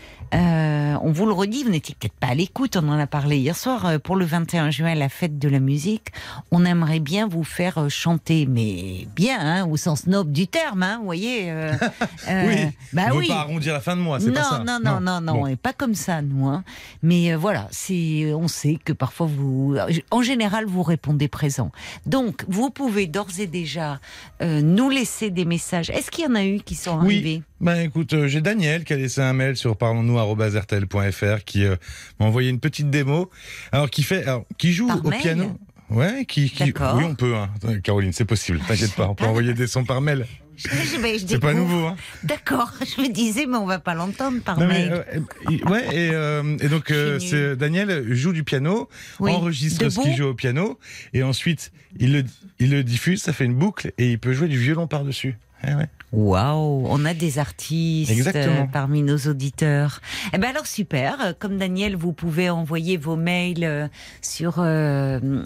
Euh, on vous le redit, vous n'étiez peut-être pas à l'écoute, on en a parlé hier soir, euh, pour le vingt et un juin, la fête de la musique, on aimerait bien vous faire euh, chanter, mais bien, hein, au sens noble du terme, hein, vous voyez. Euh, euh, oui, bah on ne oui. veut pas arrondir la fin de mois, c'est non, pas ça. Non, non, non, non, non, bon. Et pas comme ça, nous. Hein. Mais euh, voilà, c'est, on sait que parfois, vous, en général, vous répondez présent. Donc, vous pouvez d'ores et déjà euh, nous laisser des messages. Est-ce qu'il y en a eu qui sont oui. arrivés ? Ben écoute, euh, j'ai Daniel qui a laissé un mail sur parlons-nous arobase r t l point f r qui euh, m'a envoyé une petite démo. Alors qui fait, alors, qui joue Par au mail piano. Ouais, qui, qui D'accord. oui on peut, hein. Caroline, c'est possible. T'inquiète pas, on peut envoyer des sons par mail. Je, je, ben, je c'est pas nouveau, hein. D'accord, je me disais, mais on va pas l'entendre par non, mail. Mais, euh, ouais, et, euh, et donc euh, c'est, Daniel joue du piano, oui. enregistre Debout. ce qu'il joue au piano, et ensuite il le, il le diffuse, ça fait une boucle, et il peut jouer du violon par-dessus. Eh ouais. Waouh, on a des artistes euh, parmi nos auditeurs. Eh ben alors super, comme Daniel, vous pouvez envoyer vos mails euh, sur euh,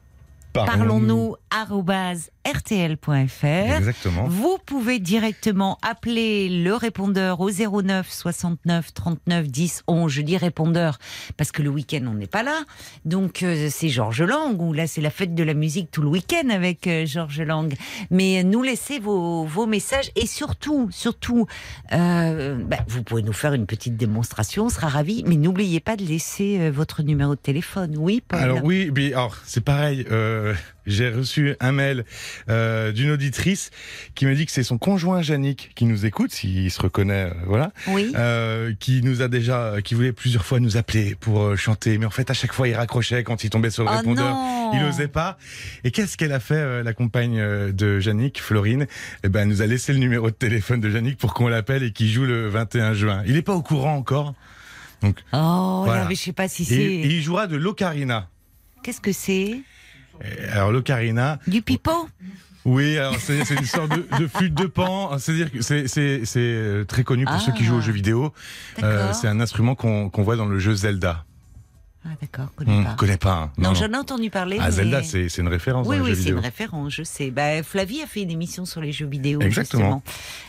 parlons-nous arobase r t l point f r. Exactement. Vous pouvez directement appeler le répondeur au zéro neuf soixante-neuf trente-neuf dix onze. Je dis répondeur parce que le week-end on n'est pas là. Donc euh, c'est Georges Lang, ou là c'est la fête de la musique tout le week-end avec euh, Georges Lang. Mais nous laissez vos, vos messages, et surtout, surtout, euh, bah, vous pouvez nous faire une petite démonstration, on sera ravis. Mais n'oubliez pas de laisser euh, votre numéro de téléphone. Oui, Paul. Alors oui, mais alors c'est pareil. Euh, j'ai reçu un mail Euh, d'une auditrice qui me dit que c'est son conjoint Yannick qui nous écoute, s'il se reconnaît, euh, voilà, oui. euh, qui nous a déjà, qui voulait plusieurs fois nous appeler pour euh, chanter, mais en fait à chaque fois il raccrochait quand il tombait sur le oh répondeur, non. il osait pas. Et qu'est-ce qu'elle a fait, euh, la compagne de Yannick, Florine? Eh ben, elle nous a laissé le numéro de téléphone de Yannick pour qu'on l'appelle et qu'il joue le vingt et un juin. Il est pas au courant encore. Donc, oh, voilà. là, mais je sais pas si c'est. Et, et il jouera de l'ocarina. Qu'est-ce que c'est? Alors l'ocarina. Du pipeau. Oui, alors c'est, c'est une sorte de, de flûte de pan. C'est-à-dire que c'est, c'est, c'est très connu pour ah, ceux qui jouent aux jeux vidéo. Euh, c'est un instrument qu'on, qu'on voit dans le jeu Zelda. Ah d'accord, je connais mmh, pas. connais pas. Hein. Non, non, j'en ai entendu parler. Ah, mais... Zelda, c'est, c'est une référence oui, dans oui, les jeux vidéo. Oui, c'est une référence, je sais. Bah, Flavie a fait une émission sur les jeux vidéo. Exactement.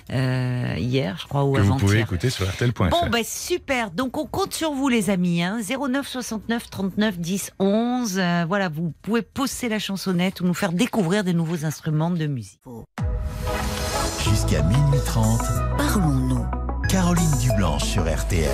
Euh, hier, je crois, ou que avant-hier. Vous pouvez écouter sur r t l point f r. Bon, bah super. Donc, on compte sur vous, les amis. Hein. zéro neuf soixante-neuf trente-neuf dix onze. Euh, voilà, vous pouvez poster la chansonnette ou nous faire découvrir des nouveaux instruments de musique. Jusqu'à minuit trente, parlons-nous. Caroline Dublanche sur R T L.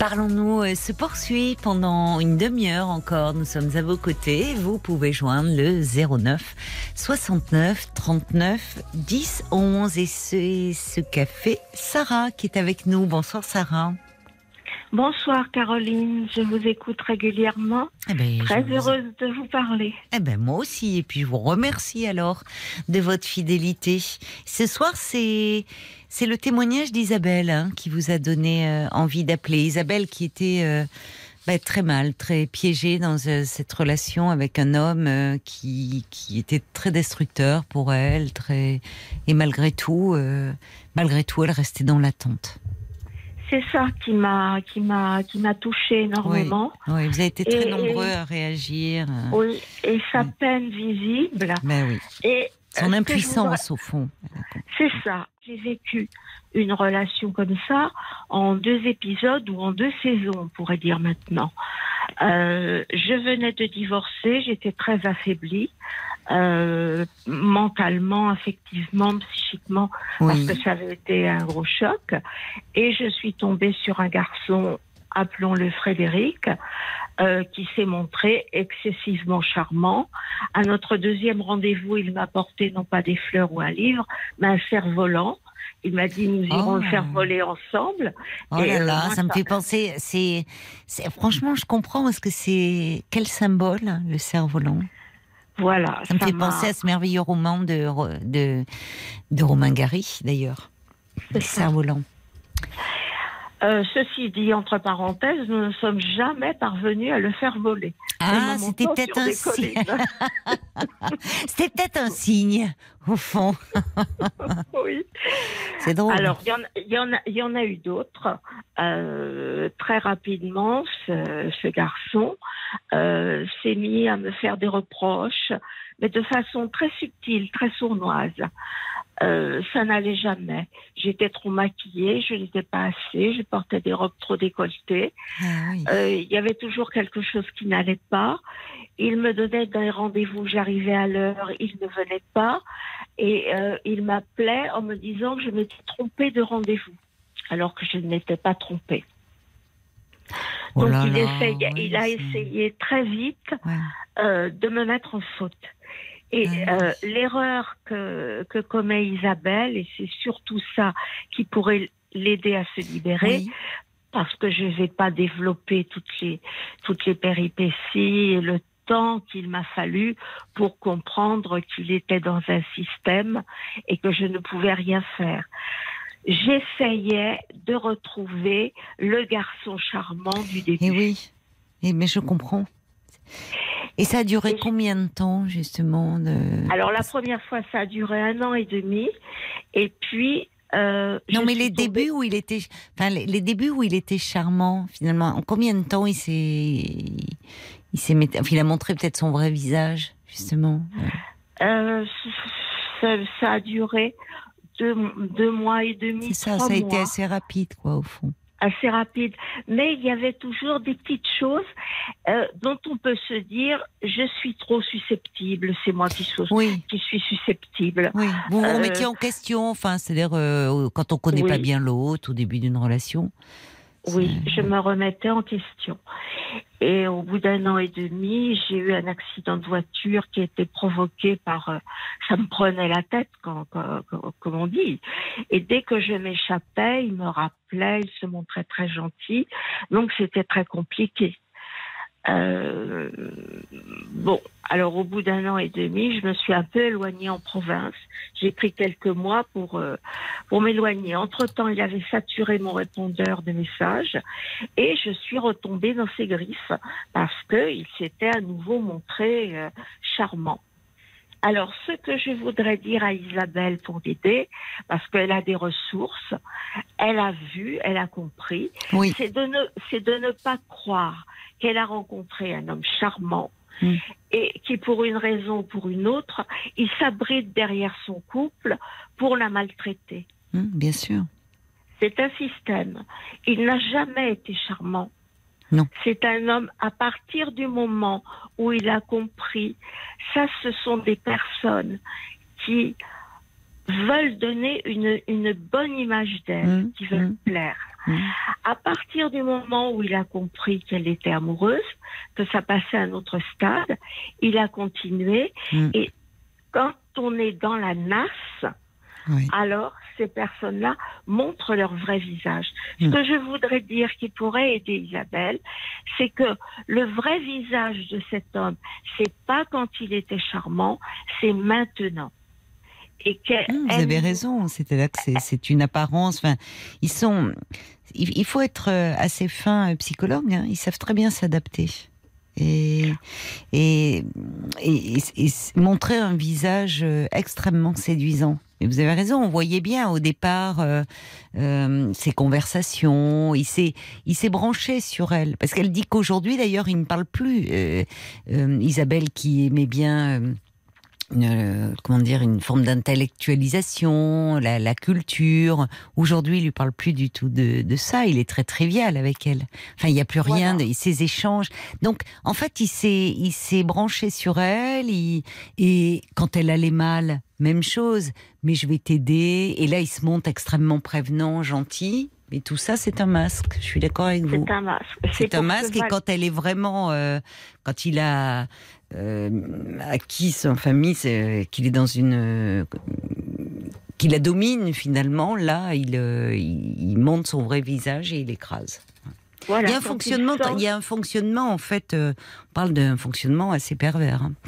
Parlons-nous euh, se poursuit pendant une demi-heure encore. Nous sommes à vos côtés. Vous pouvez joindre le zéro neuf soixante-neuf trente-neuf dix onze. Et c'est ce café Sarah qui est avec nous. Bonsoir Sarah. Bonsoir Caroline, je vous écoute régulièrement. Eh ben, Très vous... heureuse de vous parler. Eh ben, moi aussi, et puis je vous remercie alors de votre fidélité. Ce soir, c'est, c'est le témoignage d'Isabelle hein, qui vous a donné euh, envie d'appeler. Isabelle qui était euh, bah, très mal, très piégée dans euh, cette relation avec un homme euh, qui, qui était très destructeur pour elle. Très... Et malgré tout, euh, malgré tout, elle restait dans l'attente. C'est ça qui m'a qui m'a qui m'a touchée énormément. Oui, oui, vous avez été très et, nombreux et, à réagir. Oui, et sa oui. peine visible. Ben oui. Et son euh, impuissance voudrais... au fond. C'est ça. J'ai vécu une relation comme ça en deux épisodes ou en deux saisons, on pourrait dire maintenant. Euh, je venais de divorcer, j'étais très affaiblie. Euh, mentalement, affectivement, psychiquement, oui. parce que ça avait été un gros choc. Et je suis tombée sur un garçon, appelons-le Frédéric, euh, qui s'est montré excessivement charmant. À notre deuxième rendez-vous, il m'a apporté non pas des fleurs ou un livre, mais un cerf-volant. Il m'a dit, nous irons oh. le faire voler ensemble. Oh et là là, moi, ça, ça me fait penser, c'est, c'est, franchement, je comprends, parce que c'est, quel symbole, le cerf-volant. Voilà. Ça me fait m'a... penser à ce merveilleux roman de, de, de Romain Gary, d'ailleurs. Le cerf-volant. Euh, ceci dit, entre parenthèses, nous ne sommes jamais parvenus à le faire voler. Ah, c'était peut-être un signe. C'était peut-être un signe, au fond. Oui. C'est drôle. Alors, il y, y, y, y en a eu d'autres. Euh, très rapidement, ce, ce garçon euh, s'est mis à me faire des reproches, mais de façon très subtile, très sournoise. Euh, ça n'allait jamais. J'étais trop maquillée, je n'étais pas assez, je portais des robes trop décolletées. Ah oui. euh, il y avait toujours quelque chose qui n'allait pas. Il me donnait des rendez-vous, j'arrivais à l'heure, il ne venait pas. Et euh, il m'appelait en me disant que je m'étais trompée de rendez-vous, alors que je ne m'étais pas trompée. Oh Donc là il, là, essayait, oui, il a c'est... essayé très vite ouais. euh, de me mettre en faute. Et euh, l'erreur que, que commet Isabelle, et c'est surtout ça qui pourrait l'aider à se libérer, oui. parce que je ne vais pas développer toutes les, toutes les péripéties et le temps qu'il m'a fallu pour comprendre qu'il était dans un système et que je ne pouvais rien faire. J'essayais de retrouver le garçon charmant du début. Et oui, et mais je comprends. Et ça a duré et combien de temps, justement de... Alors, la première fois, ça a duré un an et demi. Et puis... Euh, non, mais les tombée... débuts où il était... Enfin, les, les débuts où il était charmant, finalement, en combien de temps il s'est... Il s'est met... enfin, il a montré peut-être son vrai visage, justement. Euh, ça, ça a duré deux, deux mois et demi, C'est ça, trois ça a mois. été assez rapide, quoi, au fond. Assez rapide, mais il y avait toujours des petites choses euh, dont on peut se dire je suis trop susceptible, c'est moi qui suis, oui. qui suis susceptible. Oui. Vous vous euh, remettiez en question, enfin, c'est-à-dire euh, quand on connaît oui. pas bien l'autre au début d'une relation. Oui, je me remettais en question. Et au bout d'un an et demi, j'ai eu un accident de voiture qui a été provoqué par... Euh, ça me prenait la tête, quand, quand, quand, comme on dit. Et dès que je m'échappais, il me rappelait, il se montrait très gentil. Donc, c'était très compliqué. Euh, bon, alors au bout d'un an et demi, je me suis un peu éloignée en province. J'ai pris quelques mois pour euh, pour m'éloigner. Entre-temps, il avait saturé mon répondeur de messages et je suis retombée dans ses griffes parce que il s'était à nouveau montré euh, charmant. Alors, ce que je voudrais dire à Isabelle pour l'aider, parce qu'elle a des ressources, elle a vu, elle a compris, oui. c'est de ne, c'est de ne pas croire qu'elle a rencontré un homme charmant mmh. et qui, pour une raison ou pour une autre, il s'abrite derrière son couple pour la maltraiter. Mmh, bien sûr. C'est un système. Il n'a jamais été charmant. Non. C'est un homme, à partir du moment où il a compris, ça, ce sont des personnes qui veulent donner une, une bonne image d'elle, mmh, qui veulent mmh. plaire. Mmh. À partir du moment où il a compris qu'elle était amoureuse, que ça passait à un autre stade, il a continué. Mmh. Et quand on est dans la nasse, oui. alors ces personnes-là montrent leur vrai visage. Mmh. Ce que je voudrais dire qui pourrait aider Isabelle, c'est que le vrai visage de cet homme, c'est pas quand il était charmant, c'est maintenant. Et que mmh, vous elle... avez raison, c'est-à-dire que c'est, c'est une apparence. Enfin, ils sont. Il faut être assez fin psychologue. Hein, ils savent très bien s'adapter et et, et, et, et montrer un visage extrêmement séduisant. Et vous avez raison, on voyait bien au départ euh, euh, ses conversations, il s'est, il s'est branché sur elle. Parce qu'elle dit qu'aujourd'hui, d'ailleurs, il ne parle plus. Euh, euh, Isabelle, qui aimait bien, euh, une, comment dire, une forme d'intellectualisation, la, la culture, aujourd'hui, il ne lui parle plus du tout de, de ça. Il est très trivial avec elle. Enfin, il n'y a plus rien, voilà. de ces échanges. Donc, en fait, il s'est, il s'est branché sur elle, il, et quand elle allait mal, même chose, mais je vais t'aider. Et là, il se montre extrêmement prévenant, gentil. Mais tout ça, c'est un masque. Je suis d'accord avec vous. C'est un masque. C'est, c'est un masque. Et mal... quand elle est vraiment, euh, quand il a euh, acquis sa famille, c'est, qu'il est dans une, euh, qu'il la domine finalement, là, il, euh, il, il montre son vrai visage et il écrase. Voilà, il y a un fonctionnement. Il, sort... il y a un fonctionnement en fait. Euh, on parle d'un fonctionnement assez pervers. Hein.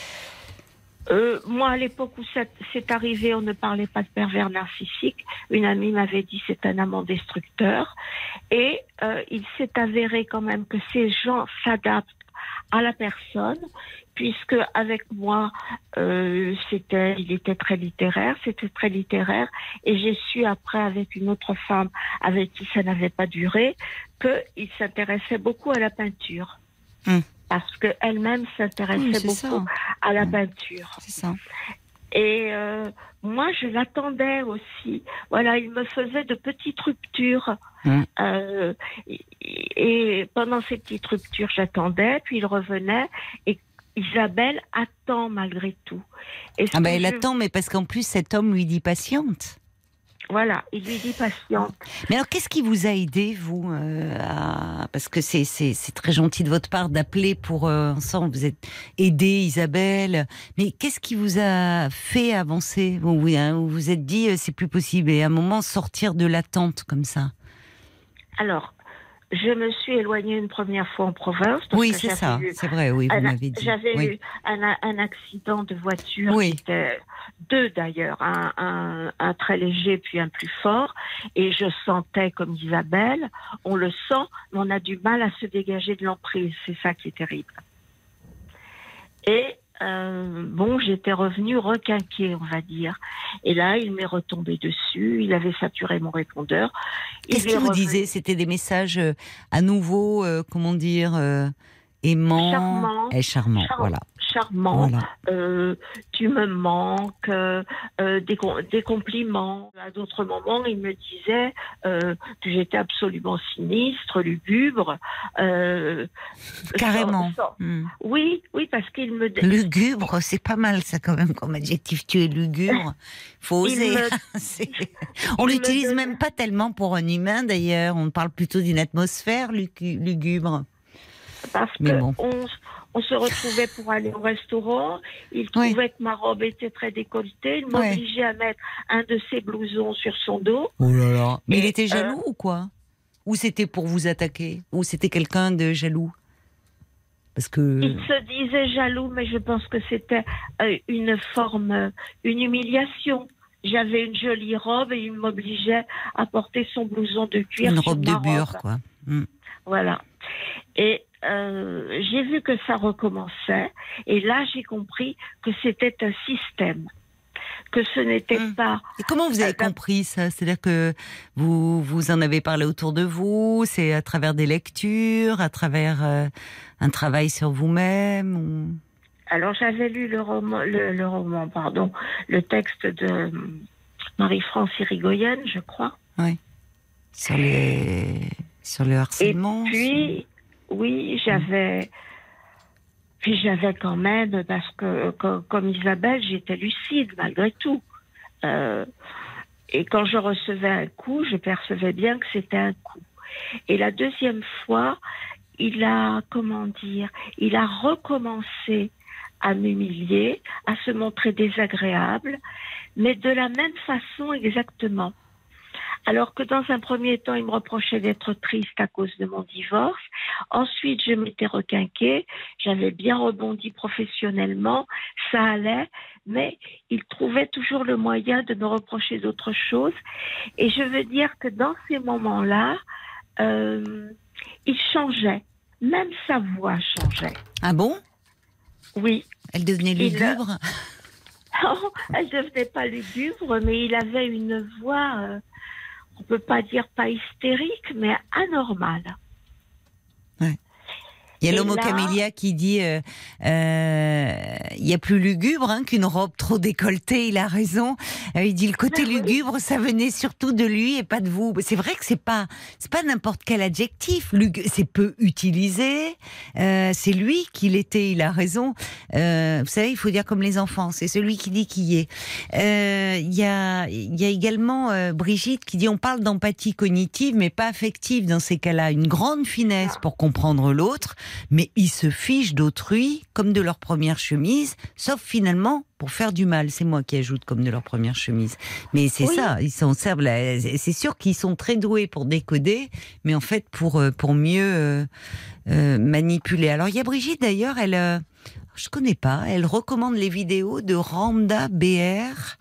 Euh, moi, à l'époque où c'est, c'est arrivé, on ne parlait pas de pervers narcissique. Une amie m'avait dit c'est un amant destructeur. Et euh, il s'est avéré quand même que ces gens s'adaptent à la personne, puisque avec moi, euh, c'était, il était très littéraire, c'était très littéraire. Et j'ai su après, avec une autre femme avec qui ça n'avait pas duré, qu'il s'intéressait beaucoup à la peinture. Mmh. Parce qu'elle-même s'intéressait oui, beaucoup ça. à la peinture. C'est ça. Et euh, moi, je l'attendais aussi. Voilà, il me faisait de petites ruptures. Mmh. Euh, et, et pendant ces petites ruptures, j'attendais, puis il revenait. Et Isabelle attend malgré tout. Et ah ben, elle je... attend, mais parce qu'en plus, cet homme lui dit patiente. Voilà, il lui dit patiente. Mais alors, qu'est-ce qui vous a aidé, vous, euh, à... parce que c'est, c'est, c'est très gentil de votre part d'appeler pour euh, ensemble, vous êtes aidé, Isabelle, mais qu'est-ce qui vous a fait avancer, vous vous, hein, vous vous êtes dit, euh, c'est plus possible, et à un moment, sortir de l'attente comme ça? Alors, je me suis éloignée une première fois en province. Oui, c'est ça, c'est vrai, oui, vous un, m'avez dit. J'avais oui. eu un, un accident de voiture, oui. qui était deux d'ailleurs, un, un, un très léger puis un plus fort, et je sentais comme Isabelle, on le sent, mais on a du mal à se dégager de l'emprise, c'est ça qui est terrible. Et euh, bon, j'étais revenue requinquée, on va dire. Et là, il m'est retombé dessus, il avait saturé mon répondeur. Qu'est-ce qu'il vous revenu... disait? C'était des messages euh, à nouveau, euh, comment dire, euh, aimants, charmant, et charmant, char- voilà. Charmant, voilà. euh, tu me manques, euh, des, des compliments. À d'autres moments, il me disait euh, que j'étais absolument sinistre, lugubre. Euh, Carrément. Sans, sans... Mmh. Oui, oui, parce qu'il me... Lugubre, c'est pas mal ça quand même comme adjectif. Tu es lugubre, faut oser. Me... On il l'utilise donne... même pas tellement pour un humain d'ailleurs. On parle plutôt d'une atmosphère lugubre. Parce Mais que bon. on, on se retrouvait pour aller au restaurant, il trouvait oui. que ma robe était très décolletée, il m'obligeait ouais. à mettre un de ses blousons sur son dos. Oh là là. Mais Et il était jaloux euh... ou quoi? Ou c'était pour vous attaquer? Ou c'était quelqu'un de jaloux? Parce que... Il se disait jaloux, mais je pense que c'était euh, une forme, une humiliation. J'avais une jolie robe et il m'obligeait à porter son blouson de cuir. Une sur robe ma de bure, robe. quoi. Mm. Voilà. Et euh, j'ai vu que ça recommençait. Et là, j'ai compris que c'était un système. Que ce n'était mmh. pas... Et comment vous avez euh, compris ça? C'est-à-dire que vous, vous en avez parlé autour de vous? C'est à travers des lectures? À travers euh, un travail sur vous-même ou... Alors, j'avais lu le roman, le, le roman, pardon, le texte de Marie-France Irigoyen, je crois. Oui. Sur les... Sur le harcèlement. Et puis, sur... oui, j'avais... Puis j'avais quand même, parce que comme, comme Isabelle, j'étais lucide malgré tout. Euh, Et quand je recevais un coup, je percevais bien que c'était un coup. Et la deuxième fois, il a, comment dire, il a recommencé à m'humilier, à se montrer désagréable, mais de la même façon exactement. Alors que dans un premier temps, il me reprochait d'être triste à cause de mon divorce. Ensuite, je m'étais requinquée, j'avais bien rebondi professionnellement, ça allait, mais il trouvait toujours le moyen de me reprocher d'autres choses. Et je veux dire que dans ces moments-là, euh, il changeait, même sa voix changeait. Ah bon ? Oui. Elle devenait lugubre ? Non, elle ne devenait pas lugubre, mais il avait une voix... Euh, on ne peut pas dire pas hystérique, mais anormale. Ouais. Il y a l'homo camélia qui dit euh, euh, il y a plus lugubre hein, qu'une robe trop décolletée. Il a raison. Euh, il dit le côté lugubre, ça venait surtout de lui et pas de vous. C'est vrai que c'est pas c'est pas n'importe quel adjectif. Lugu- c'est peu utilisé. Euh, c'est lui qui l'était. Il a raison. Euh, vous savez, il faut dire comme les enfants. C'est celui qui dit qui est. Euh, Il y a il y a également euh, Brigitte qui dit on parle d'empathie cognitive mais pas affective dans ces cas-là. Une grande finesse pour comprendre l'autre. Mais ils se fichent d'autrui comme de leur première chemise, sauf finalement pour faire du mal. C'est moi qui ajoute comme de leur première chemise. Mais c'est oui. ça, ils s'en servent. Là. C'est sûr qu'ils sont très doués pour décoder, mais en fait pour, pour mieux euh, euh, manipuler. Alors il y a Brigitte d'ailleurs, elle, euh, je connais pas, elle recommande les vidéos de Randa B R.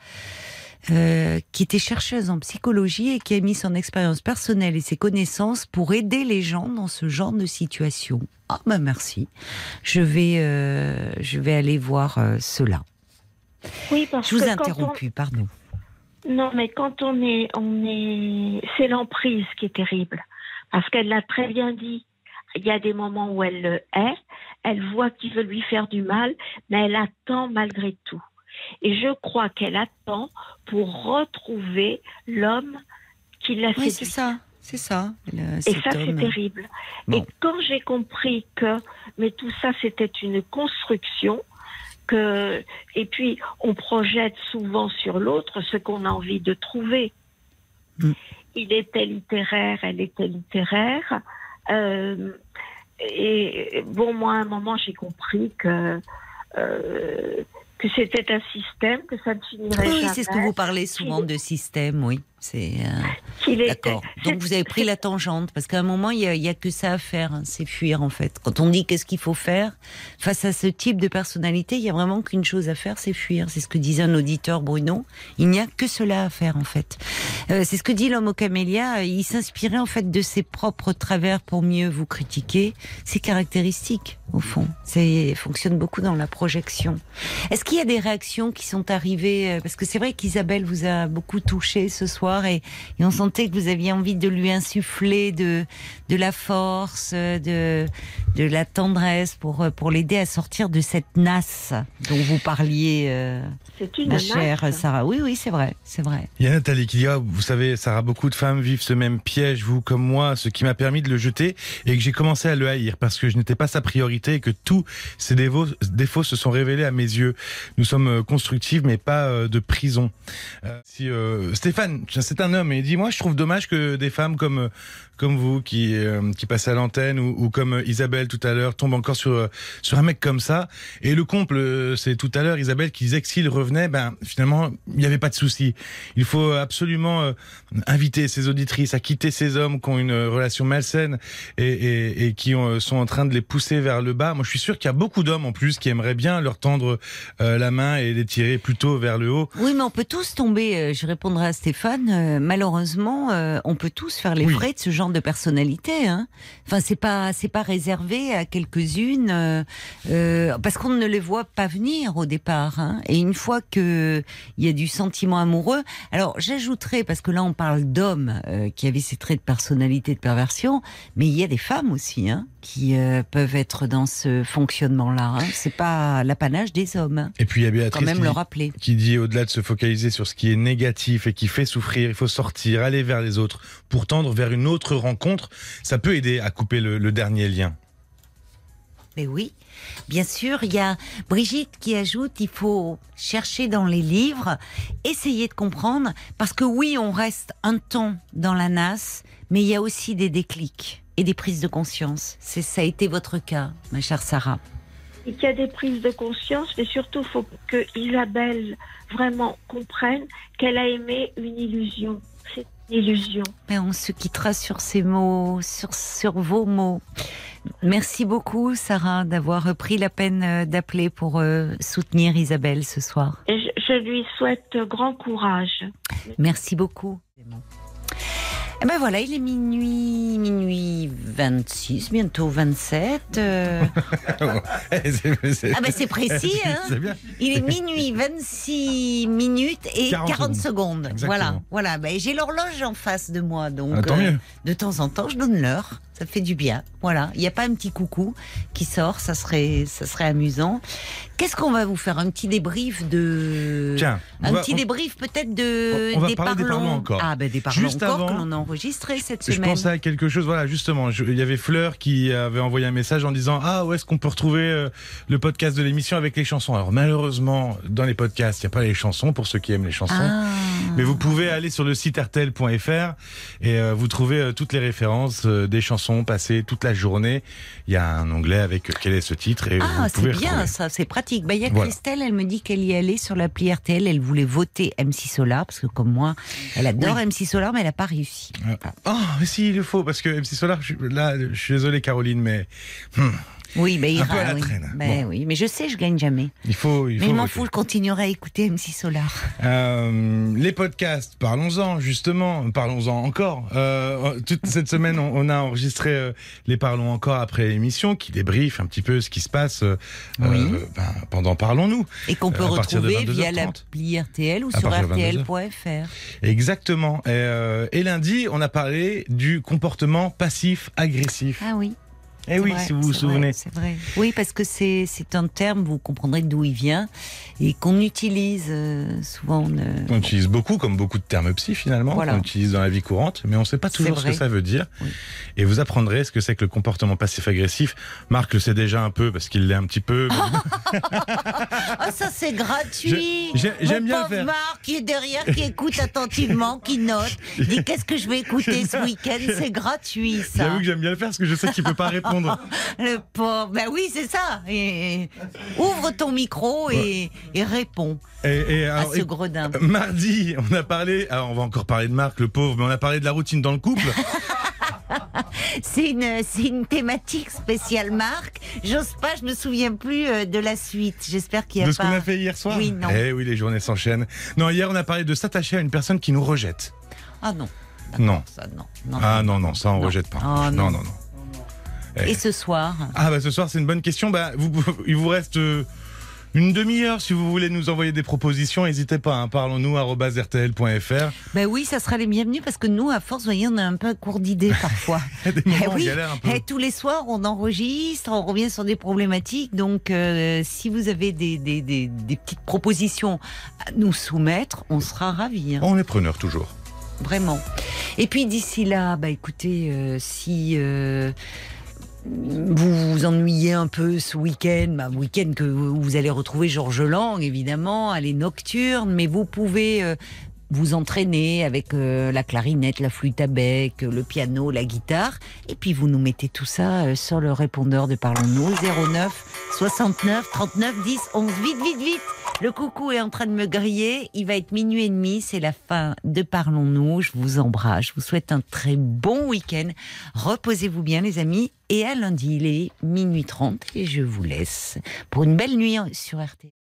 Euh, qui était chercheuse en psychologie et qui a mis son expérience personnelle et ses connaissances pour aider les gens dans ce genre de situation. Ah bah merci. Je vais, euh, je vais aller voir euh, cela. Oui, parce je vous que ai interrompu, on... pardon. Non, mais quand on est, on est, c'est l'emprise qui est terrible, parce qu'elle l'a très bien dit. Il y a des moments où elle le hait, elle voit qu'il veut lui faire du mal, mais elle attend malgré tout. Et je crois qu'elle attend pour retrouver l'homme qui l'a séduit. Oui, c'est ça, c'est ça. Le, et ça, homme. C'est terrible. Bon. Et quand j'ai compris que, mais tout ça, c'était une construction, que, et puis on projette souvent sur l'autre ce qu'on a envie de trouver. Mm. Il était littéraire, elle était littéraire. Euh, et bon, moi, à un moment, j'ai compris que... Euh, que c'était un système, que ça ne finirait oui, jamais. Oui, c'est ce que vous parlez souvent de système, oui. C'est euh... d'accord. Était... Donc vous avez pris la tangente, parce qu'à un moment, il n'y a, y a que ça à faire, hein, c'est fuir en fait. Quand on dit qu'est-ce qu'il faut faire, face à ce type de personnalité, il n'y a vraiment qu'une chose à faire, c'est fuir. C'est ce que disait un auditeur, Bruno. Il n'y a que cela à faire en fait. Euh, c'est ce que dit l'homo camélia, il s'inspirait en fait de ses propres travers pour mieux vous critiquer. C'est caractéristique, au fond. Ça fonctionne beaucoup dans la projection. Est-ce qu'il y a des réactions qui sont arrivées, parce que c'est vrai qu'Isabelle vous a beaucoup touché ce soir, Et, et on sentait que vous aviez envie de lui insuffler de, de la force, de, de la tendresse pour, pour l'aider à sortir de cette nasse dont vous parliez, euh, c'est une ma nasse. chère Sarah. Oui, oui, c'est vrai, c'est vrai. Il y a Nathalie qui dit ah, vous savez, Sarah, beaucoup de femmes vivent ce même piège, vous comme moi, ce qui m'a permis de le jeter et que j'ai commencé à le haïr parce que je n'étais pas sa priorité et que tous ses défauts, défauts se sont révélés à mes yeux. Nous sommes constructifs, mais pas euh, de prison. Euh, si euh, Stéphane, c'est un homme, et il dit moi je trouve dommage que des femmes comme comme vous qui euh, qui passez à l'antenne ou, ou comme Isabelle tout à l'heure tombent encore sur sur un mec comme ça. Et le comble, c'est tout à l'heure Isabelle qui disait que s'il revenait, ben finalement il n'y avait pas de souci. Il faut absolument euh, inviter ses auditrices à quitter ces hommes qui ont une relation malsaine et, et, et qui ont, sont en train de les pousser vers le bas. Moi je suis sûr qu'il y a beaucoup d'hommes en plus qui aimeraient bien leur tendre euh, la main et les tirer plutôt vers le haut. Oui, mais on peut tous tomber. Je répondrai à Stéphane. Euh, malheureusement, euh, on peut tous faire les oui. frais de ce genre de personnalité. Hein. Enfin, c'est pas, c'est pas réservé à quelques-unes, euh, euh, parce qu'on ne les voit pas venir au départ. Hein. Et une fois que il y a du sentiment amoureux, alors j'ajouterais, parce que là on parle d'hommes euh, qui avaient ces traits de personnalité, de perversion, mais il y a des femmes aussi, hein, qui euh, peuvent être dans ce fonctionnement-là. Hein. C'est pas l'apanage des hommes. Hein. Et puis il y a Béatrice quand même qui, le rappeler. qui dit au-delà de se focaliser sur ce qui est négatif et qui fait souffrir, il faut sortir, aller vers les autres pour tendre vers une autre rencontre. Ça peut aider à couper le, le dernier lien. Mais oui, bien sûr, il y a Brigitte qui ajoute, il faut chercher dans les livres, essayer de comprendre, parce que oui, on reste un temps dans la nasse, mais il y a aussi des déclics et des prises de conscience. C'est, ça a été votre cas, ma chère Sarah. Il y a des prises de conscience, mais surtout, il faut que Isabelle vraiment comprenne qu'elle a aimé une illusion. C'est une illusion. Mais on se quittera sur ces mots, sur, sur vos mots. Merci beaucoup, Sarah, d'avoir pris la peine d'appeler pour euh, soutenir Isabelle ce soir. Et je, je lui souhaite grand courage. Merci beaucoup. Eh ben voilà, il est minuit, minuit vingt-six, bientôt vingt-sept. Euh... c'est, c'est... Ah ben c'est précis, hein. C'est bien. Il est minuit vingt-six minutes et quarante, quarante secondes. Exactement. Voilà, voilà. Ben, j'ai l'horloge en face de moi, donc ah, tant mieux. Euh, de temps en temps, je donne l'heure. Ça fait du bien. Voilà, il n'y a pas un petit coucou qui sort, ça serait, ça serait amusant. Qu'est-ce qu'on va vous faire? Un petit débrief de... Tiens, un va, petit on... débrief peut-être de... On va des parler parlons. des parlons encore. Ah ben des parlons Juste encore avant, que l'on a enregistré cette je semaine. Je pensais à quelque chose, voilà, justement. Je, il y avait Fleur qui avait envoyé un message en disant « Ah, où est-ce qu'on peut retrouver euh, le podcast de l'émission avec les chansons ?» Alors malheureusement, dans les podcasts, il n'y a pas les chansons, pour ceux qui aiment les chansons. Ah. Mais vous pouvez aller sur le site r t l point f r et euh, vous trouvez euh, toutes les références euh, des chansons passées toute la journée. Il y a un onglet avec euh, quel est ce titre et ah, vous pouvez c'est bien retrouver. ça, c'est pratique. Bah, il y a Voilà. Christelle, elle me dit qu'elle y allait sur l'appli R T L, elle voulait voter M six Solar, parce que comme moi, elle adore Oui. M six Solar, mais elle n'a pas réussi. Ah, oh, mais si, il le faut, parce que M six Solar, je, là, je suis désolé Caroline, mais... Hmm, Oui, ben, un ira, peu à la oui. traîne. Ben, Bon. oui, mais je sais, je gagne jamais. il faut, il Mais faut je m'en voter. fous, je continuerai à écouter M six Solar. Euh, les podcasts, parlons-en justement, parlons-en encore. Euh, toute cette semaine, on, on a enregistré euh, les Parlons encore après l'émission, qui débriefe un petit peu ce qui se passe euh, Oui. euh, ben, pendant Parlons-nous. Et qu'on peut Euh, à partir de retrouver vingt-deux via heures trente. l'appli R T L ou À sur partir de R T L point F R. Exactement. Et, euh, et lundi, on a parlé du comportement passif-agressif. Ah oui. Eh C'est oui, vrai, si vous vous c'est souvenez. vrai, c'est vrai. Oui, parce que c'est, c'est un terme, vous comprendrez d'où il vient, et qu'on utilise euh, souvent. On, euh, On utilise beaucoup, comme beaucoup de termes psy finalement, Voilà. qu'on utilise dans la vie courante, mais on ne sait pas toujours ce vrai. que ça veut dire. Oui. Et vous apprendrez ce que c'est que le comportement passif-agressif. Marc le sait déjà un peu, parce qu'il l'est un petit peu. mais- Ah, ça c'est gratuit. Je- j'ai- j'aime Mon bien le pauvre faire. Marc qui est derrière, qui écoute attentivement, qui note, dit qu'est-ce que je vais écouter ce week-end. C'est gratuit ça. J'avoue que j'aime bien le faire, parce que je sais qu'il ne peut pas répondre. Le pauvre. Ben oui, c'est ça. Et, et- ouvre ton micro et, et réponds Et, et à alors, ce et- gredin. Mardi, on a parlé, alors on va encore parler de Marc, le pauvre, mais on a parlé de la routine dans le couple. C'est une, c'est une thématique spéciale, Marc. J'ose pas, je me souviens plus euh, de la suite. J'espère qu'il y a De ce pas. qu'on a fait hier soir. Oui, non. Eh oui, les journées s'enchaînent. Non, hier, on a parlé de s'attacher à une personne qui nous rejette. Ah non. Non. Ça, non. non. Ah non, non, ça, on Non. rejette pas. Ah, non, non. non, non. Et ce soir Ah bah ce soir c'est une bonne question. Bah vous, il vous reste euh, une demi-heure si vous voulez nous envoyer des propositions. N'hésitez pas. Hein, parlons-nous arobase r t l point f r. Ben oui, ça sera les bienvenus parce que nous, à force, vous voyez, on a un peu un cours d'idées parfois. Il y a des moments Eh où on oui. galère un peu. Eh, tous les soirs, on enregistre, on revient sur des problématiques. Donc, euh, si vous avez des, des, des, des petites propositions à nous soumettre, on sera ravis. Hein. On est preneur toujours. Vraiment. Et puis d'ici là, bah écoutez, euh, si euh, vous vous ennuyez un peu ce week-end, bah, week-end que vous vous allez retrouver Georges Lang, évidemment, à les nocturnes, mais vous pouvez euh, vous entraîner avec euh, la clarinette, la flûte à bec, le piano, la guitare, et puis vous nous mettez tout ça euh, sur le répondeur de Parlons-nous, zéro neuf soixante-neuf trente-neuf dix onze. Vite, vite, vite. Le coucou est en train de me griller. Il va être minuit et demi. C'est la fin de Parlons-nous. Je vous embrasse. Je vous souhaite un très bon week-end. Reposez-vous bien, les amis. Et à lundi, il est minuit trente. Et je vous laisse pour une belle nuit sur R T L.